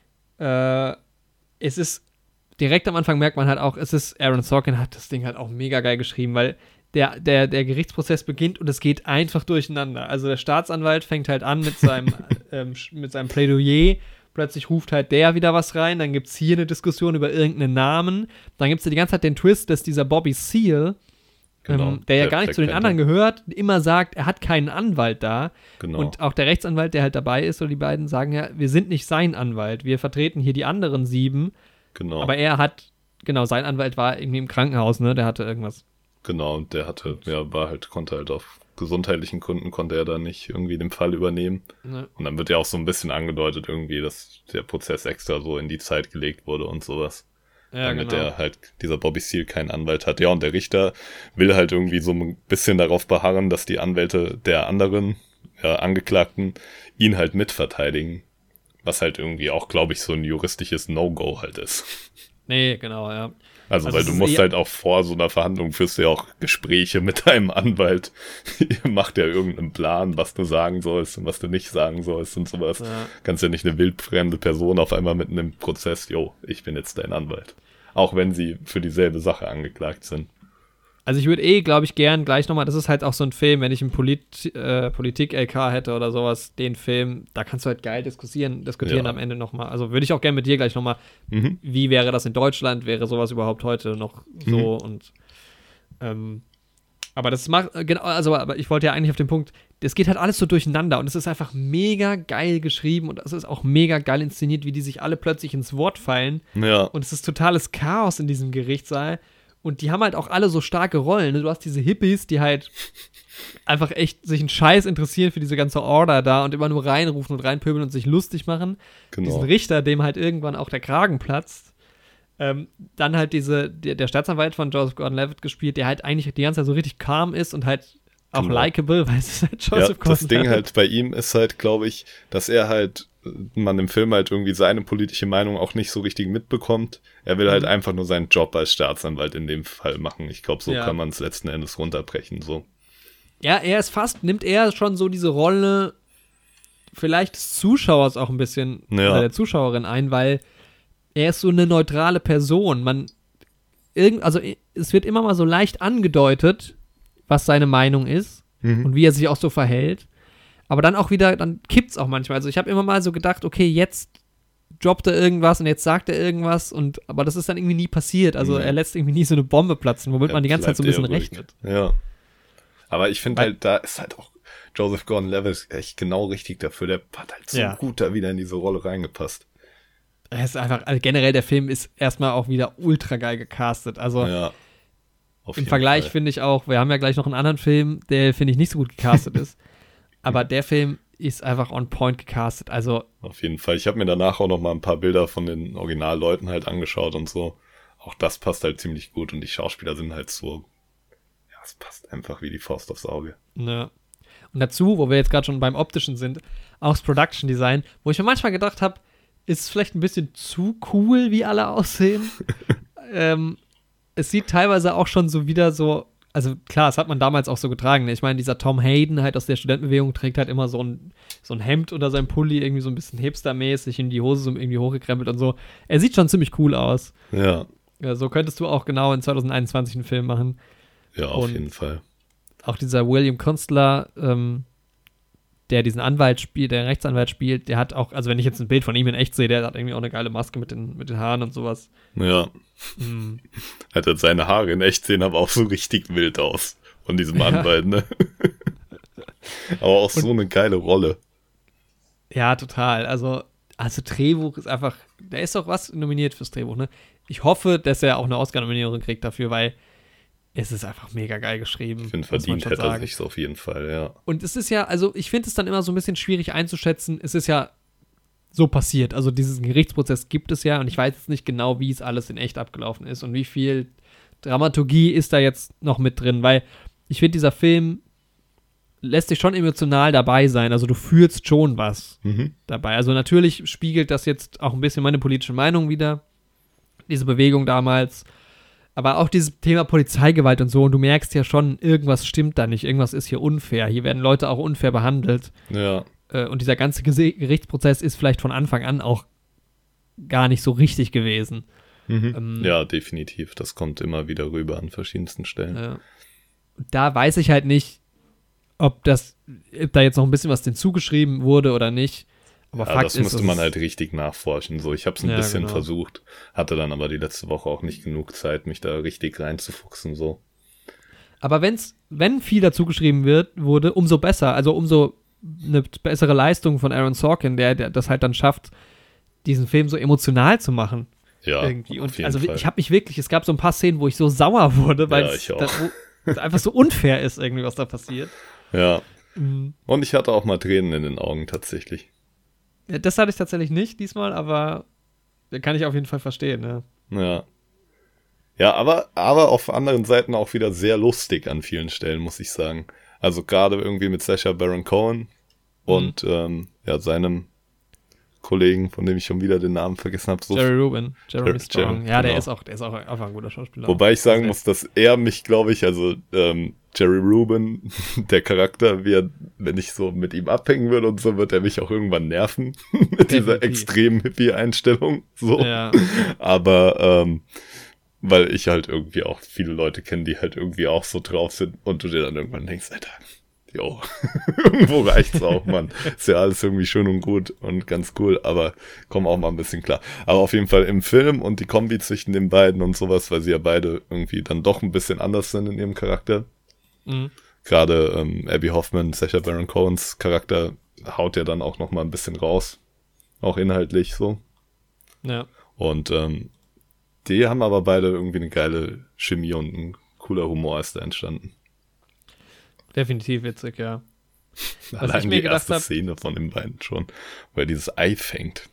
Es ist, direkt am Anfang merkt man halt auch, Aaron Sorkin hat das Ding halt auch mega geil geschrieben, weil der Gerichtsprozess beginnt und es geht einfach durcheinander. Also der Staatsanwalt fängt halt an mit seinem Plädoyer, plötzlich ruft halt der wieder was rein, dann gibt's hier eine Diskussion über irgendeinen Namen, dann gibt's ja die ganze Zeit den Twist, dass dieser Bobby Seale, der ja gar nicht zu den anderen gehört, immer sagt, er hat keinen Anwalt da. Genau. Und auch der Rechtsanwalt, der halt dabei ist, oder die beiden sagen ja, wir sind nicht sein Anwalt, wir vertreten hier die anderen 7. Genau. Aber er hat, sein Anwalt war irgendwie im Krankenhaus, ne, der hatte irgendwas. Genau, und der konnte halt auf gesundheitlichen Gründen konnte er da nicht irgendwie den Fall übernehmen. Ne. Und dann wird ja auch so ein bisschen angedeutet irgendwie, dass der Prozess extra so in die Zeit gelegt wurde und sowas. Ja, damit genau. der halt, dieser Bobby Seale keinen Anwalt hat. Ja, und der Richter will halt irgendwie so ein bisschen darauf beharren, dass die Anwälte der anderen Angeklagten ihn halt mitverteidigen. Was halt irgendwie auch, glaube ich, so ein juristisches No-Go halt ist. Nee, genau, ja. Also weil du musst halt auch vor so einer Verhandlung führst du ja auch Gespräche mit deinem Anwalt. Ihr macht ja irgendeinen Plan, was du sagen sollst und was du nicht sagen sollst und sowas. Ja. Kannst ja nicht eine wildfremde Person auf einmal mitten im Prozess, ich bin jetzt dein Anwalt. Auch wenn sie für dieselbe Sache angeklagt sind. Also ich würde glaube ich, gern gleich nochmal, das ist halt auch so ein Film, wenn ich einen Politik-LK hätte oder sowas, den Film, da kannst du halt geil diskutieren am Ende nochmal. Also würde ich auch gerne mit dir gleich nochmal, wie wäre das in Deutschland, wäre sowas überhaupt heute noch so und aber das macht, genau, also aber ich wollte ja eigentlich auf den Punkt, das geht halt alles so durcheinander und es ist einfach mega geil geschrieben und es ist auch mega geil inszeniert, wie die sich alle plötzlich ins Wort fallen. Ja. Und es ist totales Chaos in diesem Gerichtssaal. Und die haben halt auch alle so starke Rollen. Ne? Du hast diese Hippies, die halt einfach echt sich einen Scheiß interessieren für diese ganze Order da und immer nur reinrufen und reinpöbeln und sich lustig machen. Genau. Diesen Richter, dem halt irgendwann auch der Kragen platzt. Dann halt der Staatsanwalt von Joseph Gordon-Levitt gespielt, der halt eigentlich die ganze Zeit so richtig calm ist und halt auch likable, weil es ist halt Joseph Gordon-Levitt. Das Ding halt bei ihm ist halt, glaube ich, dass er halt, man im Film halt irgendwie seine politische Meinung auch nicht so richtig mitbekommt. Er will halt einfach nur seinen Job als Staatsanwalt in dem Fall machen. Ich glaube, so kann man es letzten Endes runterbrechen, so. Ja, nimmt er schon so diese Rolle vielleicht des Zuschauers auch ein bisschen, oder der Zuschauerin ein, weil er ist so eine neutrale Person. Also es wird immer mal so leicht angedeutet, was seine Meinung ist und wie er sich auch so verhält. Aber dann auch wieder, dann kippt's auch manchmal. Also ich habe immer mal so gedacht, okay, jetzt droppt er irgendwas und jetzt sagt er irgendwas aber das ist dann irgendwie nie passiert. Also er lässt irgendwie nie so eine Bombe platzen, womit man die ganze Zeit so ein bisschen rechnet. Ja. Aber ich finde halt, da ist halt auch Joseph Gordon-Levitt echt genau richtig dafür. Der hat halt so gut da wieder in diese Rolle reingepasst. Es ist einfach, also generell der Film ist erstmal auch wieder ultra geil gecastet. Also im Vergleich finde ich auch, wir haben ja gleich noch einen anderen Film, der finde ich nicht so gut gecastet ist. Aber der Film ist einfach on point gecastet. Also auf jeden Fall. Ich habe mir danach auch noch mal ein paar Bilder von den Originalleuten halt angeschaut und so. Auch das passt halt ziemlich gut und die Schauspieler sind halt so, es passt einfach wie die Faust aufs Auge. Ja. Und dazu, wo wir jetzt gerade schon beim Optischen sind, auch das Production Design, wo ich mir manchmal gedacht habe, ist es vielleicht ein bisschen zu cool, wie alle aussehen. Es sieht teilweise auch schon so wieder so, also klar, das hat man damals auch so getragen. Ne? Ich meine, dieser Tom Hayden halt aus der Studentenbewegung trägt halt immer so ein Hemd unter seinem Pulli, irgendwie so ein bisschen hipstermäßig, in die Hose so irgendwie hochgekrempelt und so. Er sieht schon ziemlich cool aus. Ja. So könntest du auch genau in 2021 einen Film machen. Ja, auf jeden Fall. Auch dieser William Kunstler, der diesen Anwalt spielt, der Rechtsanwalt spielt, der hat auch, also wenn ich jetzt ein Bild von ihm in echt sehe, der hat irgendwie auch eine geile Maske mit den Haaren und sowas. Ja. Hat halt seine Haare in echt sehen, aber auch so richtig wild aus von diesem Anwalt, ne? Aber auch so eine geile Rolle. Ja, total. Also Drehbuch ist einfach, der ist doch was nominiert fürs Drehbuch, ne? Ich hoffe, dass er auch eine Oscar-Nominierung kriegt dafür, weil es ist einfach mega geil geschrieben. Ich finde, verdient hätte er sich's auf jeden Fall, ja. Und es ist ja, also ich finde es dann immer so ein bisschen schwierig einzuschätzen. Es ist ja so passiert. Also diesen Gerichtsprozess gibt es ja und ich weiß jetzt nicht genau, wie es alles in echt abgelaufen ist und wie viel Dramaturgie ist da jetzt noch mit drin, weil ich finde, dieser Film lässt dich schon emotional dabei sein. Also du fühlst schon was dabei. Also natürlich spiegelt das jetzt auch ein bisschen meine politische Meinung wider, diese Bewegung damals. Aber auch dieses Thema Polizeigewalt und so, und du merkst ja schon, irgendwas stimmt da nicht, irgendwas ist hier unfair. Hier werden Leute auch unfair behandelt. Ja. Und dieser ganze Gerichtsprozess ist vielleicht von Anfang an auch gar nicht so richtig gewesen. Ja, definitiv. Das kommt immer wieder rüber an verschiedensten Stellen. Da weiß ich halt nicht, ob da jetzt noch ein bisschen was hinzugeschrieben wurde oder nicht. Aber ja, Fakt das ist, musste man halt richtig nachforschen. So, ich habe es ein bisschen versucht, hatte dann aber die letzte Woche auch nicht genug Zeit, mich da richtig reinzufuchsen. So. Aber wenn viel dazu geschrieben wurde, umso besser. Also umso eine bessere Leistung von Aaron Sorkin, der das halt dann schafft, diesen Film so emotional zu machen. Ja, irgendwie. Und auf jeden also Fall. ich habe mich wirklich, es gab so ein paar Szenen, wo ich so sauer wurde, weil ja, ich auch. einfach so unfair ist irgendwie, was da passiert. Ja. Und ich hatte auch mal Tränen in den Augen tatsächlich. Ja, das hatte ich tatsächlich nicht diesmal, aber kann ich auf jeden Fall verstehen, ja. Ja. Ja, aber auf anderen Seiten auch wieder sehr lustig an vielen Stellen, muss ich sagen. Also gerade irgendwie mit Sacha Baron Cohen und seinem Kollegen, von dem ich schon wieder den Namen vergessen habe. Jeremy Strong. Ja, genau. der ist auch einfach ein guter Schauspieler. Wobei ich sagen muss, dass er mich, glaube ich, also Jerry Rubin, der Charakter, wenn ich so mit ihm abhängen würde und so, wird er mich auch irgendwann nerven. Mit dieser extremen Hippie-Einstellung. So. Ja. Aber weil ich halt irgendwie auch viele Leute kenne, die halt irgendwie auch so drauf sind und du dir dann irgendwann denkst, Alter, jo, irgendwo reicht's auch, Mann. Ist ja alles irgendwie schön und gut und ganz cool, aber komm auch mal ein bisschen klar. Aber auf jeden Fall im Film und die Kombi zwischen den beiden und sowas, weil sie ja beide irgendwie dann doch ein bisschen anders sind in ihrem Charakter. Mhm. Gerade Abby Hoffman, Sacha Baron Cohens Charakter haut ja dann auch noch mal ein bisschen raus. Auch inhaltlich so. Ja. Und die haben aber beide irgendwie eine geile Chemie und ein cooler Humor ist da entstanden. Definitiv witzig, ja. Allein die erste Szene von den beiden schon, wo er dieses Ei fängt.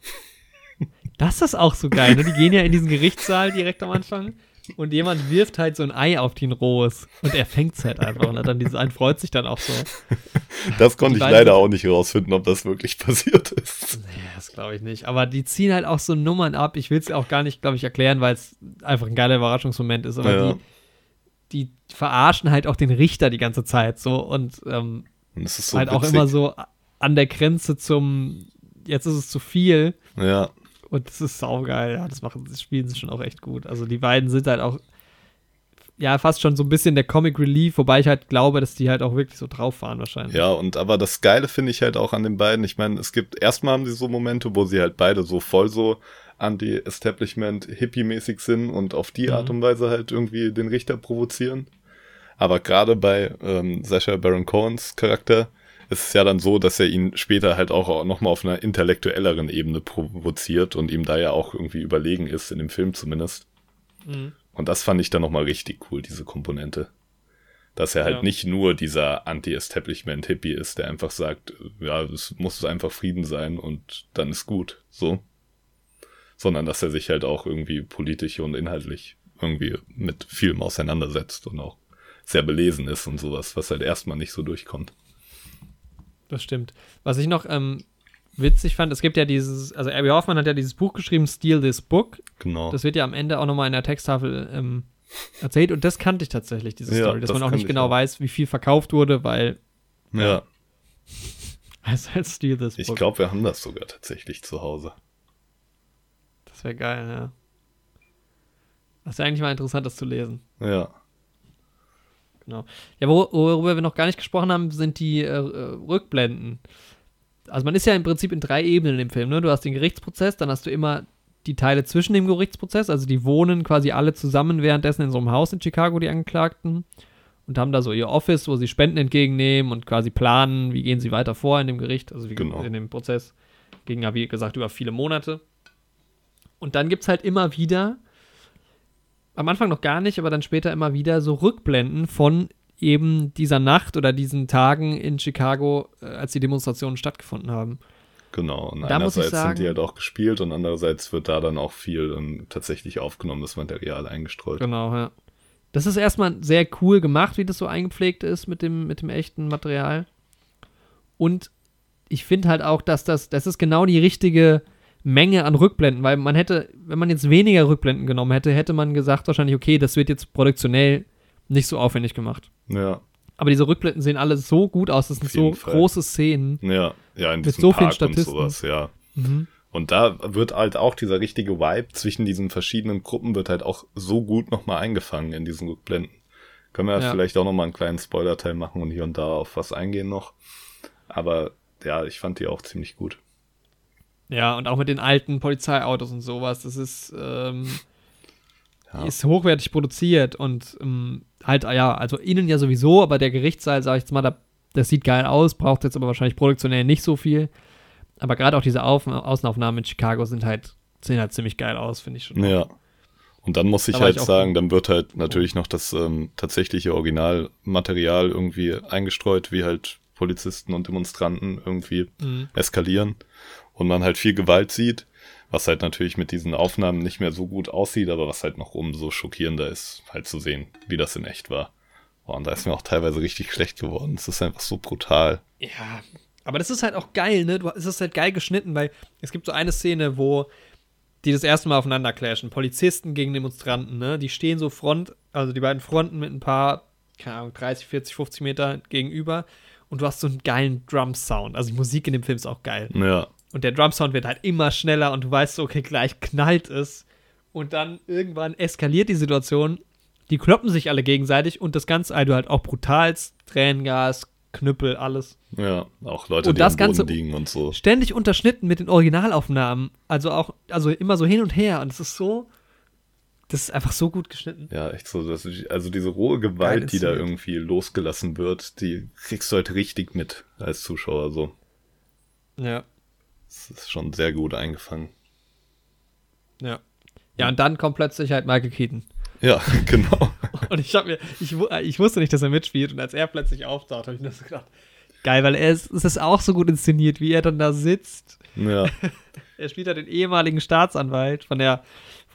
Das ist auch so geil, ne? Die gehen ja in diesen Gerichtssaal direkt am Anfang und jemand wirft halt so ein Ei auf den rohes und er fängt es halt einfach und dann dieses Ei freut sich dann auch so. Das konnte ich leider auch nicht rausfinden, ob das wirklich passiert ist. Nee, das glaube ich nicht. Aber die ziehen halt auch so Nummern ab. Ich will es auch gar nicht, glaube ich, erklären, weil es einfach ein geiler Überraschungsmoment ist. Aber die verarschen halt auch den Richter die ganze Zeit so und das ist so halt witzig. auch immer so an der Grenze jetzt ist es zu viel. Ja. Und das ist saugeil. Ja, das spielen sie schon auch echt gut. Also die beiden sind halt auch ja, fast schon so ein bisschen der Comic Relief, wobei ich halt glaube, dass die halt auch wirklich so drauf fahren wahrscheinlich. Ja, aber das Geile finde ich halt auch an den beiden. Ich meine, erstmal haben sie so Momente, wo sie halt beide so voll so Anti-Establishment Hippie-mäßig sind und auf die Art und Weise halt irgendwie den Richter provozieren. Aber gerade bei Sacha Baron Cohens Charakter ist es ja dann so, dass er ihn später halt auch nochmal auf einer intellektuelleren Ebene provoziert und ihm da ja auch irgendwie überlegen ist, in dem Film zumindest. Mhm. Und das fand ich dann nochmal richtig cool, diese Komponente. Dass er halt nicht nur dieser Anti-Establishment-Hippie ist, der einfach sagt, ja, es muss einfach Frieden sein und dann ist gut, so. Sondern dass er sich halt auch irgendwie politisch und inhaltlich irgendwie mit vielem auseinandersetzt und auch sehr belesen ist und sowas, was halt erstmal nicht so durchkommt. Das stimmt. Was ich noch witzig fand, es gibt ja also Abby Hoffman hat ja dieses Buch geschrieben, Steal This Book. Genau. Das wird ja am Ende auch nochmal in der Texttafel erzählt und das kannte ich tatsächlich, diese Story, dass man auch nicht genau weiß, wie viel verkauft wurde, weil es halt Steal This Book. Ich glaube, wir haben das sogar tatsächlich zu Hause. Das wäre geil, ja. Das wäre eigentlich mal interessant, das zu lesen. Ja. Genau. Ja, worüber wir noch gar nicht gesprochen haben, sind die Rückblenden. Also man ist ja im Prinzip in 3 Ebenen im Film, ne? Du hast den Gerichtsprozess, dann hast du immer die Teile zwischen dem Gerichtsprozess, also die wohnen quasi alle zusammen währenddessen in so einem Haus in Chicago, die Angeklagten, und haben da so ihr Office, wo sie Spenden entgegennehmen und quasi planen, wie gehen sie weiter vor in dem Gericht, also in dem Prozess. Ging ja, wie gesagt, über viele Monate. Und dann gibt's halt immer wieder, am Anfang noch gar nicht, aber dann später immer wieder so Rückblenden von eben dieser Nacht oder diesen Tagen in Chicago, als die Demonstrationen stattgefunden haben. Genau, und einerseits sind die halt auch gespielt und andererseits wird da dann auch viel tatsächlich aufgenommenes Material eingestreut. Genau, ja. Das ist erstmal sehr cool gemacht, wie das so eingepflegt ist mit dem echten Material. Und ich finde halt auch, dass das ist genau die richtige Menge an Rückblenden, weil man hätte, wenn man jetzt weniger Rückblenden genommen hätte, hätte man gesagt wahrscheinlich, okay, das wird jetzt produktionell nicht so aufwendig gemacht. Ja. Aber diese Rückblenden sehen alle so gut aus, das sind so große Szenen. Ja, in mit so vielen Statisten. Und sowas, ja. Mhm. Und da wird halt auch dieser richtige Vibe zwischen diesen verschiedenen Gruppen wird halt auch so gut nochmal eingefangen in diesen Rückblenden. Können wir vielleicht auch nochmal einen kleinen Spoiler-Teil machen und hier und da auf was eingehen noch. Aber ja, ich fand die auch ziemlich gut. Ja, und auch mit den alten Polizeiautos und sowas, das ist ist hochwertig produziert und halt, ja, also innen ja sowieso, aber der Gerichtssaal, sag ich jetzt mal, das sieht geil aus, braucht jetzt aber wahrscheinlich produktionell nicht so viel. Aber gerade auch diese Außenaufnahmen in Chicago sehen halt ziemlich geil aus, finde ich schon. Ja. Und dann muss ich halt sagen, dann wird halt natürlich noch das tatsächliche Originalmaterial irgendwie eingestreut, wie halt Polizisten und Demonstranten irgendwie eskalieren und man halt viel Gewalt sieht, was halt natürlich mit diesen Aufnahmen nicht mehr so gut aussieht, aber was halt noch umso schockierender ist, halt zu sehen, wie das in echt war. Und da ist mir auch teilweise richtig schlecht geworden. Es ist einfach so brutal. Ja, aber das ist halt auch geil, ne? Es ist halt geil geschnitten, weil es gibt so eine Szene, wo die das erste Mal aufeinander clashen. Polizisten gegen Demonstranten, ne? Die stehen so also die beiden Fronten mit ein paar, keine Ahnung, 30, 40, 50 Meter gegenüber und du hast so einen geilen Drum-Sound. Also die Musik in dem Film ist auch geil. Ja. Und der Drum-Sound wird halt immer schneller und du weißt so, okay, gleich knallt es. Und dann irgendwann eskaliert die Situation. Die kloppen sich alle gegenseitig und das Ganze, also halt auch brutalst, Tränengas, Knüppel, alles. Ja, auch Leute, und die am Boden liegen und so. Ständig unterschnitten mit den Originalaufnahmen. Also immer so hin und her. Und es ist so, das ist einfach so gut geschnitten. Ja, echt so. Also diese rohe Gewalt, die da irgendwie losgelassen wird, die kriegst du halt richtig mit als Zuschauer so. Ja. Das ist schon sehr gut eingefangen. Ja. Ja, und dann kommt plötzlich halt Michael Keaton. Ja, genau. Und ich wusste nicht, dass er mitspielt. Und als er plötzlich auftaucht, habe ich nur so gedacht, geil, weil es ist auch so gut inszeniert, wie er dann da sitzt. Ja. Er spielt ja den ehemaligen Staatsanwalt von der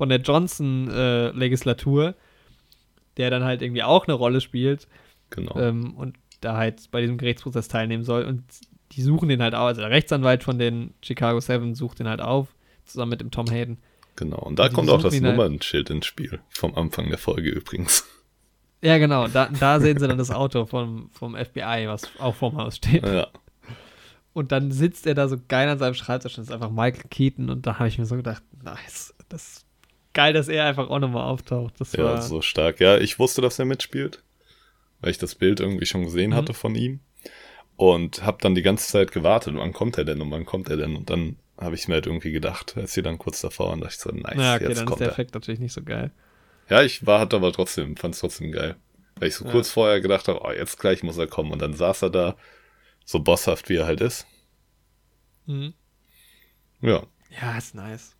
Johnson-Legislatur, der dann halt irgendwie auch eine Rolle spielt. Genau. Und da halt bei diesem Gerichtsprozess teilnehmen soll. Und die suchen den halt auch, also der Rechtsanwalt von den Chicago 7 sucht den halt auf, zusammen mit dem Tom Hayden. Genau, und da kommt auch das Nummernschild ins Spiel, vom Anfang der Folge übrigens. Ja, genau, da sehen sie dann das Auto vom FBI, was auch vorm Haus steht. Ja. Und dann sitzt er da so geil an seinem Schreibtisch und ist einfach Michael Keaton und da habe ich mir so gedacht, nice, das ist geil, dass er einfach auch nochmal auftaucht. Das war so stark. Ja, ich wusste, dass er mitspielt, weil ich das Bild irgendwie schon gesehen hatte von ihm und habe dann die ganze Zeit gewartet, wann kommt er denn und dann habe ich mir halt irgendwie gedacht, als sie dann kurz davor waren, dachte ich so, nice, ja, okay, jetzt dann kommt ist der er. Effekt natürlich nicht so geil. Ja, fand es trotzdem geil. Weil ich so kurz vorher gedacht habe, jetzt gleich muss er kommen. Und dann saß er da, so bosshaft wie er halt ist. Mhm. Ja. Ja, ist nice.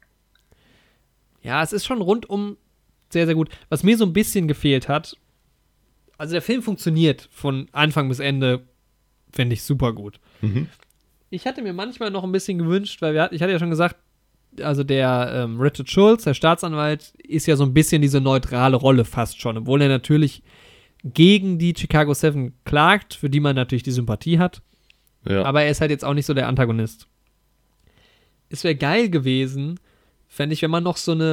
Ja, es ist schon rundum sehr, sehr gut. Was mir so ein bisschen gefehlt hat, also der Film funktioniert von Anfang bis Ende, finde ich super gut. Mhm. Ich hatte mir manchmal noch ein bisschen gewünscht, weil ich hatte ja schon gesagt, also der Richard Schulz, der Staatsanwalt, ist ja so ein bisschen diese neutrale Rolle fast schon, obwohl er natürlich gegen die Chicago 7 klagt, für die man natürlich die Sympathie hat. Ja. Aber er ist halt jetzt auch nicht so der Antagonist. Es wäre geil gewesen, fände ich, wenn man noch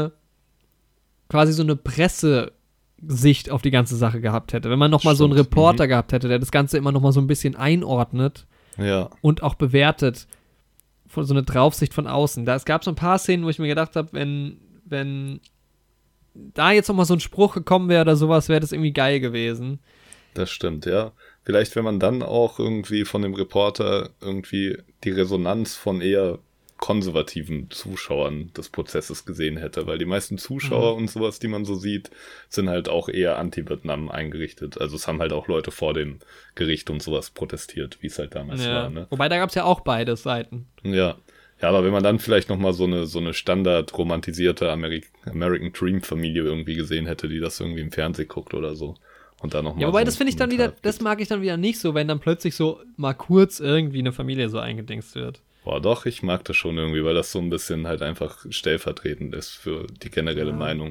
quasi so eine Pressesicht auf die ganze Sache gehabt hätte. Wenn man noch mal so einen Reporter gehabt hätte, der das Ganze immer noch mal so ein bisschen einordnet und auch bewertet. Von so eine Draufsicht von außen. Es gab so ein paar Szenen, wo ich mir gedacht habe, wenn da jetzt noch mal so ein Spruch gekommen wäre oder sowas, wäre das irgendwie geil gewesen. Das stimmt, ja. Vielleicht, wenn man dann auch irgendwie von dem Reporter irgendwie die Resonanz von eher konservativen Zuschauern des Prozesses gesehen hätte, weil die meisten Zuschauer und sowas, die man so sieht, sind halt auch eher anti-Vietnam eingerichtet. Also es haben halt auch Leute vor dem Gericht und sowas protestiert, wie es halt damals war. Ne? Wobei, da gab es ja auch beide Seiten. Ja, aber wenn man dann vielleicht nochmal so eine standard-romantisierte American Dream-Familie irgendwie gesehen hätte, die das irgendwie im Fernsehen guckt oder so. Und dann noch mal wobei, das finde ich dann wieder, das mag ich dann wieder nicht so, wenn dann plötzlich so mal kurz irgendwie eine Familie so eingedingst wird. Boah, doch, ich mag das schon irgendwie, weil das so ein bisschen halt einfach stellvertretend ist für die generelle Meinung.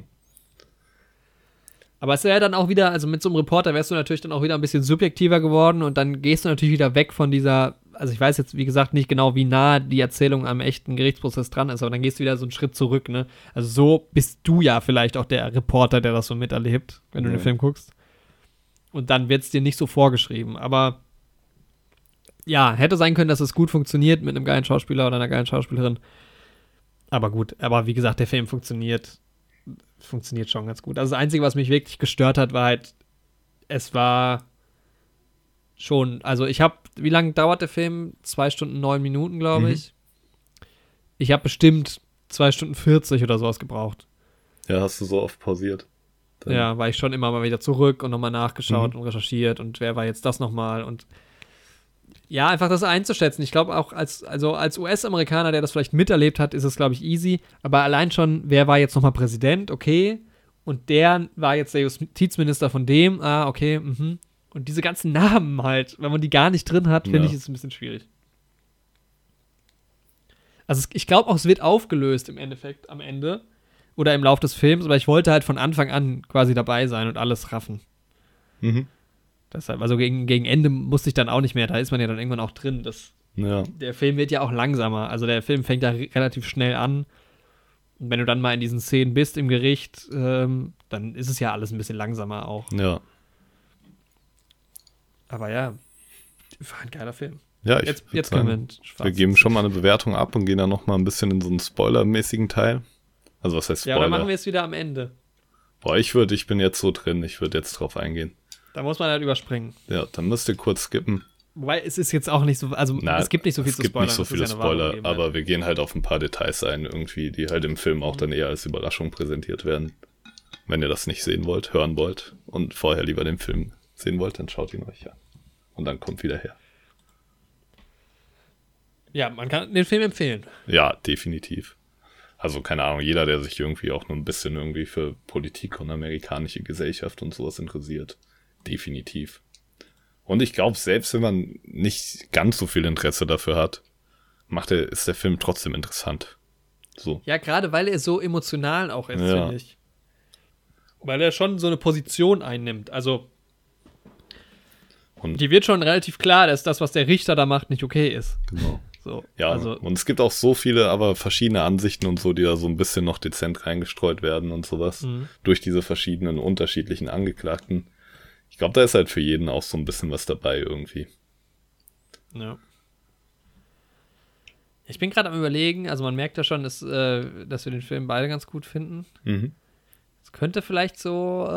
Aber es wäre dann auch wieder, also mit so einem Reporter wärst du natürlich dann auch wieder ein bisschen subjektiver geworden und dann gehst du natürlich wieder weg von dieser, also ich weiß jetzt, wie gesagt, nicht genau, wie nah die Erzählung am echten Gerichtsprozess dran ist, aber dann gehst du wieder so einen Schritt zurück, ne? Also so bist du ja vielleicht auch der Reporter, der das so miterlebt, wenn du den Film guckst. Und dann wird es dir nicht so vorgeschrieben, aber ja, hätte sein können, dass es gut funktioniert mit einem geilen Schauspieler oder einer geilen Schauspielerin. Aber gut, aber wie gesagt, der Film funktioniert schon ganz gut. Also das Einzige, was mich wirklich gestört hat, war halt, es war schon, also wie lange dauert der Film? 2 Stunden 9 Minuten, glaube ich. Ich habe bestimmt 2 Stunden 40 oder sowas gebraucht. Ja, hast du so oft pausiert? Dann ja, war ich schon immer mal wieder zurück und nochmal nachgeschaut und recherchiert und wer war jetzt das nochmal und ja, einfach das einzuschätzen. Ich glaube auch als US-Amerikaner, der das vielleicht miterlebt hat, ist es, glaube ich, easy. Aber allein schon, wer war jetzt nochmal Präsident, okay. und der war jetzt der Justizminister von dem, okay, Und diese ganzen Namen halt, wenn man die gar nicht drin hat, finde ich, ist es ein bisschen schwierig. Also ich glaube auch, es wird aufgelöst im Endeffekt am Ende oder im Lauf des Films, aber ich wollte halt von Anfang an quasi dabei sein und alles raffen. Deshalb, also gegen Ende musste ich dann auch nicht mehr, da ist man ja dann irgendwann auch drin. Der Film wird ja auch langsamer, also der Film fängt da relativ schnell an und wenn du dann mal in diesen Szenen bist im Gericht, dann ist es ja alles ein bisschen langsamer auch. Ja. Aber ja, war ein geiler Film. Ja, jetzt können wir geben schon mal eine Bewertung ab und gehen dann noch mal ein bisschen in so einen Spoiler-mäßigen Teil. Also was heißt Spoiler? Ja, dann machen wir es wieder am Ende. Boah, ich bin jetzt so drin, ich würde jetzt drauf eingehen. Da muss man halt überspringen. Ja, dann müsst ihr kurz skippen. Wobei, es ist jetzt auch nicht so, also es gibt nicht so viel zu spoilern. Es gibt nicht so viele Spoiler, aber wir gehen halt auf ein paar Details ein irgendwie, die halt im Film auch dann eher als Überraschung präsentiert werden. Wenn ihr das nicht sehen wollt, hören wollt und vorher lieber den Film sehen wollt, dann schaut ihn euch an. Und dann kommt wieder her. Ja, man kann den Film empfehlen. Ja, definitiv. Also, keine Ahnung, jeder, der sich irgendwie auch nur ein bisschen irgendwie für Politik und amerikanische Gesellschaft und sowas interessiert. Definitiv. Und ich glaube, selbst wenn man nicht ganz so viel Interesse dafür hat, ist der Film trotzdem interessant. So. Ja, gerade weil er so emotional auch ist, finde ich. Weil er schon so eine Position einnimmt. Also, die wird schon relativ klar, dass das, was der Richter da macht, nicht okay ist. Genau. So, ja, also, und es gibt auch so viele, aber verschiedene Ansichten und so, die da so ein bisschen noch dezent reingestreut werden und sowas. Durch diese verschiedenen unterschiedlichen Angeklagten. Ich glaube, da ist halt für jeden auch so ein bisschen was dabei irgendwie. Ja. Ich bin gerade am Überlegen, also man merkt ja schon, dass wir den Film beide ganz gut finden. Es könnte vielleicht so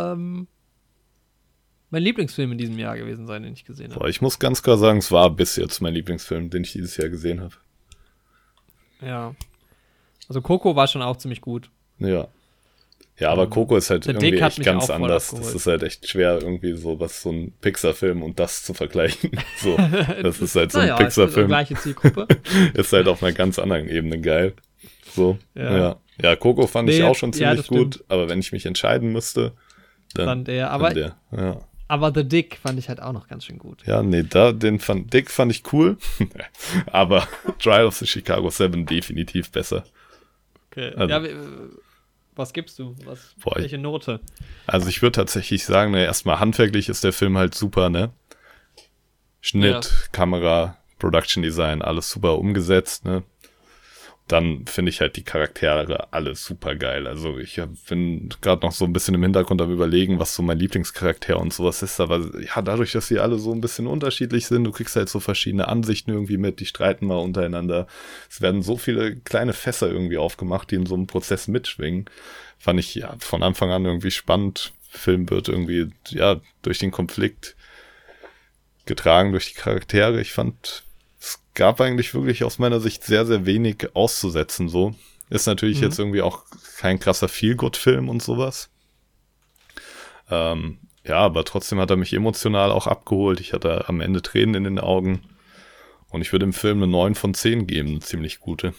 mein Lieblingsfilm in diesem Jahr gewesen sein, den ich gesehen habe. Boah, ich muss ganz klar sagen, es war bis jetzt mein Lieblingsfilm, den ich dieses Jahr gesehen habe. Ja. Also Coco war schon auch ziemlich gut. Ja. Ja, aber Coco ist halt irgendwie echt ganz anders. Das ist halt echt schwer, irgendwie so ein Pixar-Film und das zu vergleichen. So, das ist halt so ein Pixar-Film. Gleiche Zielgruppe. Ist halt auf einer ganz anderen Ebene geil. So, ja. Ja, Coco fand ich auch schon ziemlich gut, aber wenn ich mich entscheiden müsste, dann der. Aber The Dick fand ich halt auch noch ganz schön gut. Ja, nee, Dick fand ich cool, aber Trial of the Chicago 7 definitiv besser. Okay, also, was gibst du? Welche Note? Also ich würde tatsächlich sagen, erstmal handwerklich ist der Film halt super, ne? Schnitt, Kamera, Production Design, alles super umgesetzt, ne? Dann finde ich halt die Charaktere alle super geil. Also ich bin gerade noch so ein bisschen im Hintergrund am Überlegen, was so mein Lieblingscharakter und sowas ist. Aber ja, dadurch, dass sie alle so ein bisschen unterschiedlich sind, du kriegst halt so verschiedene Ansichten irgendwie mit, die streiten mal untereinander. Es werden so viele kleine Fässer irgendwie aufgemacht, die in so einem Prozess mitschwingen. Fand ich ja von Anfang an irgendwie spannend. Film wird irgendwie, ja, durch den Konflikt getragen, durch die Charaktere. Ich fand, es gab eigentlich wirklich aus meiner Sicht sehr, sehr wenig auszusetzen, so. Ist natürlich jetzt irgendwie auch kein krasser Feel-Good-Film und sowas. Ja, aber trotzdem hat er mich emotional auch abgeholt. Ich hatte am Ende Tränen in den Augen. Und ich würde dem Film eine 9 von 10 geben, eine ziemlich gute.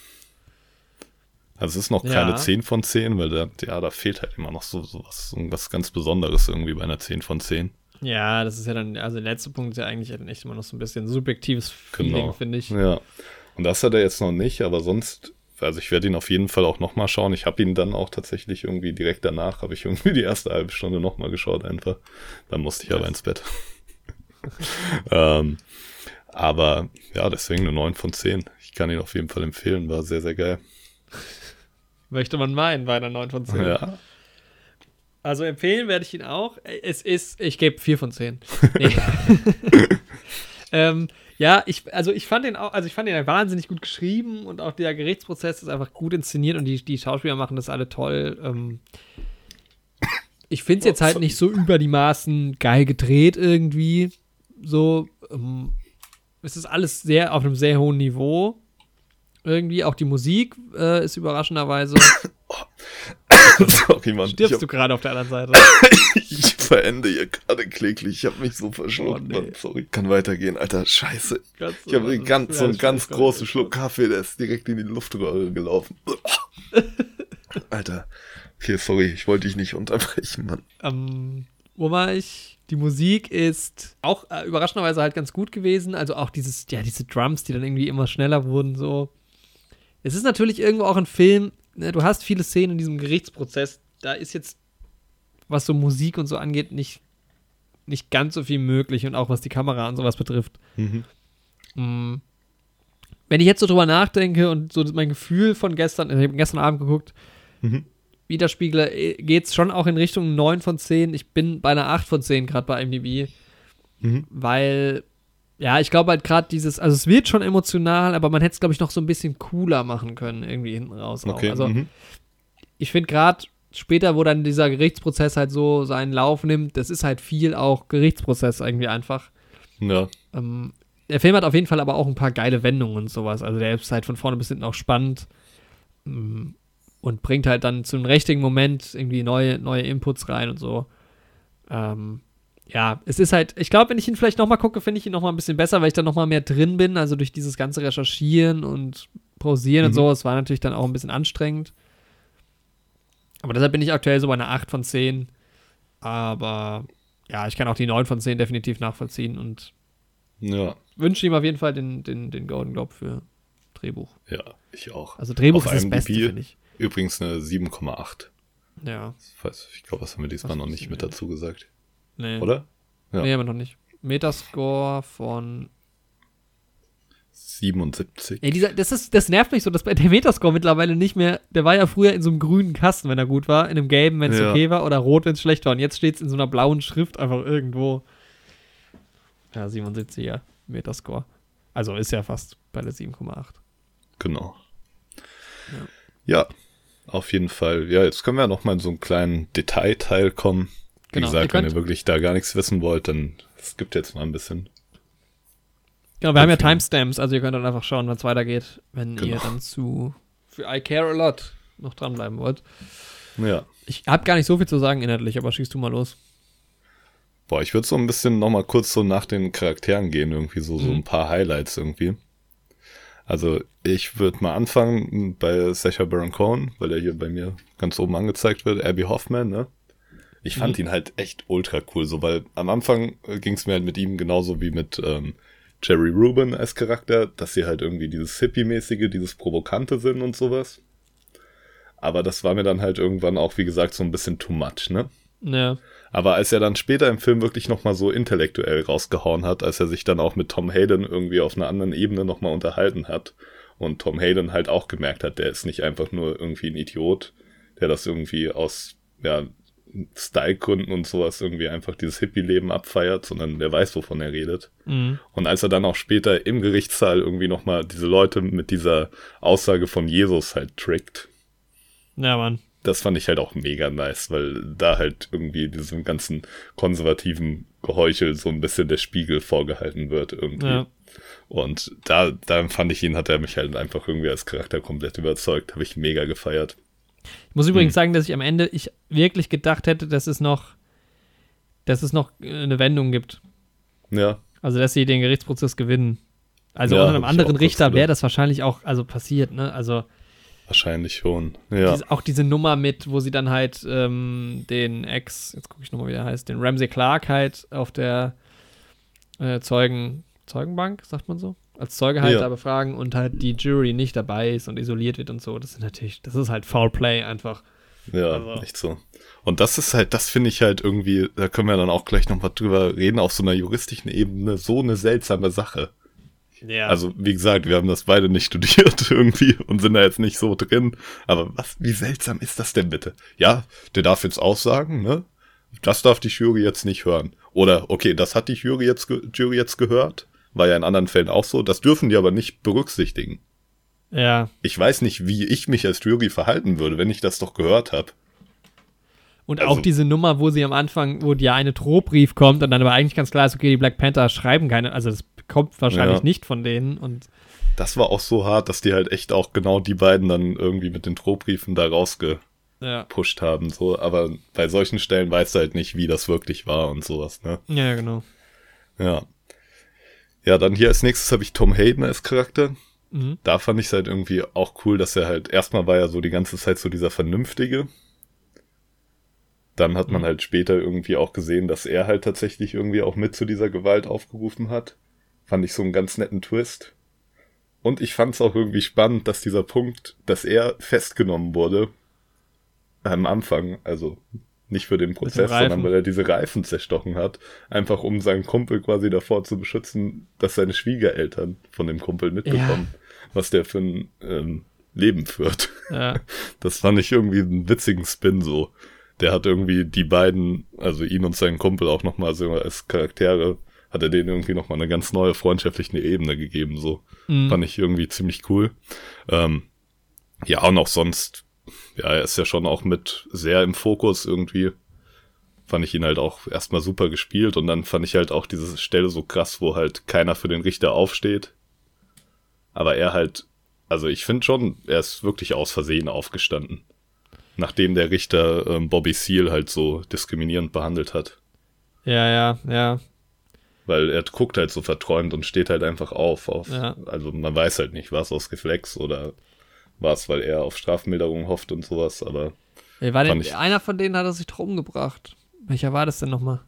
Also es ist noch keine 10 von 10, weil da fehlt halt immer noch so was ganz Besonderes irgendwie bei einer 10 von 10. Ja, das ist ja dann, also der letzte Punkt ist ja eigentlich echt immer noch so ein bisschen subjektives Feeling, finde ich. Ja, und das hat er jetzt noch nicht, aber sonst, also ich werde ihn auf jeden Fall auch nochmal schauen. Ich habe ihn dann auch tatsächlich irgendwie direkt danach, habe ich irgendwie die erste halbe Stunde nochmal geschaut einfach. Dann musste ich aber ins Bett. Aber ja, deswegen eine 9 von 10. Ich kann ihn auf jeden Fall empfehlen, war sehr, sehr geil. Möchte man meinen bei einer 9 von 10. Ja. Also empfehlen werde ich ihn auch. Ich gebe 4 von 10. Nee. Ja, ich fand den wahnsinnig gut geschrieben und auch der Gerichtsprozess ist einfach gut inszeniert und die Schauspieler machen das alle toll. Ich finde es jetzt halt nicht so über die Maßen geil gedreht irgendwie. So, es ist alles sehr auf einem sehr hohen Niveau. Irgendwie auch die Musik ist überraschenderweise. Sorry, Mann. Stirbst du gerade auf der anderen Seite? Ich verende hier gerade kläglich. Ich habe mich so verschluckt, Mann. Sorry. Kann weitergehen, Alter. Scheiße. Ich habe so einen ganz großen Schluck Kaffee, der ist direkt in die Luftröhre gelaufen. Alter. Okay, sorry, ich wollte dich nicht unterbrechen, Mann. Wo war ich? Die Musik ist auch überraschenderweise halt ganz gut gewesen. Also auch diese Drums, die dann irgendwie immer schneller wurden, so. Es ist natürlich irgendwo auch ein Film, ne, du hast viele Szenen in diesem Gerichtsprozess, da ist jetzt, was so Musik und so angeht, nicht ganz so viel möglich und auch was die Kamera und sowas betrifft. Wenn ich jetzt so drüber nachdenke und so mein Gefühl von gestern, ich habe gestern Abend geguckt, widerspiegle, geht's schon auch in Richtung 9 von 10. Ich bin bei einer 8 von 10 gerade bei IMDb, weil, ja, ich glaube halt gerade dieses, also es wird schon emotional, aber man hätte es, glaube ich, noch so ein bisschen cooler machen können, irgendwie hinten raus. Okay. Also ich finde gerade später, wo dann dieser Gerichtsprozess halt so seinen Lauf nimmt, das ist halt viel auch Gerichtsprozess irgendwie einfach. Ja. Der Film hat auf jeden Fall aber auch ein paar geile Wendungen und sowas. Also der ist halt von vorne bis hinten auch spannend und bringt halt dann zu einem richtigen Moment irgendwie neue Inputs rein und so. Ja, es ist halt, ich glaube, wenn ich ihn vielleicht nochmal gucke, finde ich ihn nochmal ein bisschen besser, weil ich dann nochmal mehr drin bin. Also durch dieses ganze Recherchieren und Pausieren und so, es war natürlich dann auch ein bisschen anstrengend. Aber deshalb bin ich aktuell so bei einer 8 von 10. Aber ja, ich kann auch die 9 von 10 definitiv nachvollziehen und wünsche ihm auf jeden Fall den Golden Globe für Drehbuch. Ja, ich auch. Also Drehbuch auf ist das Beste, finde ich. Übrigens eine 7,8. Ja. Ich glaube, was haben wir diesmal noch nicht mit dazu gesagt? Nee. Oder? Ja. Nee, haben wir noch nicht. Metascore von 77. Ey, das nervt mich so, dass der Metascore mittlerweile nicht mehr, der war ja früher in so einem grünen Kasten, wenn er gut war, in einem gelben, wenn es okay war, oder rot, wenn es schlecht war. Und jetzt steht es in so einer blauen Schrift einfach irgendwo. Ja, 77er Metascore. Also ist ja fast bei der 7,8. Genau. Ja, auf jeden Fall. Ja, jetzt können wir noch mal in so einen kleinen Detailteil kommen. Wie gesagt, wenn ihr wirklich da gar nichts wissen wollt, dann skippt jetzt mal ein bisschen. Genau, wir haben ja Timestamps, also ihr könnt dann einfach schauen, wann es weitergeht, wenn ihr dann für I Care A Lot noch dranbleiben wollt. Ja. Ich habe gar nicht so viel zu sagen inhaltlich, aber schießt du mal los. Boah, ich würde so ein bisschen noch mal kurz so nach den Charakteren gehen, irgendwie so ein paar Highlights irgendwie. Also ich würde mal anfangen bei Sacha Baron Cohen, weil der hier bei mir ganz oben angezeigt wird, Abbie Hoffman, ne? Ich fand ihn halt echt ultra cool, so, weil am Anfang ging es mir halt mit ihm genauso wie mit Jerry Rubin als Charakter, dass sie halt irgendwie dieses Hippie-mäßige, dieses Provokante sind und sowas. Aber das war mir dann halt irgendwann auch, wie gesagt, so ein bisschen too much, ne? Ja. Aber als er dann später im Film wirklich nochmal so intellektuell rausgehauen hat, als er sich dann auch mit Tom Hayden irgendwie auf einer anderen Ebene nochmal unterhalten hat und Tom Hayden halt auch gemerkt hat, der ist nicht einfach nur irgendwie ein Idiot, der das irgendwie aus, Style-Gründen und sowas irgendwie einfach dieses Hippie-Leben abfeiert, sondern der weiß, wovon er redet. Und als er dann auch später im Gerichtssaal irgendwie nochmal diese Leute mit dieser Aussage von Jesus halt trickt. Ja, Mann. Das fand ich halt auch mega nice, weil da halt irgendwie diesem ganzen konservativen Geheuchel so ein bisschen der Spiegel vorgehalten wird irgendwie. Ja. Und da fand ich hat er mich halt einfach irgendwie als Charakter komplett überzeugt, habe ich mega gefeiert. Ich muss übrigens sagen, dass ich am Ende wirklich gedacht hätte, dass es noch eine Wendung gibt. Ja. Also, dass sie den Gerichtsprozess gewinnen. Also unter einem anderen Richter wäre das wahrscheinlich auch passiert, ne? Also wahrscheinlich schon, ja. Auch diese Nummer mit, wo sie dann halt den jetzt gucke ich nochmal, wie der heißt, den Ramsey Clark halt auf der Zeugenbank, sagt man so, als Zeuge halt da befragen und halt die Jury nicht dabei ist und isoliert wird und so. Das ist halt Foul Play einfach. Ja, also. Echt so. Und das ist halt, das finde ich halt irgendwie, da können wir dann auch gleich noch mal drüber reden, auf so einer juristischen Ebene, so eine seltsame Sache. Ja. Also, wie gesagt, wir haben das beide nicht studiert irgendwie und sind da jetzt nicht so drin. Aber wie seltsam ist das denn bitte? Ja, der darf jetzt aussagen, ne? Das darf die Jury jetzt nicht hören. Oder, okay, das hat die Jury jetzt gehört. War ja in anderen Fällen auch so. Das dürfen die aber nicht berücksichtigen. Ja. Ich weiß nicht, wie ich mich als Jury verhalten würde, wenn ich das doch gehört habe. Und auch diese Nummer, wo sie am Anfang, wo der eine Drohbrief kommt und dann aber eigentlich ganz klar ist, okay, die Black Panther schreiben keine, also das kommt wahrscheinlich nicht von denen. Und das war auch so hart, dass die halt echt auch genau die beiden dann irgendwie mit den Drohbriefen da rausgepusht haben. So. Aber bei solchen Stellen weißt du halt nicht, wie das wirklich war und sowas, ne? Ja, genau. Ja. Ja, dann hier als nächstes habe ich Tom Hayden als Charakter. Da fand ich es halt irgendwie auch cool, dass er halt, erstmal war er so die ganze Zeit so dieser Vernünftige. Dann hat man halt später irgendwie auch gesehen, dass er halt tatsächlich irgendwie auch mit zu dieser Gewalt aufgerufen hat. Fand ich so einen ganz netten Twist. Und ich fand es auch irgendwie spannend, dass dieser Punkt, dass er festgenommen wurde, am Anfang, also nicht für den Prozess, sondern weil er diese Reifen zerstochen hat, einfach um seinen Kumpel quasi davor zu beschützen, dass seine Schwiegereltern von dem Kumpel mitbekommen, was der für ein Leben führt. Ja. Das fand ich irgendwie einen witzigen Spin so. Der hat irgendwie die beiden, also ihn und seinen Kumpel auch nochmal so als Charaktere, hat er denen irgendwie nochmal eine ganz neue freundschaftliche Ebene gegeben, so. Fand ich irgendwie ziemlich cool. Ja, und auch sonst, ja, er ist ja schon auch mit sehr im Fokus irgendwie. Fand ich ihn halt auch erstmal super gespielt und dann fand ich halt auch diese Stelle so krass, wo halt keiner für den Richter aufsteht. Aber er halt, also ich finde schon, er ist wirklich aus Versehen aufgestanden. Nachdem der Richter Bobby Seale halt so diskriminierend behandelt hat. Ja. Weil er guckt halt so verträumt und steht halt einfach auf. Also man weiß halt nicht, war es aus Reflex oder war es, weil er auf Strafmilderung hofft und sowas, aber... Einer von denen hat er sich doch umgebracht. Welcher war das denn nochmal?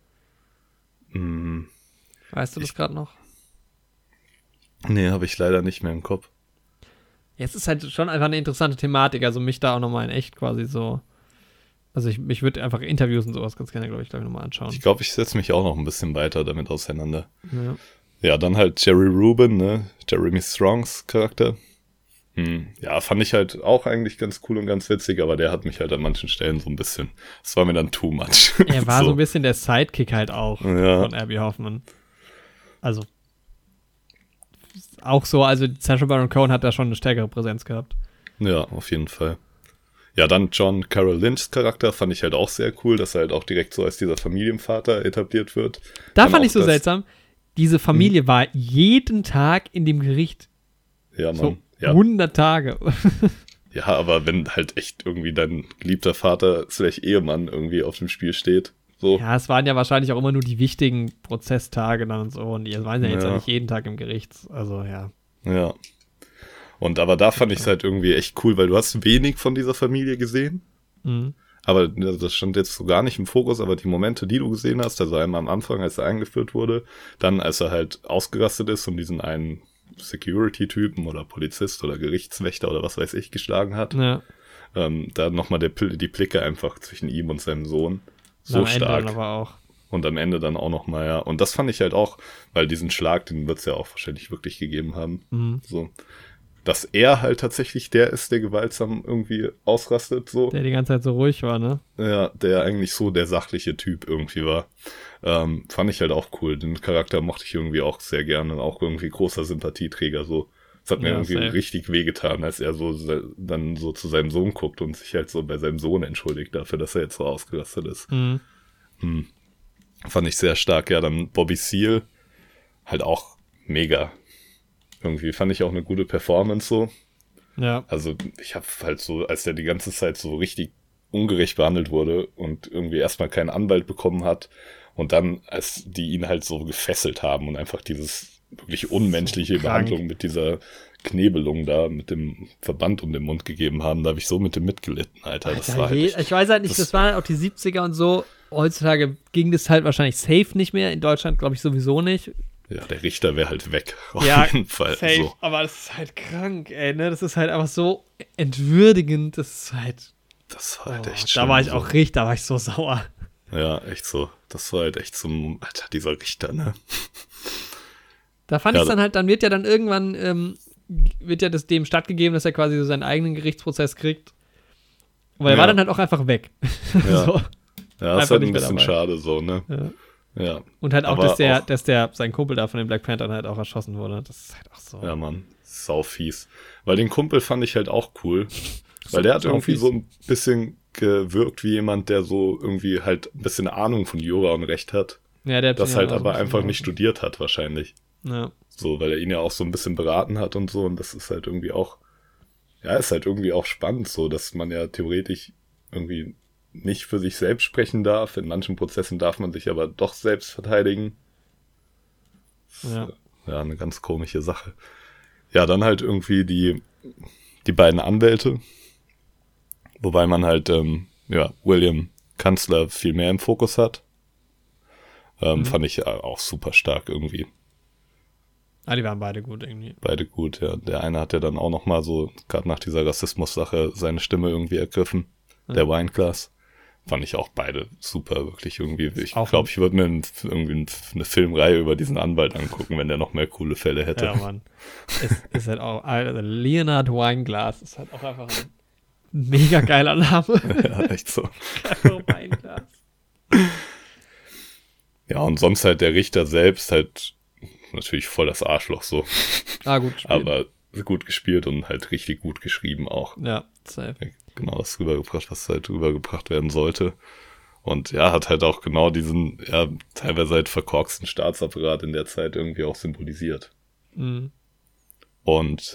Weißt du das gerade noch? Nee, habe ich leider nicht mehr im Kopf. Ja, es ist halt schon einfach eine interessante Thematik, also mich da auch nochmal in echt quasi so... Also mich würde einfach Interviews und sowas ganz gerne, glaube ich, nochmal anschauen. Ich glaube, ich setze mich auch noch ein bisschen weiter damit auseinander. Ja. Ja, dann halt Jerry Rubin, ne? Jeremy Strongs Charakter. Ja, fand ich halt auch eigentlich ganz cool und ganz witzig, aber der hat mich halt an manchen Stellen so ein bisschen, das war mir dann too much. Er war so ein bisschen der Sidekick halt auch von Abby Hoffman. Also auch so, also Sacha Baron Cohen hat da schon eine stärkere Präsenz gehabt. Ja, auf jeden Fall. Ja, dann John Carroll Lynchs Charakter fand ich halt auch sehr cool, dass er halt auch direkt so als dieser Familienvater etabliert wird. Da fand ich so seltsam, diese Familie war jeden Tag in dem Gericht. Ja, Mann. So ja. 100 Tage. Ja, aber wenn halt echt irgendwie dein geliebter Vater / Ehemann irgendwie auf dem Spiel steht, so. Ja, es waren ja wahrscheinlich auch immer nur die wichtigen Prozesstage dann und so und die waren ja jetzt ja nicht jeden Tag im Gericht, also ja. Ja. Und aber da fand ich es halt irgendwie echt cool, weil du hast wenig von dieser Familie gesehen. Aber das stand jetzt so gar nicht im Fokus, aber die Momente, die du gesehen hast, also einmal am Anfang, als er eingeführt wurde, dann als er halt ausgerastet ist und diesen einen Security-Typen oder Polizist oder Gerichtswächter oder was weiß ich geschlagen hat. Ja. Da nochmal die Blicke einfach zwischen ihm und seinem Sohn. So am stark. Ende aber auch. Und am Ende dann auch nochmal, ja. Und das fand ich halt auch, weil diesen Schlag, den wird es ja auch wahrscheinlich wirklich gegeben haben. So. Dass er halt tatsächlich der ist, der gewaltsam irgendwie ausrastet, so. Der die ganze Zeit so ruhig war, ne? Ja, der eigentlich so der sachliche Typ irgendwie war. Fand ich halt auch cool. Den Charakter mochte ich irgendwie auch sehr gerne. Auch irgendwie großer Sympathieträger, so. Das hat mir irgendwie richtig wehgetan, als er so dann so zu seinem Sohn guckt und sich halt so bei seinem Sohn entschuldigt dafür, dass er jetzt so ausgerastet ist. Fand ich sehr stark. Ja, dann Bobby Seale, halt auch mega. Irgendwie fand ich auch eine gute Performance so. Ja. Also ich habe halt so, als der die ganze Zeit so richtig ungerecht behandelt wurde und irgendwie erstmal keinen Anwalt bekommen hat und dann, als die ihn halt so gefesselt haben und einfach dieses wirklich unmenschliche so Behandlung mit dieser Knebelung da, mit dem Verband um den Mund gegeben haben, da habe ich so mit dem mitgelitten, Alter. Das war halt ich weiß halt nicht, das waren halt auch die 70er und so. Heutzutage ging das halt wahrscheinlich safe nicht mehr. In Deutschland glaube ich sowieso nicht. Ja, der Richter wäre halt weg. Auf jeden Fall. Safe, so. Aber das ist halt krank, ey, ne? Das ist halt einfach so entwürdigend. Das war halt echt schlimm. Da war ich auch richtig, da war ich so sauer. Ja, echt so. Das war halt echt so, Alter, dieser Richter, ne? Da fand ich es dann halt, dann wird ja dann irgendwann, wird ja das dem stattgegeben, dass er quasi so seinen eigenen Gerichtsprozess kriegt. Weil er war dann halt auch einfach weg. Ja, so. Ja, das ist halt ein bisschen schade so, ne? Ja. Und halt auch, dass der sein Kumpel da von den Black Panthern halt auch erschossen wurde. Das ist halt auch so. Ja, Mann. Sau fies. Weil den Kumpel fand ich halt auch cool. Weil der hat irgendwie so ein bisschen gewirkt wie jemand, der so irgendwie halt ein bisschen Ahnung von Jura und Recht hat. Ja, der hat das halt aber einfach nicht studiert hat wahrscheinlich. Ja. So, weil er ihn ja auch so ein bisschen beraten hat und so. Und das ist halt irgendwie auch, ja, ist halt irgendwie auch spannend so, dass man ja theoretisch irgendwie nicht für sich selbst sprechen darf. In manchen Prozessen darf man sich aber doch selbst verteidigen. Ja, eine ganz komische Sache. Ja, dann halt irgendwie die beiden Anwälte. Wobei man halt, William Kanzler viel mehr im Fokus hat. Fand ich auch super stark irgendwie. Die waren beide gut irgendwie. Beide gut, ja. Der eine hat ja dann auch nochmal so, gerade nach dieser Rassismus-Sache, seine Stimme irgendwie ergriffen. Ja. Der Wineglass. Fand ich auch beide super, wirklich irgendwie. Ich glaube, ich würde mir irgendwie eine Filmreihe über diesen Anwalt angucken, wenn der noch mehr coole Fälle hätte. Ja, Mann. Ist halt auch, also Leonard Wineglass ist halt auch einfach ein mega geiler Name. Ja, echt so. Weinglas. Ja, und sonst halt der Richter selbst halt natürlich voll das Arschloch so. Gut gespielt. Aber gut gespielt und halt richtig gut geschrieben auch. Ja, safe. Genau das rübergebracht, was halt rübergebracht werden sollte. Und ja, hat halt auch genau diesen, ja, teilweise halt verkorksten Staatsapparat in der Zeit irgendwie auch symbolisiert. Mhm. Und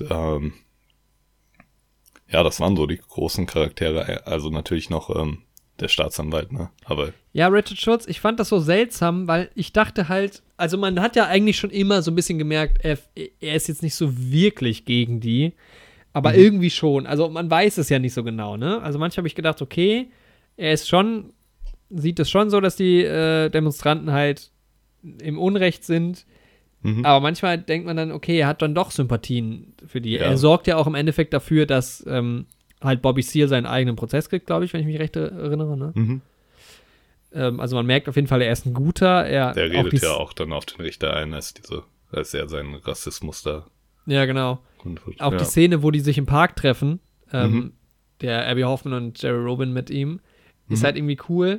ja, das waren so die großen Charaktere. Also natürlich noch der Staatsanwalt, ne? Aber ja, Richard Schultz, ich fand das so seltsam, weil ich dachte halt, also man hat ja eigentlich schon immer so ein bisschen gemerkt, er ist jetzt nicht so wirklich gegen die, aber irgendwie schon. Also man weiß es ja nicht so genau, ne? Also manchmal habe ich gedacht, okay, sieht es schon so, dass die Demonstranten halt im Unrecht sind, aber manchmal denkt man dann, okay, er hat dann doch Sympathien für die. Ja. Er sorgt ja auch im Endeffekt dafür, dass halt Bobby Seale seinen eigenen Prozess kriegt, glaube ich, wenn ich mich recht erinnere, ne? Also man merkt auf jeden Fall, er ist ein guter. Der redet ja auch dann auf den Richter ein, als er seinen Rassismus da. Ja, genau. Auch die Szene, wo die sich im Park treffen, der Abby Hoffman und Jerry Robin mit ihm, ist halt irgendwie cool.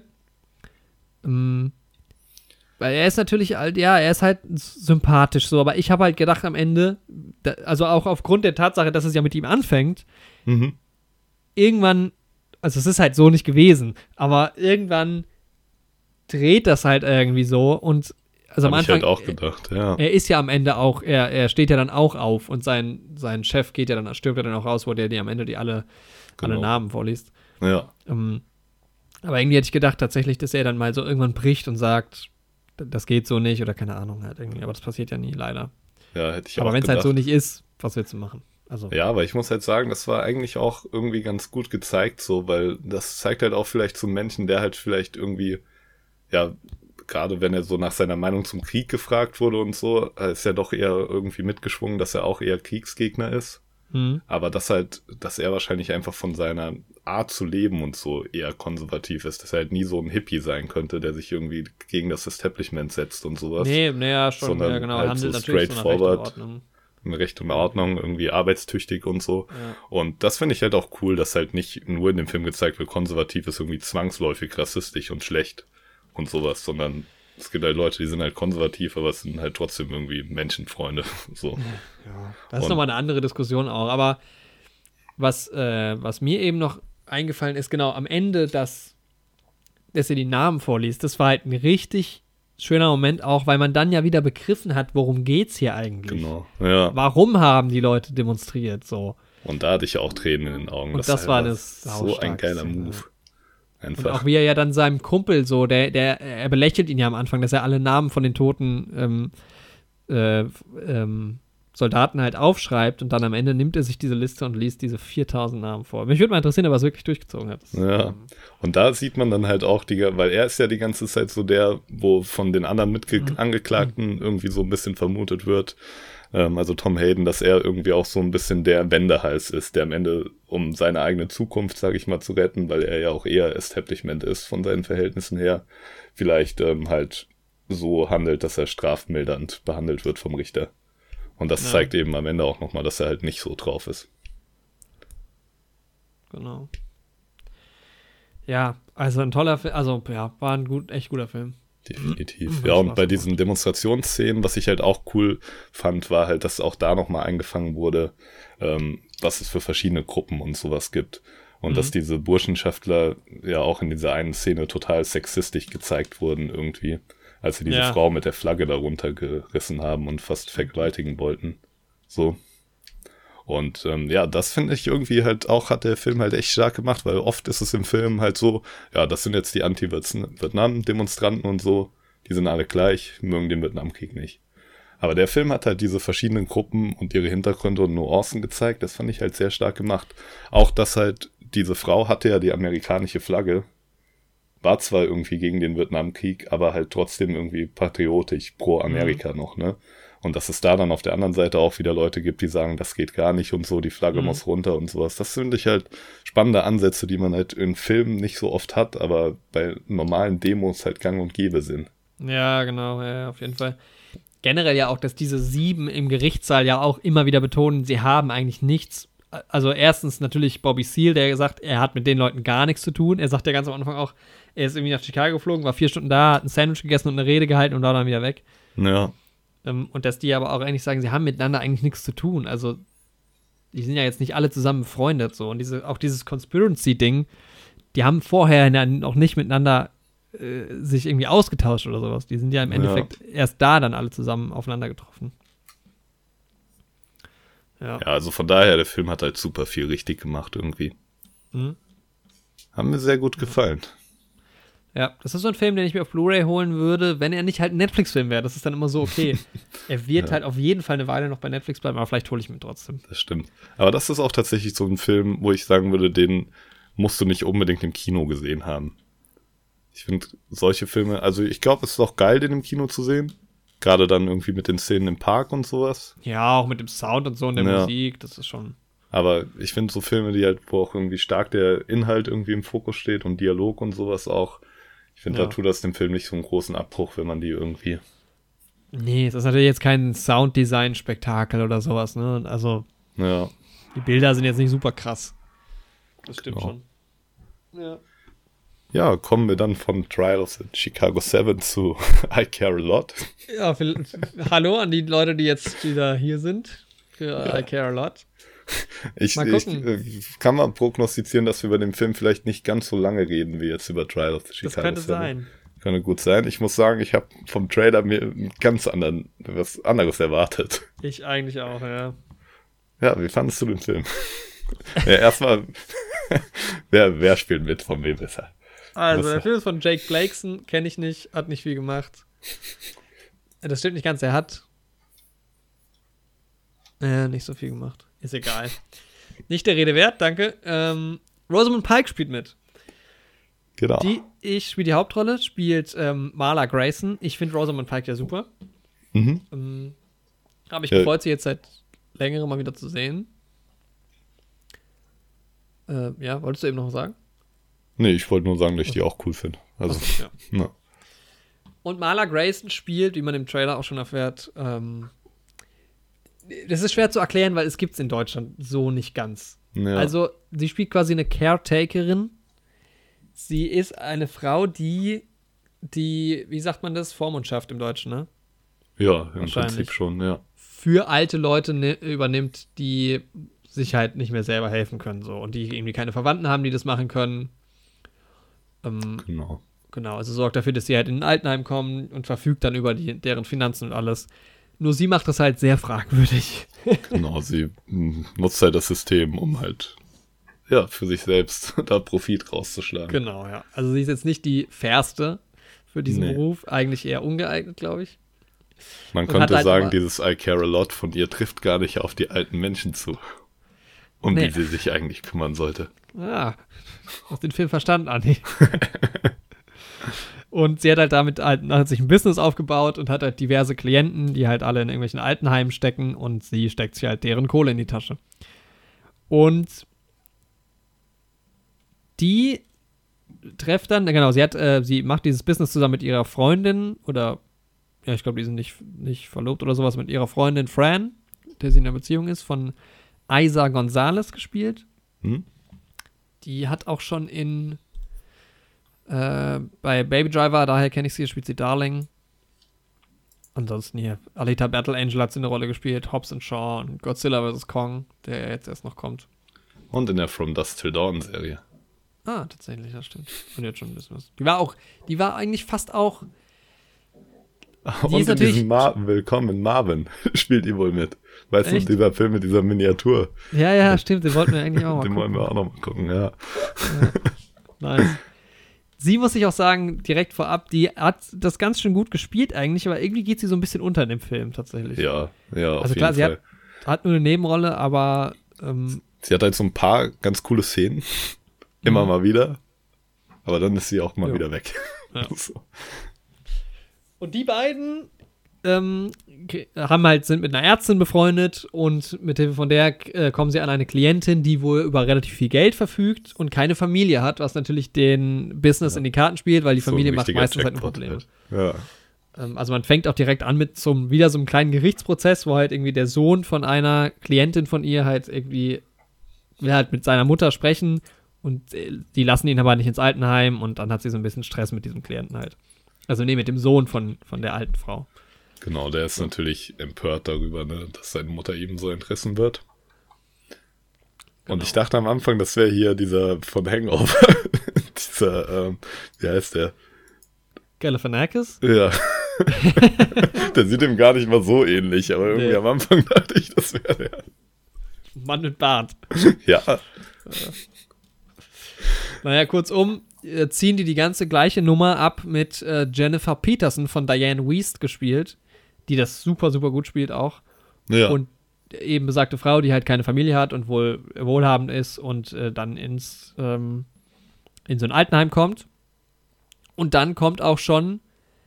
Weil er ist natürlich halt, ja, er ist halt sympathisch so, aber ich habe halt gedacht am Ende, also auch aufgrund der Tatsache, dass es ja mit ihm anfängt, irgendwann, also es ist halt so nicht gewesen, aber irgendwann dreht das halt irgendwie so und also am Anfang, ich halt auch gedacht, ja. Er ist ja am Ende auch, er steht ja dann auch auf und sein Chef stirbt ja dann auch raus, wo der die am Ende alle Namen vorliest. Ja. Aber irgendwie hätte ich gedacht tatsächlich, dass er dann mal so irgendwann bricht und sagt, das geht so nicht oder keine Ahnung halt irgendwie, aber das passiert ja nie, leider. Ja, hätte ich auch gedacht. Aber wenn es halt so nicht ist, was willst du machen? Also. Ja, aber ich muss halt sagen, das war eigentlich auch irgendwie ganz gut gezeigt so, weil das zeigt halt auch vielleicht zum Menschen, der halt vielleicht irgendwie, ja, gerade wenn er so nach seiner Meinung zum Krieg gefragt wurde und so, ist ja doch eher irgendwie mitgeschwungen, dass er auch eher Kriegsgegner ist. Aber dass er wahrscheinlich einfach von seiner Art zu leben und so eher konservativ ist, dass er halt nie so ein Hippie sein könnte, der sich irgendwie gegen das Establishment setzt und sowas. Nee, ja, schon, sondern ja, genau, halt handelt so natürlich straightforward, eine Recht und Ordnung, irgendwie arbeitstüchtig und so. Ja. Und das finde ich halt auch cool, dass halt nicht nur in dem Film gezeigt wird, konservativ ist irgendwie zwangsläufig rassistisch und schlecht und sowas, sondern es gibt halt Leute, die sind halt konservativ, aber es sind halt trotzdem irgendwie Menschenfreunde. So. Ja, das ist nochmal eine andere Diskussion auch. Aber was mir eben noch eingefallen ist, genau, am Ende, dass er die Namen vorliest, das war halt ein richtig schöner Moment auch, weil man dann ja wieder begriffen hat, worum geht's hier eigentlich. Genau, ja. Warum haben die Leute demonstriert, so. Und da hatte ich auch Tränen in den Augen. Und das war so ein geiler Move. Einfach. Und auch wie er ja dann seinem Kumpel so, er belächelt ihn ja am Anfang, dass er alle Namen von den toten Soldaten halt aufschreibt und dann am Ende nimmt er sich diese Liste und liest diese 4000 Namen vor. Mich würde mal interessieren, ob er es wirklich durchgezogen hat. Ja, und da sieht man dann halt auch, weil er ist ja die ganze Zeit so der, wo von den anderen Angeklagten irgendwie so ein bisschen vermutet wird, also Tom Hayden, dass er irgendwie auch so ein bisschen der Wendehals ist, der am Ende, um seine eigene Zukunft, sage ich mal, zu retten, weil er ja auch eher Establishment ist von seinen Verhältnissen her, vielleicht halt so handelt, dass er strafmildernd behandelt wird vom Richter. Und das zeigt eben am Ende auch nochmal, dass er halt nicht so drauf ist. Genau. Ja, also ein toller Film, also ja, war ein echt guter Film. Definitiv. Ja, und bei diesen Demonstrationsszenen, was ich halt auch cool fand, war halt, dass auch da nochmal eingefangen wurde, was es für verschiedene Gruppen und sowas gibt. Und dass diese Burschenschaftler ja auch in dieser einen Szene total sexistisch gezeigt wurden irgendwie, als sie diese Frau mit der Flagge darunter gerissen haben und fast vergewaltigen wollten. So. Und ja, das finde ich irgendwie halt auch, hat der Film halt echt stark gemacht, weil oft ist es im Film halt so, ja, das sind jetzt die Anti-Vietnam-Demonstranten und so, die sind alle gleich, mögen den Vietnamkrieg nicht. Aber der Film hat halt diese verschiedenen Gruppen und ihre Hintergründe und Nuancen gezeigt, das fand ich halt sehr stark gemacht. Auch, dass halt diese Frau hatte ja die amerikanische Flagge, war zwar irgendwie gegen den Vietnamkrieg, aber halt trotzdem irgendwie patriotisch pro Amerika noch, ne? Und dass es da dann auf der anderen Seite auch wieder Leute gibt, die sagen, das geht gar nicht und so, die Flagge muss runter und sowas. Das finde ich halt spannende Ansätze, die man halt in Filmen nicht so oft hat, aber bei normalen Demos halt gang und gäbe sind. Ja, genau, ja, auf jeden Fall. Generell ja auch, dass diese 7 im Gerichtssaal ja auch immer wieder betonen, sie haben eigentlich nichts. Also erstens natürlich Bobby Seale, der sagt, er hat mit den Leuten gar nichts zu tun. Er sagt ja ganz am Anfang auch, er ist irgendwie nach Chicago geflogen, war 4 Stunden da, hat ein Sandwich gegessen und eine Rede gehalten und war dann wieder weg. Ja. Und dass die aber auch eigentlich sagen, sie haben miteinander eigentlich nichts zu tun. Also, die sind ja jetzt nicht alle zusammen befreundet so. Und auch dieses Conspiracy-Ding, die haben vorher noch nicht miteinander sich irgendwie ausgetauscht oder sowas. Die sind ja im Endeffekt erst da dann alle zusammen aufeinander getroffen. Ja, also von daher, der Film hat halt super viel richtig gemacht irgendwie. Haben mir sehr gut gefallen. Ja, das ist so ein Film, den ich mir auf Blu-ray holen würde, wenn er nicht halt ein Netflix-Film wäre. Das ist dann immer so okay. Er wird halt auf jeden Fall eine Weile noch bei Netflix bleiben, aber vielleicht hole ich ihn trotzdem. Das stimmt. Aber das ist auch tatsächlich so ein Film, wo ich sagen würde, den musst du nicht unbedingt im Kino gesehen haben. Ich finde solche Filme, also ich glaube, es ist auch geil, den im Kino zu sehen. Gerade dann irgendwie mit den Szenen im Park und sowas. Ja, auch mit dem Sound und so und der Musik, das ist schon... Aber ich finde so Filme, die halt, wo auch irgendwie stark der Inhalt irgendwie im Fokus steht und Dialog und sowas auch, ich finde, da tut das dem Film nicht so einen großen Abbruch, wenn man die irgendwie... Nee, es ist natürlich jetzt kein Sounddesign-Spektakel oder sowas, ne? Also, die Bilder sind jetzt nicht super krass. Das stimmt schon. Ja. Ja, kommen wir dann von Trials in Chicago 7 zu I Care a Lot. Ja, hallo an die Leute, die jetzt wieder hier sind für I Care a Lot. Ich kann mal prognostizieren, dass wir über den Film vielleicht nicht ganz so lange reden wie jetzt über Trials in Chicago 7. Das könnte sein. Könnte gut sein. Ich muss sagen, ich habe vom Trailer mir was anderes erwartet. Ich eigentlich auch, ja. Ja, wie fandest du den Film? Ja, erstmal, wer spielt mit, von wem ist er? Also, der Film ist von Jake Blakeson, kenne ich nicht, hat nicht viel gemacht. Das stimmt nicht ganz, er hat nicht so viel gemacht. Ist egal. Nicht der Rede wert, danke. Rosamund Pike spielt mit. Genau. Ich spiele die Hauptrolle, spielt Marla Grayson. Ich finde Rosamund Pike ja super. Aber ich gefreut sie jetzt seit längerem mal wieder zu sehen. Ja, wolltest du eben noch was sagen? Nee, ich wollte nur sagen, dass ich die auch cool finde. Also, ja. Und Marla Grayson spielt, wie man im Trailer auch schon erfährt, das ist schwer zu erklären, weil es gibt es in Deutschland so nicht ganz. Ja. Also, sie spielt quasi eine Caretakerin. Sie ist eine Frau, die, wie sagt man das, Vormundschaft im Deutschen, ne? Ja, im Prinzip schon, ja. Für alte Leute übernimmt, die sich halt nicht mehr selber helfen können, so. Und die irgendwie keine Verwandten haben, die das machen können. Genau, also sorgt dafür, dass sie halt in ein Altenheim kommen und verfügt dann über deren Finanzen und alles. Nur sie macht das halt sehr fragwürdig. Genau, sie nutzt halt das System, um halt für sich selbst da Profit rauszuschlagen. Genau, ja. Also sie ist jetzt nicht die Fairste für diesen Beruf, eigentlich eher ungeeignet, glaube ich. Man könnte halt sagen, dieses I Care a Lot von ihr trifft gar nicht auf die alten Menschen zu, die sie sich eigentlich kümmern sollte. Ja, hast den Film verstanden, Anni. Und sie hat halt hat sich ein Business aufgebaut und hat halt diverse Klienten, die halt alle in irgendwelchen Altenheimen stecken und sie steckt sich halt deren Kohle in die Tasche. Und die trifft dann, sie macht dieses Business zusammen mit ihrer Freundin oder, ja, ich glaube, die sind nicht verlobt oder sowas, mit ihrer Freundin Fran, der sie in einer Beziehung ist, von Isa Gonzalez gespielt. Die hat auch schon bei Baby Driver, daher kenne ich sie, spielt sie Darling. Ansonsten hier, Alita Battle Angel hat sie eine Rolle gespielt, Hobbs and Shaw und Godzilla vs. Kong, der jetzt erst noch kommt. Und in der From Dusk Till Dawn Serie. Ah, tatsächlich, das stimmt. Und jetzt schon ein bisschen was. Die war eigentlich fast auch. Und in diesem Willkommen in Marvin spielt die wohl mit. Weißt du, dieser Film mit dieser Miniatur. Ja, stimmt, den wollten wir eigentlich auch mal gucken. Den wollen wir auch noch mal gucken, ja. Nice. Sie, muss ich auch sagen, direkt vorab, die hat das ganz schön gut gespielt eigentlich, aber irgendwie geht sie so ein bisschen unter in dem Film tatsächlich. Ja, auf also klar, jeden Fall. Sie hat nur eine Nebenrolle, aber sie hat halt so ein paar ganz coole Szenen. Immer mal wieder. Aber dann ist sie auch mal wieder weg. Ja. So. Und die beiden sind mit einer Ärztin befreundet und mit Hilfe von der kommen sie an eine Klientin, die wohl über relativ viel Geld verfügt und keine Familie hat, was natürlich den Business in die Karten spielt, weil die Familie macht meistens halt ein Problem. Ja. Also man fängt auch direkt an mit wieder so einem kleinen Gerichtsprozess, wo halt irgendwie der Sohn von einer Klientin von ihr halt irgendwie will halt mit seiner Mutter sprechen und die lassen ihn aber nicht ins Altenheim und dann hat sie so ein bisschen Stress mit diesem Klienten halt. Also mit dem Sohn von der alten Frau. Genau, der ist natürlich empört darüber, ne, dass seine Mutter ihm so entrissen wird. Genau. Und ich dachte am Anfang, das wäre hier dieser von Hangover. Wie heißt der? Galifianakis? Ja. Der sieht ihm gar nicht mal so ähnlich, aber irgendwie am Anfang dachte ich, das wäre der. Mann mit Bart. Ja. Naja, kurzum, ziehen die ganze gleiche Nummer ab mit Jennifer Peterson von Diane Wiest gespielt, die das super, super gut spielt auch. Ja. Und eben besagte Frau, die halt keine Familie hat und wohlhabend ist und dann in so ein Altenheim kommt. Und dann kommt auch schon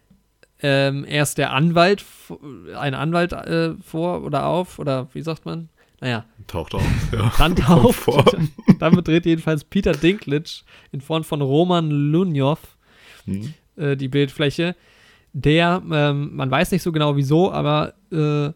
erst der Anwalt, ein Anwalt vor oder auf, oder wie sagt man? Naja. Taucht auf, ja. Dann betritt jedenfalls Peter Dinklage in Form von Roman Lunjov die Bildfläche. Der, man weiß nicht so genau wieso, aber doch,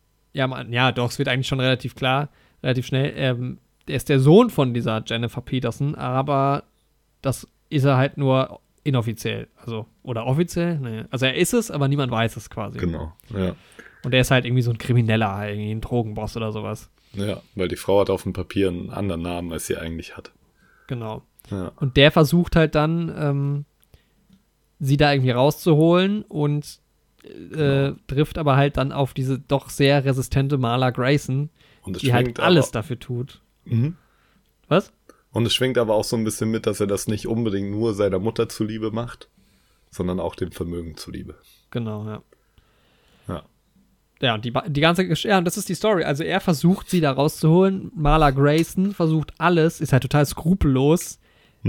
es wird eigentlich schon relativ schnell. Der ist der Sohn von dieser Jennifer Peterson, aber das ist er halt nur inoffiziell. Also, oder offiziell? Nee. Also er ist es, aber niemand weiß es quasi. Genau, ja. Und er ist halt irgendwie so ein Krimineller, irgendwie ein Drogenboss oder sowas. Ja, weil die Frau hat auf dem Papier einen anderen Namen, als sie eigentlich hat. Genau. Ja. Und der versucht halt dann, sie da irgendwie rauszuholen und trifft aber halt dann auf diese doch sehr resistente Marla Grayson, die halt alles dafür tut. Mhm. Was? Und es schwingt aber auch so ein bisschen mit, dass er das nicht unbedingt nur seiner Mutter zuliebe macht, sondern auch dem Vermögen zuliebe. Genau, ja. Ja. Ja, und die ganze Geschichte, ja, und das ist die Story. Also er versucht, sie da rauszuholen. Marla Grayson versucht alles, ist halt total skrupellos,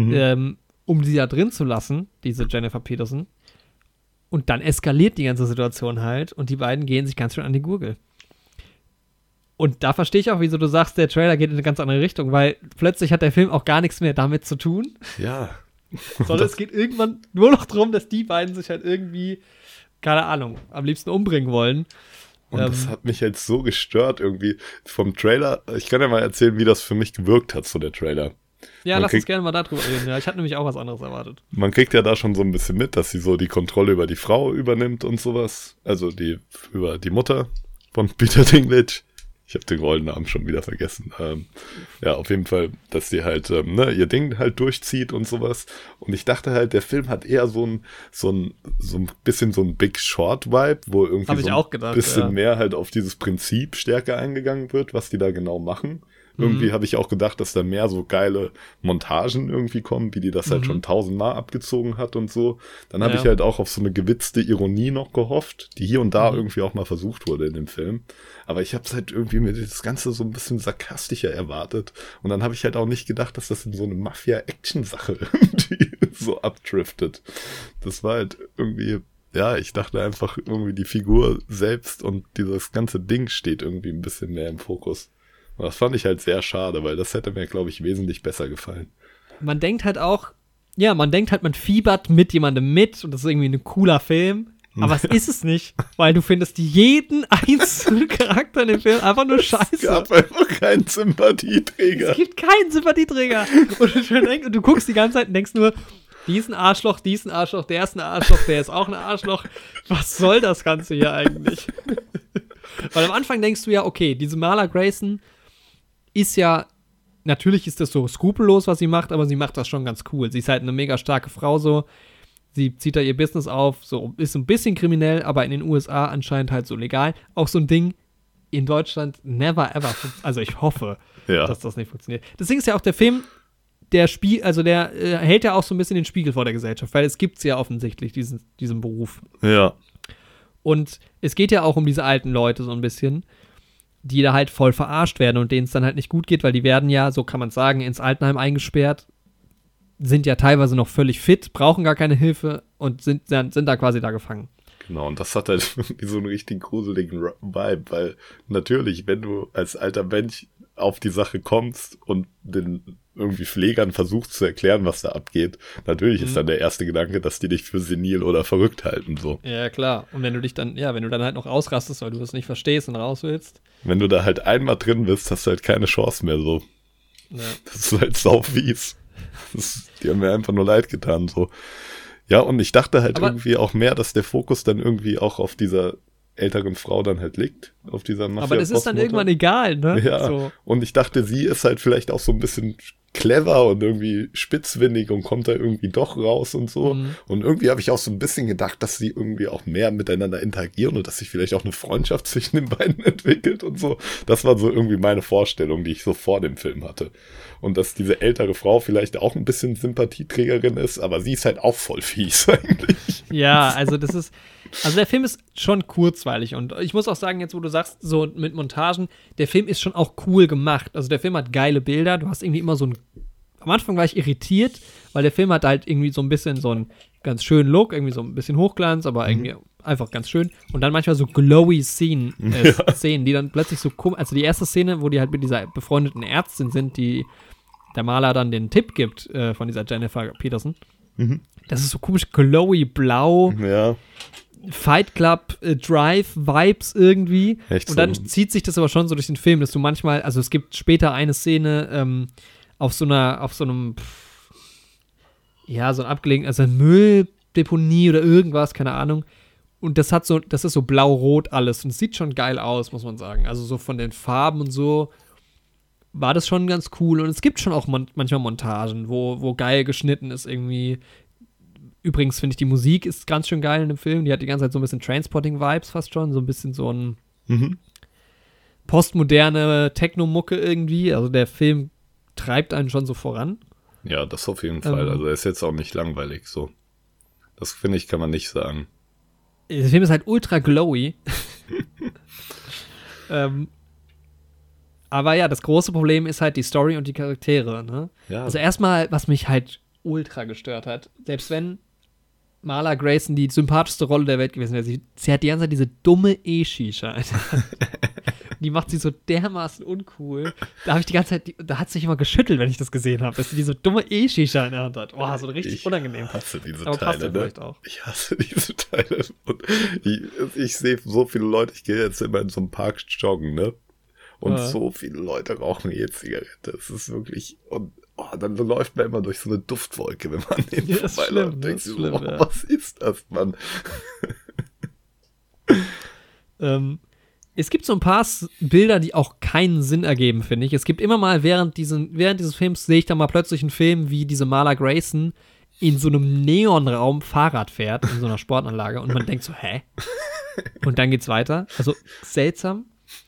um sie da drin zu lassen, diese Jennifer Peterson. Und dann eskaliert die ganze Situation halt und die beiden gehen sich ganz schön an die Gurgel. Und da verstehe ich auch, wieso du sagst, der Trailer geht in eine ganz andere Richtung, weil plötzlich hat der Film auch gar nichts mehr damit zu tun. Ja. Sondern es geht irgendwann nur noch darum, dass die beiden sich halt irgendwie, keine Ahnung, am liebsten umbringen wollen. Und das hat mich halt so gestört irgendwie vom Trailer. Ich kann ja mal erzählen, wie das für mich gewirkt hat, so der Trailer. Ja, lass uns gerne mal darüber reden. Ja, ich hatte nämlich auch was anderes erwartet. Man kriegt ja da schon so ein bisschen mit, dass sie so die Kontrolle über die Frau übernimmt und sowas. Also über die Mutter von Peter Dinklage. Ich habe den Rollennamen schon wieder vergessen. Ja, auf jeden Fall, dass sie halt ihr Ding halt durchzieht und sowas. Und ich dachte halt, der Film hat eher so ein bisschen so ein Big Short-Vibe, wo irgendwie so ein bisschen mehr halt auf dieses Prinzip stärker eingegangen wird, was die da genau machen. Irgendwie habe ich auch gedacht, dass da mehr so geile Montagen irgendwie kommen, wie die das halt schon 1000-mal abgezogen hat und so. Dann habe ich halt auch auf so eine gewitzte Ironie noch gehofft, die hier und da irgendwie auch mal versucht wurde in dem Film. Aber ich habe es halt irgendwie mir das Ganze so ein bisschen sarkastischer erwartet. Und dann habe ich halt auch nicht gedacht, dass das in so eine Mafia-Action-Sache irgendwie so abdriftet. Das war halt irgendwie, ja, ich dachte einfach irgendwie die Figur selbst und dieses ganze Ding steht irgendwie ein bisschen mehr im Fokus. Und das fand ich halt sehr schade, weil das hätte mir, glaube ich, wesentlich besser gefallen. Man denkt halt auch, man fiebert mit jemandem mit und das ist irgendwie ein cooler Film. Aber es ist es nicht, weil du findest jeden einzelnen Charakter in dem Film einfach nur scheiße. Es gab einfach keinen Sympathieträger. Es gibt keinen Sympathieträger. Und du guckst die ganze Zeit und denkst nur, diesen Arschloch, der ist ein Arschloch, der ist auch ein Arschloch. Was soll das Ganze hier eigentlich? Weil am Anfang denkst du ja, okay, diese Marla Grayson ist ja, natürlich ist das so skrupellos, was sie macht, aber sie macht das schon ganz cool. Sie ist halt eine mega starke Frau so. Sie zieht da ihr Business auf, so ist ein bisschen kriminell, aber in den USA anscheinend halt so legal. Auch so ein Ding in Deutschland never ever. Also ich hoffe, dass das nicht funktioniert. Deswegen ist ja auch der Film, der hält ja auch so ein bisschen den Spiegel vor der Gesellschaft, weil es gibt's ja offensichtlich diesen Beruf. Ja. Und es geht ja auch um diese alten Leute so ein bisschen, die da halt voll verarscht werden und denen es dann halt nicht gut geht, weil die werden ja, so kann man sagen, ins Altenheim eingesperrt, sind ja teilweise noch völlig fit, brauchen gar keine Hilfe und sind da quasi da gefangen. Genau, und das hat halt irgendwie so einen richtig gruseligen Vibe, weil natürlich, wenn du als alter Mensch auf die Sache kommst und den irgendwie Pflegern versuchst zu erklären, was da abgeht, natürlich ist dann der erste Gedanke, dass die dich für senil oder verrückt halten, so. Ja, klar. Und wenn du dann halt noch ausrastest, weil du es nicht verstehst und raus willst. Wenn du da halt einmal drin bist, hast du halt keine Chance mehr, so. Ja. Das ist halt saufies. Die haben mir einfach nur leid getan, so. Ja, und ich dachte halt irgendwie auch mehr, dass der Fokus dann irgendwie auch auf dieser älteren Frau dann halt liegt, auf dieser Mafia. Aber das ist dann irgendwann egal, ne? Ja, so. Und ich dachte, sie ist halt vielleicht auch so ein bisschen clever und irgendwie spitzfindig und kommt da irgendwie doch raus und so. Und irgendwie habe ich auch so ein bisschen gedacht, dass sie irgendwie auch mehr miteinander interagieren und dass sich vielleicht auch eine Freundschaft zwischen den beiden entwickelt und so. Das war so irgendwie meine Vorstellung, die ich so vor dem Film hatte. Und dass diese ältere Frau vielleicht auch ein bisschen Sympathieträgerin ist, aber sie ist halt auch voll fies eigentlich. Ja, also der Film ist schon kurzweilig und ich muss auch sagen, jetzt wo du sagst, so mit Montagen, der Film ist schon auch cool gemacht. Also der Film hat geile Bilder, du hast irgendwie immer am Anfang war ich irritiert, weil der Film hat halt irgendwie so ein bisschen so einen ganz schönen Look, irgendwie so ein bisschen Hochglanz, aber irgendwie einfach ganz schön. Und dann manchmal so glowy Szenen, die dann plötzlich so komisch, also die erste Szene, wo die halt mit dieser befreundeten Ärztin sind, die der Maler dann den Tipp gibt von dieser Jennifer Peterson. Das ist so komisch glowy blau. Ja. Fight Club Drive-Vibes irgendwie. Echt und dann so. zieht sich das aber schon so durch den Film, dass du manchmal, also es gibt später eine Szene auf so einem so ein abgelegen, also eine Mülldeponie oder irgendwas, keine Ahnung. Und das ist so blau-rot alles und es sieht schon geil aus, muss man sagen. Also so von den Farben und so war das schon ganz cool. Und es gibt schon auch manchmal Montagen, wo geil geschnitten ist irgendwie. Übrigens finde ich, die Musik ist ganz schön geil in dem Film. Die hat die ganze Zeit so ein bisschen Trainspotting-Vibes fast schon. So ein bisschen so ein postmoderne Techno-Mucke irgendwie. Also der Film treibt einen schon so voran. Ja, das auf jeden Fall. Also er ist jetzt auch nicht langweilig so. Das finde ich, kann man nicht sagen. Der Film ist halt ultra glowy. Aber ja, das große Problem ist halt die Story und die Charaktere. Ne? Ja. Also erstmal, was mich halt ultra gestört hat, selbst wenn Marla Grayson die sympathischste Rolle der Welt gewesen wäre, sie hat die ganze Zeit diese dumme E-Shisha. Die macht sie so dermaßen uncool. Da habe ich die ganze Zeit, da hat sich immer geschüttelt, wenn ich das gesehen habe, dass sie diese dumme E-Shisha in der Hand hat. Boah, so richtig unangenehm. Ich hasse diese aber Teile, ne? Auch. Ich hasse diese Teile. Und ich sehe so viele Leute, ich gehe jetzt immer in so einem Park joggen, ne? Und so viele Leute rauchen E-Zigarette. Es ist wirklich, und dann läuft man immer durch so eine Duftwolke, wenn man den vorbeiläuft und denkt so, was ist das, Mann? Es gibt so ein paar Bilder, die auch keinen Sinn ergeben, finde ich. Es gibt immer mal, während dieses Films sehe ich dann mal plötzlich einen Film, wie diese Marla Grayson in so einem Neonraum Fahrrad fährt, in so einer Sportanlage und man denkt so, hä? Und dann geht's weiter. Also seltsam.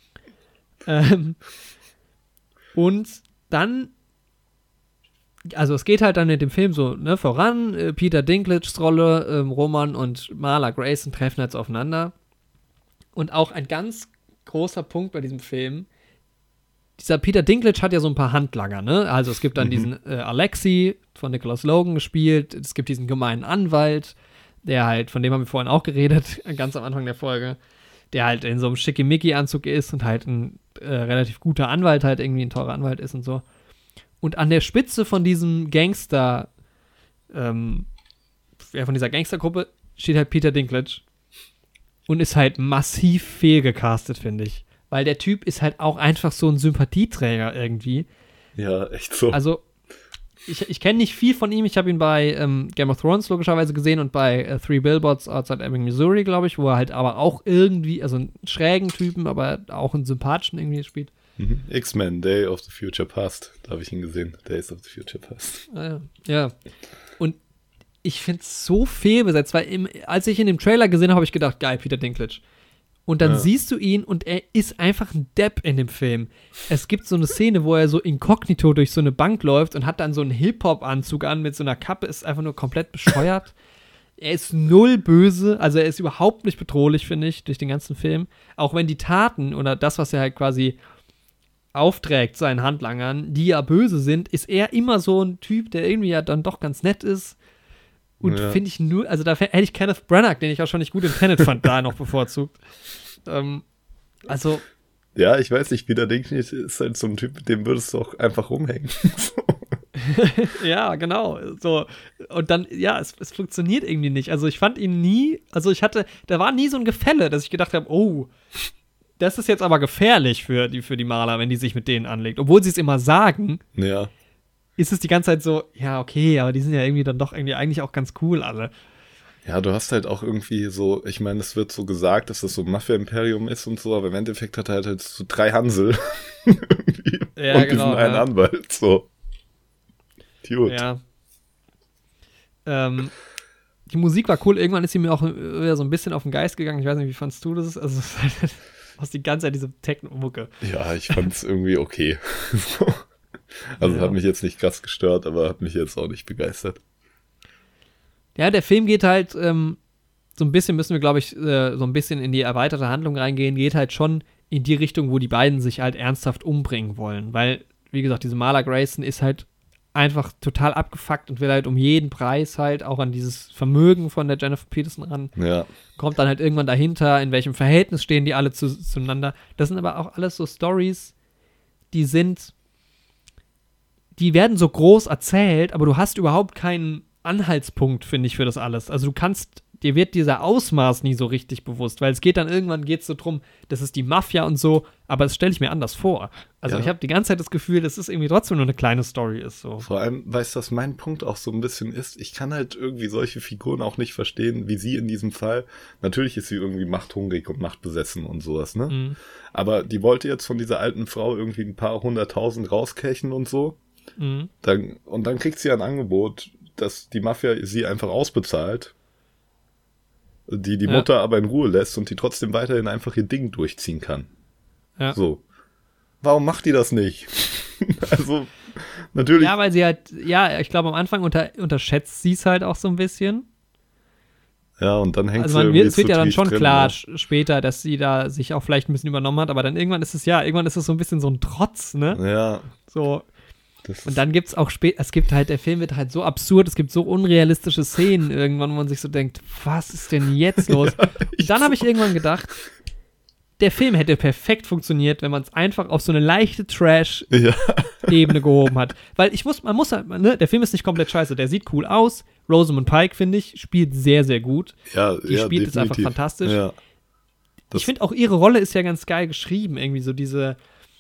Und dann, also es geht halt dann mit dem Film so voran. Peter Dinklages Rolle, Roman und Marla Grayson treffen jetzt aufeinander. Und auch ein ganz großer Punkt bei diesem Film, dieser Peter Dinklage hat ja so ein paar Handlanger, ne? Also es gibt dann diesen Alexi, von Nicholas Logan gespielt, es gibt diesen gemeinen Anwalt, der halt, von dem haben wir vorhin auch geredet, ganz am Anfang der Folge, der halt in so einem Schickimicki-Anzug ist und halt ein relativ guter Anwalt halt irgendwie ein teurer Anwalt ist und so. Und an der Spitze von diesem Gangster, von dieser Gangstergruppe steht halt Peter Dinklage und ist halt massiv fehlgecastet, finde ich. Weil der Typ ist halt auch einfach so ein Sympathieträger irgendwie. Ja, echt so. Also, ich kenne nicht viel von ihm. Ich habe ihn bei Game of Thrones logischerweise gesehen und bei Three Billboards Outside Ebbing, Missouri, glaube ich, wo er halt aber auch irgendwie, also einen schrägen Typen, aber auch einen sympathischen irgendwie spielt. X-Men, Day of the Future Past, da habe ich ihn gesehen. Days of the Future Past. Ja. Und ich finde es so fehlbesetzt, weil als ich in dem Trailer gesehen habe, habe ich gedacht, geil, Peter Dinklage. Und dann siehst du ihn und er ist einfach ein Depp in dem Film. Es gibt so eine Szene, wo er so inkognito durch so eine Bank läuft und hat dann so einen Hip-Hop-Anzug an mit so einer Kappe, ist einfach nur komplett bescheuert. Er ist null böse, also er ist überhaupt nicht bedrohlich, finde ich, durch den ganzen Film. Auch wenn die Taten oder das, was er halt quasi aufträgt seinen Handlangern, die ja böse sind, ist er immer so ein Typ, der irgendwie ja dann doch ganz nett ist. Und finde ich nur, also da hätte ich Kenneth Branagh, den ich auch schon nicht gut in Tenet fand, da noch bevorzugt. Also. Ja, ich weiß nicht, Peter Dinklage ist halt so ein Typ, mit dem würdest du auch einfach rumhängen. Ja, genau. So. Und dann, ja, es funktioniert irgendwie nicht. Also ich fand ihn nie, da war nie so ein Gefälle, dass ich gedacht habe, oh, das ist jetzt aber gefährlich für die Maler, wenn die sich mit denen anlegt. Obwohl sie es immer sagen, ist es die ganze Zeit so, ja, okay, aber die sind ja irgendwie dann doch irgendwie eigentlich auch ganz cool alle. Ja, du hast halt auch irgendwie so, ich meine, es wird so gesagt, dass das so ein Mafia-Imperium ist und so, aber im Endeffekt hat er halt so 3 Hansel ja, und diesen einen Anwalt, so. Dude. Ja. Die Musik war cool, irgendwann ist sie mir auch wieder so ein bisschen auf den Geist gegangen, ich weiß nicht, wie fandst du das? Also, es ist halt aus die ganze Zeit diese Techno-Mucke. Ja, ich fand's irgendwie okay. Also hat mich jetzt nicht krass gestört, aber hat mich jetzt auch nicht begeistert. Ja, der Film geht halt, so ein bisschen müssen wir, glaube ich, so ein bisschen in die erweiterte Handlung reingehen, geht halt schon in die Richtung, wo die beiden sich halt ernsthaft umbringen wollen. Weil, wie gesagt, diese Marla Grayson ist halt einfach total abgefuckt und will halt um jeden Preis halt auch an dieses Vermögen von der Jennifer Peterson ran. Ja. Kommt dann halt irgendwann dahinter, in welchem Verhältnis stehen die alle zueinander. Das sind aber auch alles so Storys, die werden so groß erzählt, aber du hast überhaupt keinen Anhaltspunkt, finde ich, für das alles. Also dir wird dieser Ausmaß nie so richtig bewusst, weil es geht dann irgendwann so drum, das ist die Mafia und so, aber das stelle ich mir anders vor. Also ich habe die ganze Zeit das Gefühl, dass es irgendwie trotzdem nur eine kleine Story ist. So. Vor allem, weißt du, was mein Punkt auch so ein bisschen ist? Ich kann halt irgendwie solche Figuren auch nicht verstehen, wie sie in diesem Fall. Natürlich ist sie irgendwie machthungrig und machtbesessen und sowas, ne? Mhm. Aber die wollte jetzt von dieser alten Frau irgendwie ein paar 100.000 rauskechen und so. Mhm. Dann kriegt sie ein Angebot, dass die Mafia sie einfach ausbezahlt, die Mutter aber in Ruhe lässt und die trotzdem weiterhin einfach ihr Ding durchziehen kann. Ja. So. Warum macht die das nicht? Also, natürlich. Ja, weil sie halt, ich glaube, am Anfang unterschätzt sie es halt auch so ein bisschen. Ja, und dann hängt es wird ja dann schon drin, klar später, dass sie da sich auch vielleicht ein bisschen übernommen hat, aber dann irgendwann ist es so ein bisschen so ein Trotz, ne? Ja. So. Und dann gibt's auch der Film wird halt so absurd, es gibt so unrealistische Szenen irgendwann, wo man sich so denkt, was ist denn jetzt los? Ja, und dann habe ich irgendwann gedacht, der Film hätte perfekt funktioniert, wenn man es einfach auf so eine leichte Trash-Ebene gehoben hat. Weil man muss halt, ne, der Film ist nicht komplett scheiße, der sieht cool aus. Rosamund Pike, finde ich, spielt sehr, sehr gut. Ja, die spielt jetzt einfach fantastisch. Ja. Ich finde auch, ihre Rolle ist ja ganz geil geschrieben, irgendwie so diese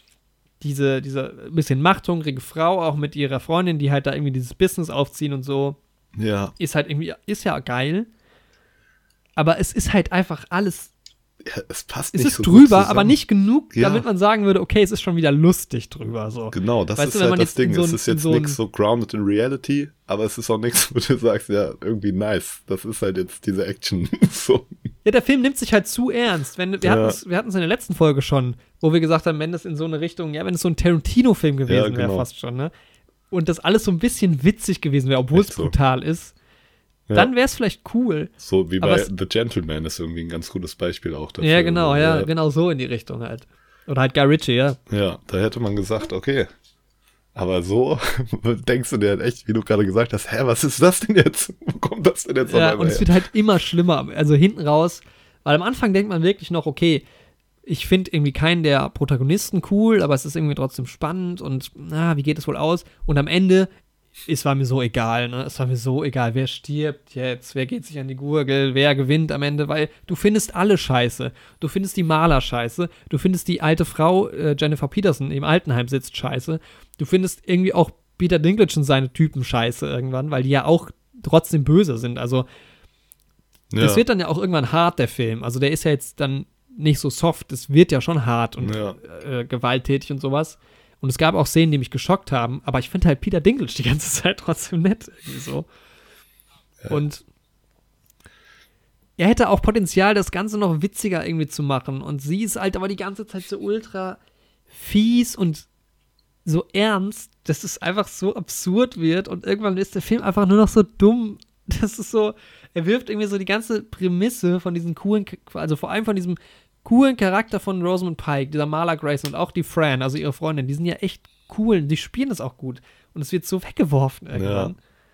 bisschen machthungrige Frau, auch mit ihrer Freundin, die halt da irgendwie dieses Business aufziehen und so. Ja. Ist ja geil. Aber es ist halt einfach alles. Ja, es passt nicht so so drüber, gut aber nicht genug, damit man sagen würde, okay, es ist schon wieder lustig drüber. So. Genau, das ist halt das Ding. Es ist jetzt nichts so grounded in reality, aber es ist auch nichts, wo du sagst, ja, irgendwie nice. Das ist halt jetzt diese Action. So. Ja, der Film nimmt sich halt zu ernst. Wir hatten es in der letzten Folge schon, wo wir gesagt haben, wenn das in so eine Richtung, wenn es so ein Tarantino-Film gewesen wäre fast schon, ne? Und das alles so ein bisschen witzig gewesen wäre, obwohl es brutal ist, dann wäre es vielleicht cool. So wie bei The Gentleman ist irgendwie ein ganz gutes Beispiel auch dafür. Ja, genau, genau so in die Richtung halt. Oder halt Guy Ritchie, ja. Ja, da hätte man gesagt, okay. Aber so denkst du dir halt echt, wie du gerade gesagt hast, was ist das denn jetzt? Wo kommt das denn jetzt? Ja, und es wird halt immer schlimmer. Also hinten raus, weil am Anfang denkt man wirklich noch, okay, ich finde irgendwie keinen der Protagonisten cool, aber es ist irgendwie trotzdem spannend und wie geht es wohl aus? Und am Ende, es war mir so egal, ne? Es war mir so egal, wer stirbt jetzt, wer geht sich an die Gurgel, wer gewinnt am Ende, weil du findest alle scheiße. Du findest die Maler scheiße, du findest die alte Frau, Jennifer Peterson, im Altenheim sitzt scheiße. Du findest irgendwie auch Peter Dinklage und seine Typen scheiße irgendwann, weil die ja auch trotzdem böse sind. Also, das wird dann ja auch irgendwann hart, der Film. Also, der ist ja jetzt dann nicht so soft, es wird ja schon hart und gewalttätig und sowas. Und es gab auch Szenen, die mich geschockt haben, aber ich finde halt Peter Dinklage die ganze Zeit trotzdem nett irgendwie so. Ja. Und er hätte auch Potenzial, das Ganze noch witziger irgendwie zu machen. Und sie ist halt aber die ganze Zeit so ultra fies und so ernst, dass es einfach so absurd wird und irgendwann ist der Film einfach nur noch so dumm. Das ist so, er wirft irgendwie so die ganze Prämisse von diesen coolen, also vor allem von diesem coolen Charakter von Rosamund Pike, dieser Marla Grayson und auch die Fran, also ihre Freundin, die sind ja echt cool, die spielen das auch gut. Und es wird so weggeworfen irgendwann.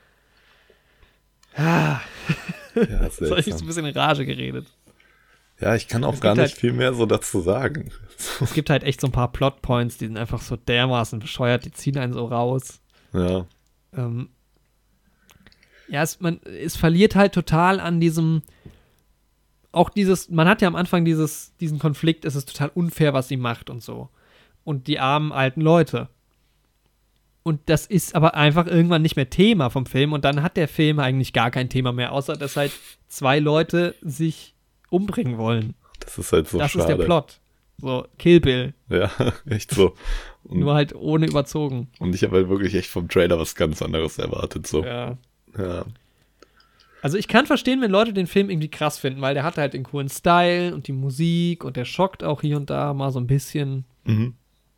Ja. Jetzt habe ich so ein bisschen in Rage geredet. Ja, ich kann auch gar nicht viel mehr so dazu sagen. Es gibt halt echt so ein paar Plotpoints, die sind einfach so dermaßen bescheuert, die ziehen einen so raus. Ja. Es verliert halt total an diesem, auch dieses, man hat ja am Anfang diesen Konflikt, es ist total unfair, was sie macht und so. Und die armen alten Leute. Und das ist aber einfach irgendwann nicht mehr Thema vom Film. Und dann hat der Film eigentlich gar kein Thema mehr, außer dass halt 2 Leute sich umbringen wollen. Das ist halt so schade. Das ist der Plot. So, Kill Bill. Ja, echt so. Nur halt ohne überzogen. Und ich habe halt wirklich echt vom Trailer was ganz anderes erwartet. So. Ja. Ja. Also ich kann verstehen, wenn Leute den Film irgendwie krass finden, weil der hat halt den coolen Style und die Musik und der schockt auch hier und da mal so ein bisschen. Mhm.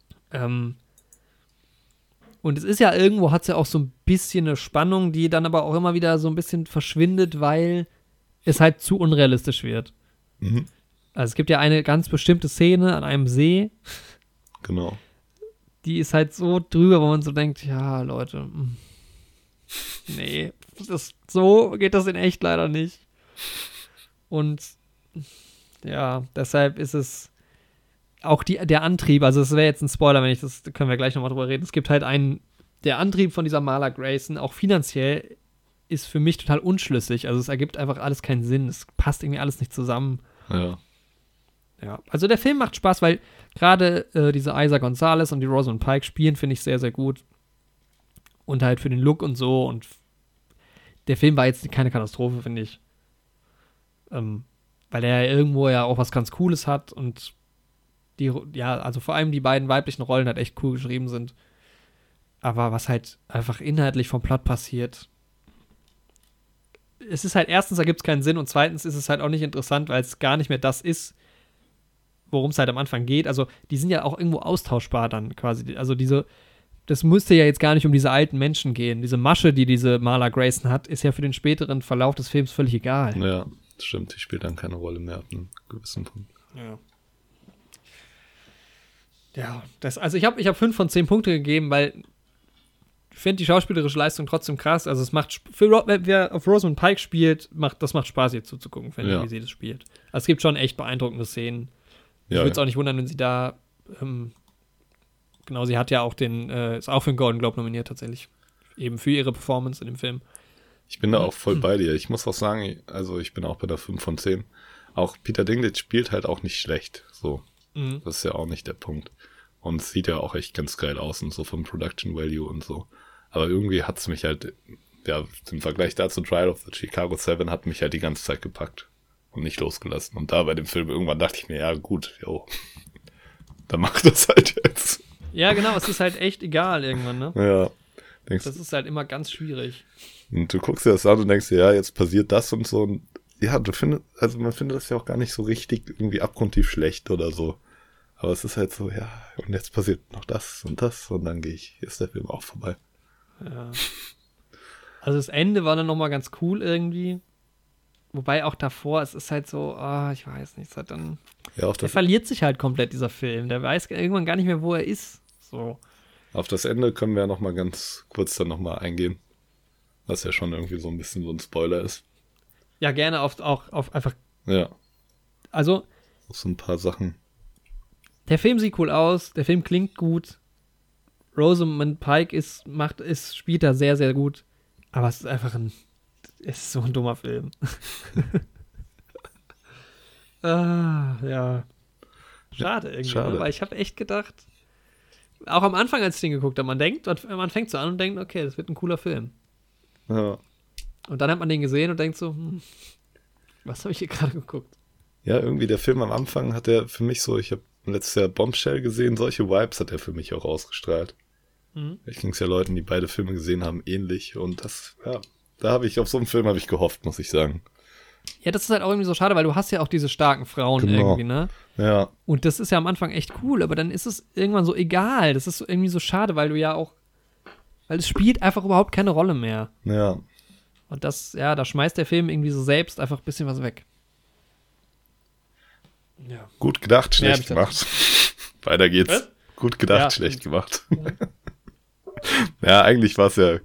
Und es ist ja irgendwo, hat es ja auch so ein bisschen eine Spannung, die dann aber auch immer wieder so ein bisschen verschwindet, weil es halt zu unrealistisch wird. Mhm. Also es gibt ja eine ganz bestimmte Szene an einem See. Genau. Die ist halt so drüber, wo man so denkt, ja, Leute, nee, so geht das in echt leider nicht. Und ja, deshalb ist es auch der Antrieb, also es wäre jetzt ein Spoiler, das können wir gleich nochmal drüber reden. Es gibt halt der Antrieb von dieser Marla Grayson, auch finanziell, ist für mich total unschlüssig. Also es ergibt einfach alles keinen Sinn. Es passt irgendwie alles nicht zusammen. Ja, also der Film macht Spaß, weil gerade diese Isa Gonzalez und die Rosamund Pike spielen, finde ich sehr, sehr gut. Und halt für den Look und so. Und der Film war jetzt keine Katastrophe, finde ich. Weil er ja irgendwo ja auch was ganz Cooles hat und also vor allem die beiden weiblichen Rollen halt echt cool geschrieben sind. Aber was halt einfach inhaltlich vom Plot passiert, es ist halt erstens, da gibt es keinen Sinn und zweitens ist es halt auch nicht interessant, weil es gar nicht mehr das ist, worum es halt am Anfang geht. Also die sind ja auch irgendwo austauschbar dann quasi. Also das müsste ja jetzt gar nicht um diese alten Menschen gehen. Diese Masche, die diese Marla Grayson hat, ist ja für den späteren Verlauf des Films völlig egal. Ja, das stimmt. Die spielt dann keine Rolle mehr ab einem gewissen Punkt. Ja, also ich hab 5 von 10 Punkte gegeben, weil ich finde die schauspielerische Leistung trotzdem krass. Also es macht, wer auf Rosamund Pike spielt, das macht Spaß, ihr zuzugucken, finde ich, wie sie das spielt. Also es gibt schon echt beeindruckende Szenen. Ich würde es auch nicht wundern, wenn sie da, genau, sie hat ja auch ist auch für den Golden Globe nominiert tatsächlich. Eben für ihre Performance in dem Film. Ich bin da auch voll bei dir. Ich muss auch sagen, also ich bin auch bei der 5 von 10. Auch Peter Dinklage spielt halt auch nicht schlecht, so. Das ist ja auch nicht der Punkt. Und es sieht ja auch echt ganz geil aus und so vom Production Value und so. Aber irgendwie hat es mich halt, ja, im Vergleich dazu Trial of the Chicago 7 hat mich halt die ganze Zeit gepackt und nicht losgelassen. Und da bei dem Film irgendwann dachte ich mir, ja gut, dann macht das halt jetzt. Ja, genau, es ist halt echt egal irgendwann, ne? Ja. Das ist halt immer ganz schwierig. Und du guckst dir das an und denkst dir, ja, jetzt passiert das und so. Und ja, man findet das ja auch gar nicht so richtig irgendwie abgrundtief schlecht oder so. Aber es ist halt so, ja, und jetzt passiert noch das und dann ist der Film auch vorbei. Ja. Also das Ende war dann nochmal ganz cool irgendwie. Wobei auch davor, es ist halt so, ich weiß nicht, es hat dann. Ja, der verliert sich halt komplett, dieser Film. Der weiß irgendwann gar nicht mehr, wo er ist. So. Auf das Ende können wir ja nochmal ganz kurz dann nochmal eingehen. Was ja schon irgendwie so ein bisschen so ein Spoiler ist. Ja, gerne auf einfach. Ja. Also. Auf so ein paar Sachen. Der Film sieht cool aus, der Film klingt gut. Rosamund Pike spielt da sehr, sehr gut. Aber es ist einfach es ist so ein dummer Film. Ja. Schade irgendwie, schade. Weil ich habe echt gedacht, auch am Anfang, als ich den geguckt habe, man fängt so an und denkt, okay, das wird ein cooler Film. Ja. Und dann hat man den gesehen und denkt so, was habe ich hier gerade geguckt? Ja, irgendwie der Film am Anfang hat er für mich so, ich habe letztes Jahr Bombshell gesehen, solche Vibes hat er für mich auch ausgestrahlt. Vielleicht ging es ja Leuten, die beide Filme gesehen haben, ähnlich. Und auf so einen Film habe ich gehofft, muss ich sagen. Ja, das ist halt auch irgendwie so schade, weil du hast ja auch diese starken Frauen irgendwie, ne? Ja. Und das ist ja am Anfang echt cool, aber dann ist es irgendwann so egal. Das ist irgendwie so schade, weil es spielt einfach überhaupt keine Rolle mehr. Ja. Und da schmeißt der Film irgendwie so selbst einfach ein bisschen was weg. Ja. Gut gedacht, schlecht gemacht. Weiter geht's. Was? Gut gedacht, schlecht gemacht. Ja, eigentlich war es ja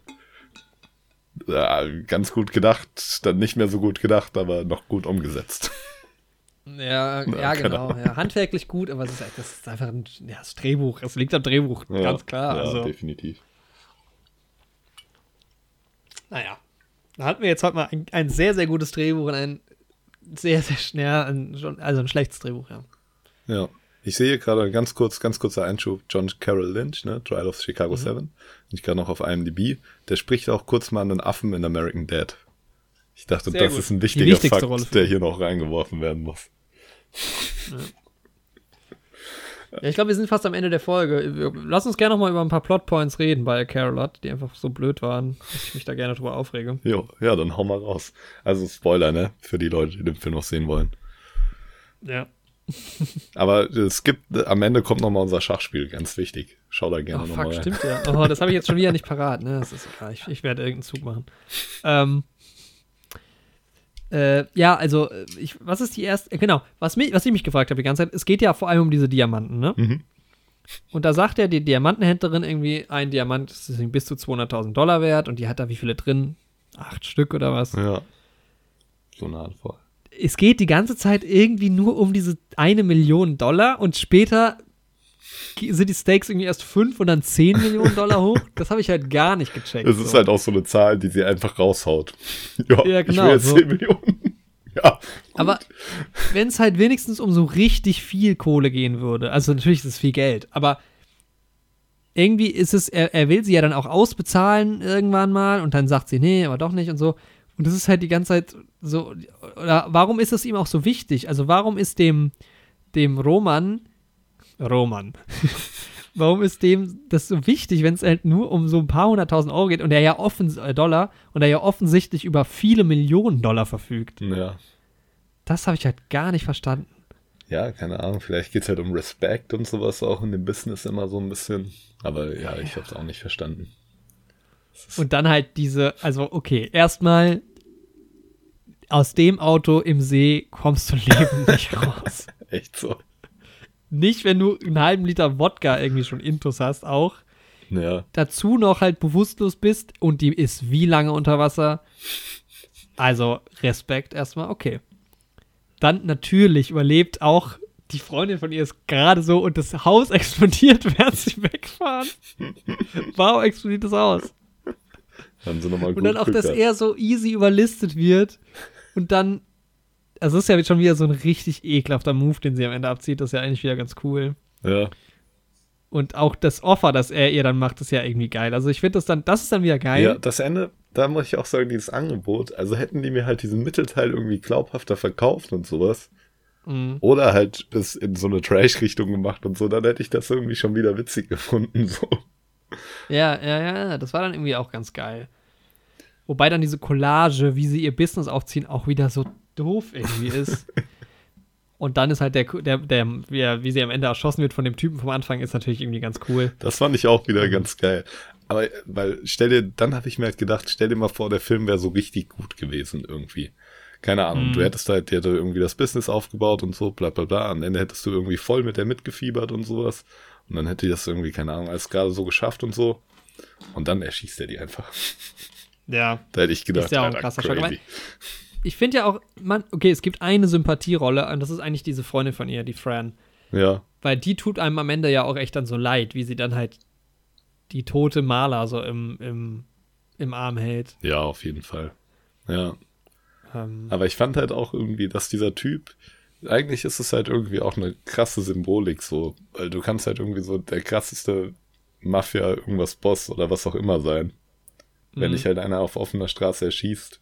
ganz gut gedacht, dann nicht mehr so gut gedacht, aber noch gut umgesetzt. Ja, genau. Ja, handwerklich gut, aber das ist einfach das Drehbuch. Es liegt am Drehbuch, ganz klar. Ja, also. Definitiv. Naja, da hatten wir jetzt heute mal ein sehr, sehr gutes Drehbuch und ein sehr, sehr schnell, ein schlechtes Drehbuch, ja. Ja. Ich sehe hier gerade ganz kurzer Einschub, John Carroll Lynch, ne, Trial of Chicago 7. Ich gerade noch auf IMDb. Der spricht auch kurz mal an den Affen in American Dad. Ich dachte, sehr das gut. ist ein wichtiger Fakt, Rolle der hier noch reingeworfen werden muss. Ja, ich glaube, wir sind fast am Ende der Folge. Lass uns gerne noch mal über ein paar Plotpoints reden bei Carolot, die einfach so blöd waren, dass ich mich da gerne drüber aufrege. Jo, ja, dann hau mal raus. Also Spoiler, ne, für die Leute, die den Film noch sehen wollen. Ja. Aber am Ende kommt noch mal unser Schachspiel, ganz wichtig. Schau da gerne noch mal rein. Stimmt ja. Oh, das habe ich jetzt schon wieder nicht parat, ne? Das ist egal. Ich werde irgendeinen Zug machen. Ja, also, was ist die erste, genau, was ich mich gefragt habe die ganze Zeit, es geht ja vor allem um diese Diamanten, ne? Und da sagt ja die Diamantenhändlerin irgendwie, ein Diamant ist bis zu $200.000 wert und die hat da wie viele drin? 8 Stück oder was? Ja. So eine Handvoll. Es geht die ganze Zeit irgendwie nur um diese $1 Million und später sind die Stakes irgendwie erst 5 und dann $10 Millionen hoch. Das habe ich halt gar nicht gecheckt. Es ist halt auch so eine Zahl, die sie einfach raushaut. Ja, genau. Ich will jetzt 10 Millionen. Ja. Gut. Aber wenn es halt wenigstens um so richtig viel Kohle gehen würde, also natürlich ist es viel Geld, aber irgendwie ist es, er will sie ja dann auch ausbezahlen irgendwann mal und dann sagt sie, nee, aber doch nicht und so. Und das ist halt die ganze Zeit so, oder warum ist es ihm auch so wichtig? Also warum ist dem Roman, warum ist dem das so wichtig, wenn es halt nur um so ein paar 100.000 Euro geht und er ja Dollar und er ja offensichtlich über viele Millionen Dollar verfügt? Ja. Das habe ich halt gar nicht verstanden. Ja, keine Ahnung, vielleicht geht es halt um Respekt und sowas auch in dem Business immer so ein bisschen. Aber ja, ich habe es auch nicht verstanden. Und dann halt also okay, erstmal aus dem Auto im See kommst du lebend nicht raus. Echt so. Nicht, wenn du einen halben Liter Wodka irgendwie schon intus hast, auch. Ja. Dazu noch halt bewusstlos bist und die ist wie lange unter Wasser. Also Respekt erstmal, okay. Dann natürlich überlebt auch die Freundin von ihr ist gerade so und das Haus explodiert, während sie wegfahren. Warum explodiert das Haus? Haben sie nochmal gut und dann auch, dass er so easy überlistet wird und dann, also es ist ja schon wieder so ein richtig ekelhafter Move, den sie am Ende abzieht, das ist ja eigentlich wieder ganz cool. Ja. Und auch das Offer, das er ihr dann macht, ist ja irgendwie geil. Also ich finde das ist dann wieder geil. Ja, das Ende, da muss ich auch sagen, dieses Angebot, also hätten die mir halt diesen Mittelteil irgendwie glaubhafter verkauft und sowas, oder halt es in so eine Trash-Richtung gemacht und so, dann hätte ich das irgendwie schon wieder witzig gefunden, so. Ja, das war dann irgendwie auch ganz geil. Wobei dann diese Collage, wie sie ihr Business aufziehen, auch wieder so doof irgendwie ist. Und dann ist halt wie sie am Ende erschossen wird von dem Typen vom Anfang, ist natürlich irgendwie ganz cool. Das fand ich auch wieder ganz geil. Aber, dann habe ich mir halt gedacht, stell dir mal vor, der Film wäre so richtig gut gewesen irgendwie. Keine Ahnung, du hättest halt, die hätte irgendwie das Business aufgebaut und so, bla bla bla. Am Ende hättest du irgendwie voll mit der mitgefiebert und sowas. Und dann hätte die das irgendwie, keine Ahnung, alles gerade so geschafft und so. Und dann erschießt er die einfach. Ja. Da hätte ich gedacht, ist ja auch ein krasser Schock. Ich finde ja auch, okay, es gibt eine Sympathierolle und das ist eigentlich diese Freundin von ihr, die Fran. Ja. Weil die tut einem am Ende ja auch echt dann so leid, wie sie dann halt die tote Marla so im Arm hält. Ja, auf jeden Fall. Ja. Aber ich fand halt auch irgendwie, dass dieser Typ, eigentlich ist es halt irgendwie auch eine krasse Symbolik so, weil du kannst halt irgendwie so der krasseste Mafia irgendwas Boss oder was auch immer sein. Wenn dich halt einer auf offener Straße erschießt,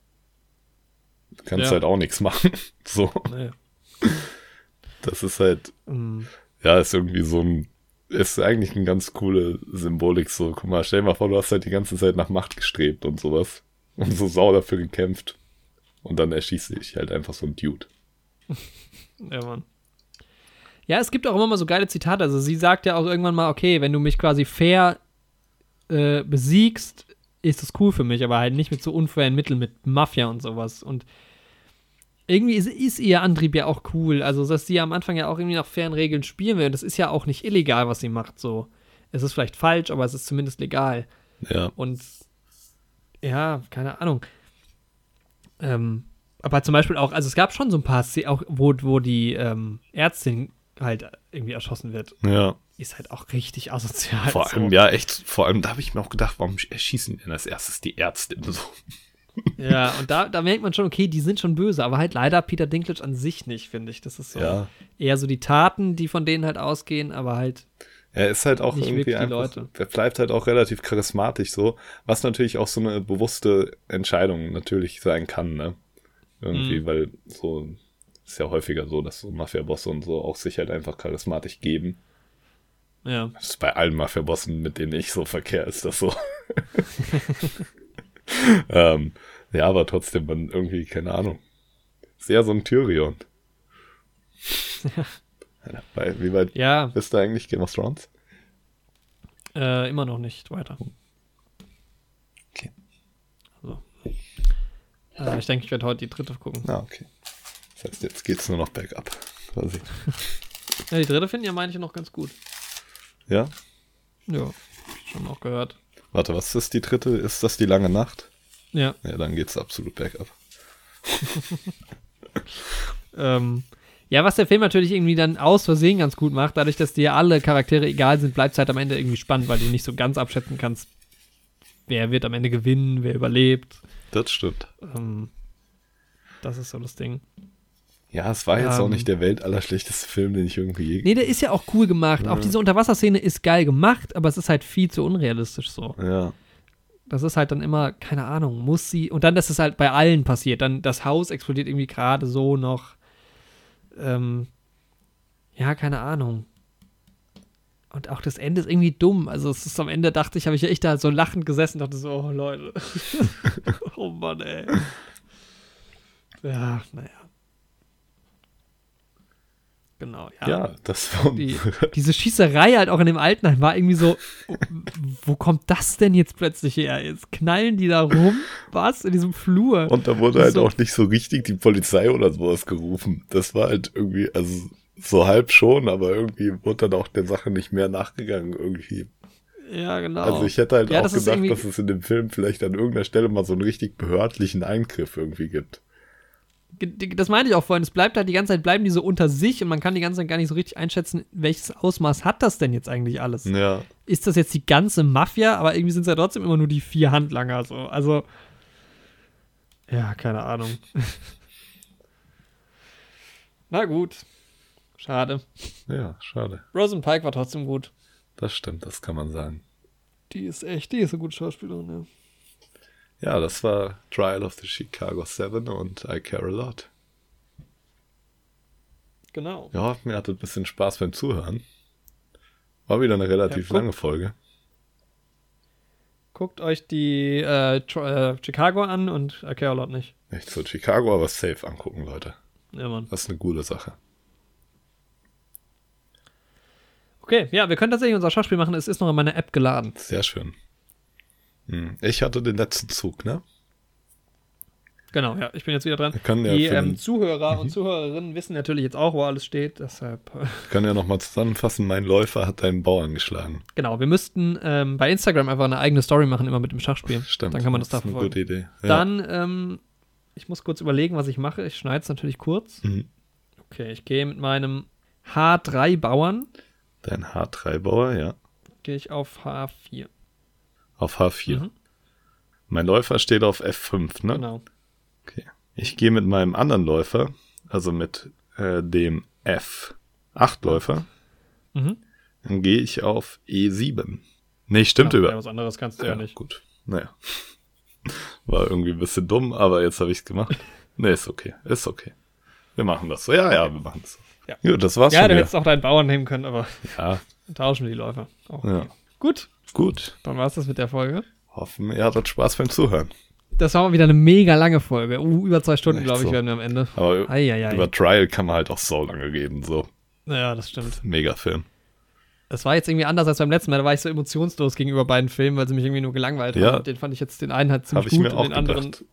kannst halt auch nichts machen. So. Nee. Das ist halt, ist irgendwie ist eigentlich eine ganz coole Symbolik so. Guck mal, stell dir mal vor, du hast halt die ganze Zeit nach Macht gestrebt und sowas und so sauer dafür gekämpft. Und dann erschießt sich halt einfach so ein Dude. Ja, Mann. Ja, es gibt auch immer mal so geile Zitate. Also sie sagt ja auch irgendwann mal, okay, wenn du mich quasi fair besiegst, ist das cool für mich, aber halt nicht mit so unfairen Mitteln, mit Mafia und sowas. Und irgendwie ist ihr Antrieb ja auch cool. Also, dass sie am Anfang ja auch irgendwie nach fairen Regeln spielen will. Das ist ja auch nicht illegal, was sie macht. So, es ist vielleicht falsch, aber es ist zumindest legal. Ja. Und ja, keine Ahnung. Aber zum Beispiel auch, also es gab schon so ein paar Szenen, auch wo die Ärztin halt irgendwie erschossen wird. Ja. Ist halt auch richtig asozial. Vor allem, ja, echt, vor allem, da habe ich mir auch gedacht, warum erschießen denn als erstes die Ärztin so? Ja, und da merkt man schon, okay, die sind schon böse, aber halt leider Peter Dinklage an sich nicht, finde ich. Das ist so eher so die Taten, die von denen halt ausgehen, aber halt er ist halt auch nicht irgendwie wirklich die einfach, Leute. er bleibt halt auch relativ charismatisch so, was natürlich auch so eine bewusste Entscheidung natürlich sein kann, ne? Irgendwie, weil so ist ja häufiger so, dass so Mafia-Bosse und so auch sich halt einfach charismatisch geben. Ja. Das ist bei allen Mafia-Bossen, mit denen ich so verkehre, ist das so. Ja, aber trotzdem, man irgendwie, keine Ahnung. Sehr so ein Tyrion. Wie weit bist du eigentlich Game of Thrones? Immer noch nicht weiter. Okay. Also, ich denke, ich werde heute die dritte gucken. Ah, okay. Das heißt, jetzt geht's nur noch bergab. Quasi. Ja, die dritte finden ja manche noch ganz gut. Ja? Ja, hab ich schon auch gehört. Warte, was ist die dritte? Ist das die lange Nacht? Ja. Ja, dann geht's absolut bergab. Ja, was der Film natürlich irgendwie dann aus Versehen ganz gut macht, dadurch, dass dir alle Charaktere egal sind, bleibt es halt am Ende irgendwie spannend, weil du nicht so ganz abschätzen kannst, wer wird am Ende gewinnen, wer überlebt. Das stimmt. Das ist so das Ding. Ja, es war jetzt auch nicht der weltallerschlechteste Film, den ich irgendwie je... Nee, der ist ja auch cool gemacht. Auch diese Unterwasserszene ist geil gemacht, aber es ist halt viel zu unrealistisch so. Ja. Das ist halt dann immer, keine Ahnung, muss sie... Und dann, dass es halt bei allen passiert. Dann das Haus explodiert irgendwie gerade so noch. Ja, keine Ahnung. Und auch das Ende ist irgendwie dumm. Also es ist am Ende, dachte ich, habe ich echt da so lachend gesessen und dachte so, oh Leute. Oh Mann, ey. Ja, naja. Genau, ja. Ja, das war... Diese Schießerei halt auch in dem Altenheim war irgendwie so, wo kommt das denn jetzt plötzlich her? Jetzt knallen die da rum? Was? In diesem Flur? Und da wurde halt auch nicht so richtig die Polizei oder sowas gerufen. Das war halt irgendwie, also so halb schon, aber irgendwie wurde dann auch der Sache nicht mehr nachgegangen irgendwie. Ja, genau. Also ich hätte halt auch das gedacht, dass es in dem Film vielleicht an irgendeiner Stelle mal so einen richtig behördlichen Eingriff irgendwie gibt. Das meinte ich auch vorhin, es bleibt halt die ganze Zeit, bleiben die so unter sich und man kann die ganze Zeit gar nicht so richtig einschätzen, welches Ausmaß hat das denn jetzt eigentlich alles? Ja. Ist das jetzt die ganze Mafia, aber irgendwie sind es ja trotzdem immer nur die 4 Handlanger so, also ja, keine Ahnung. Na gut, schade. Ja, schade. Rosamund Pike war trotzdem gut. Das stimmt, das kann man sagen. Die ist eine gute Schauspielerin, ja. Ja, das war Trial of the Chicago 7 und I Care a Lot. Genau. Ja, mir hatte ein bisschen Spaß beim Zuhören. War wieder eine relativ lange Folge. Guckt euch die Chicago an und I Care a Lot nicht. Nicht so Chicago, aber safe angucken, Leute. Ja, Mann. Das ist eine gute Sache. Okay, ja, wir können tatsächlich unser Schachspiel machen. Es ist noch in meiner App geladen. Sehr schön. Ich hatte den letzten Zug, ne? Genau, ja, ich bin jetzt wieder dran. Die Zuhörer und Zuhörerinnen wissen natürlich jetzt auch, wo alles steht, deshalb. Ich kann ja nochmal zusammenfassen, mein Läufer hat einen Bauern geschlagen. Genau, wir müssten bei Instagram einfach eine eigene Story machen, immer mit dem Schachspiel. Stimmt. Dann kann man das da Das verfolgen. ist eine gute Idee. Ja. Dann, ich muss kurz überlegen, was ich mache. Ich schneide es natürlich kurz. Okay, ich gehe mit meinem H3-Bauern. Dein H3-Bauer, ja. Gehe ich auf H4. Auf H4. Mein Läufer steht auf F5, ne? Genau. Okay. Ich gehe mit meinem anderen Läufer, also mit dem F8-Läufer, dann gehe ich auf E7. Nee, stimmt Ja, was anderes kannst du ja nicht. Gut. Naja. War irgendwie ein bisschen dumm, aber jetzt habe ich es gemacht. Nee, ist okay. Ist okay. Wir machen das so. Ja, wir machen das so. Ja. Gut, das war's schon Ja, du wieder. hättest auch deinen Bauern nehmen können, aber Ja, tauschen wir die Läufer. Auch okay. Ja. Gut, gut. dann war's das mit der Folge. Hoffen, ihr hattet Spaß beim Zuhören. Das war mal wieder eine mega lange Folge. Über 2 Stunden, Echt glaube ich, so. werden wir am Ende. Aber über Ei. Trial kann man halt auch so lange reden. So, Ja, das stimmt. Mega-Film. Das war jetzt irgendwie anders als beim letzten Mal. Da war ich so emotionslos gegenüber beiden Filmen, weil sie mich irgendwie nur gelangweilt Ja. haben. Den fand ich jetzt, den einen halt Habe ziemlich ich gut mir und auch den anderen gedacht.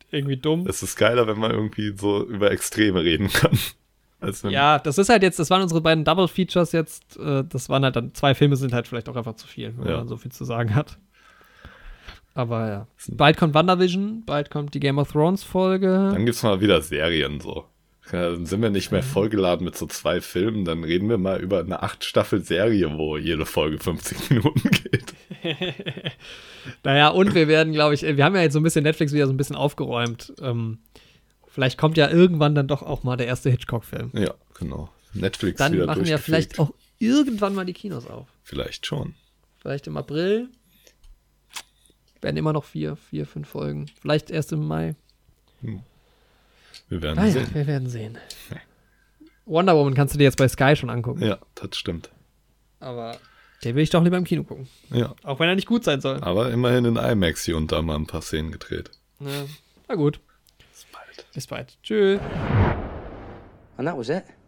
irgendwie dumm. Es ist geiler, wenn man irgendwie so über Extreme reden kann. Ja, das ist halt jetzt, das waren unsere beiden Double Features jetzt. Das waren halt dann 2 Filme, sind halt vielleicht auch einfach zu viel, wenn man so viel zu sagen hat. Aber ja. Bald kommt WandaVision, bald kommt die Game of Thrones Folge. Dann gibt's mal wieder Serien so. Dann sind wir nicht mehr vollgeladen mit so 2 Filmen, dann reden wir mal über eine 8-Staffel-Serie, wo jede Folge 50 Minuten geht. Naja, und wir werden, glaube ich, wir haben ja jetzt so ein bisschen Netflix wieder so ein bisschen aufgeräumt. Vielleicht kommt ja irgendwann dann doch auch mal der erste Hitchcock-Film. Ja, genau. Netflix dann wieder machen ja vielleicht auch irgendwann mal die Kinos auf. Vielleicht schon. Vielleicht im April. Werden immer noch 4, 5 Folgen. Vielleicht erst im Mai. Wir werden sehen. Wir werden sehen. Wonder Woman kannst du dir jetzt bei Sky schon angucken. Ja, das stimmt. Aber den will ich doch lieber im Kino gucken. Ja. Auch wenn er nicht gut sein soll. Aber immerhin in IMAX hier und da mal ein paar Szenen gedreht. Ja. Na gut. Bis bald. Bis bald. Tschüss. And that was it.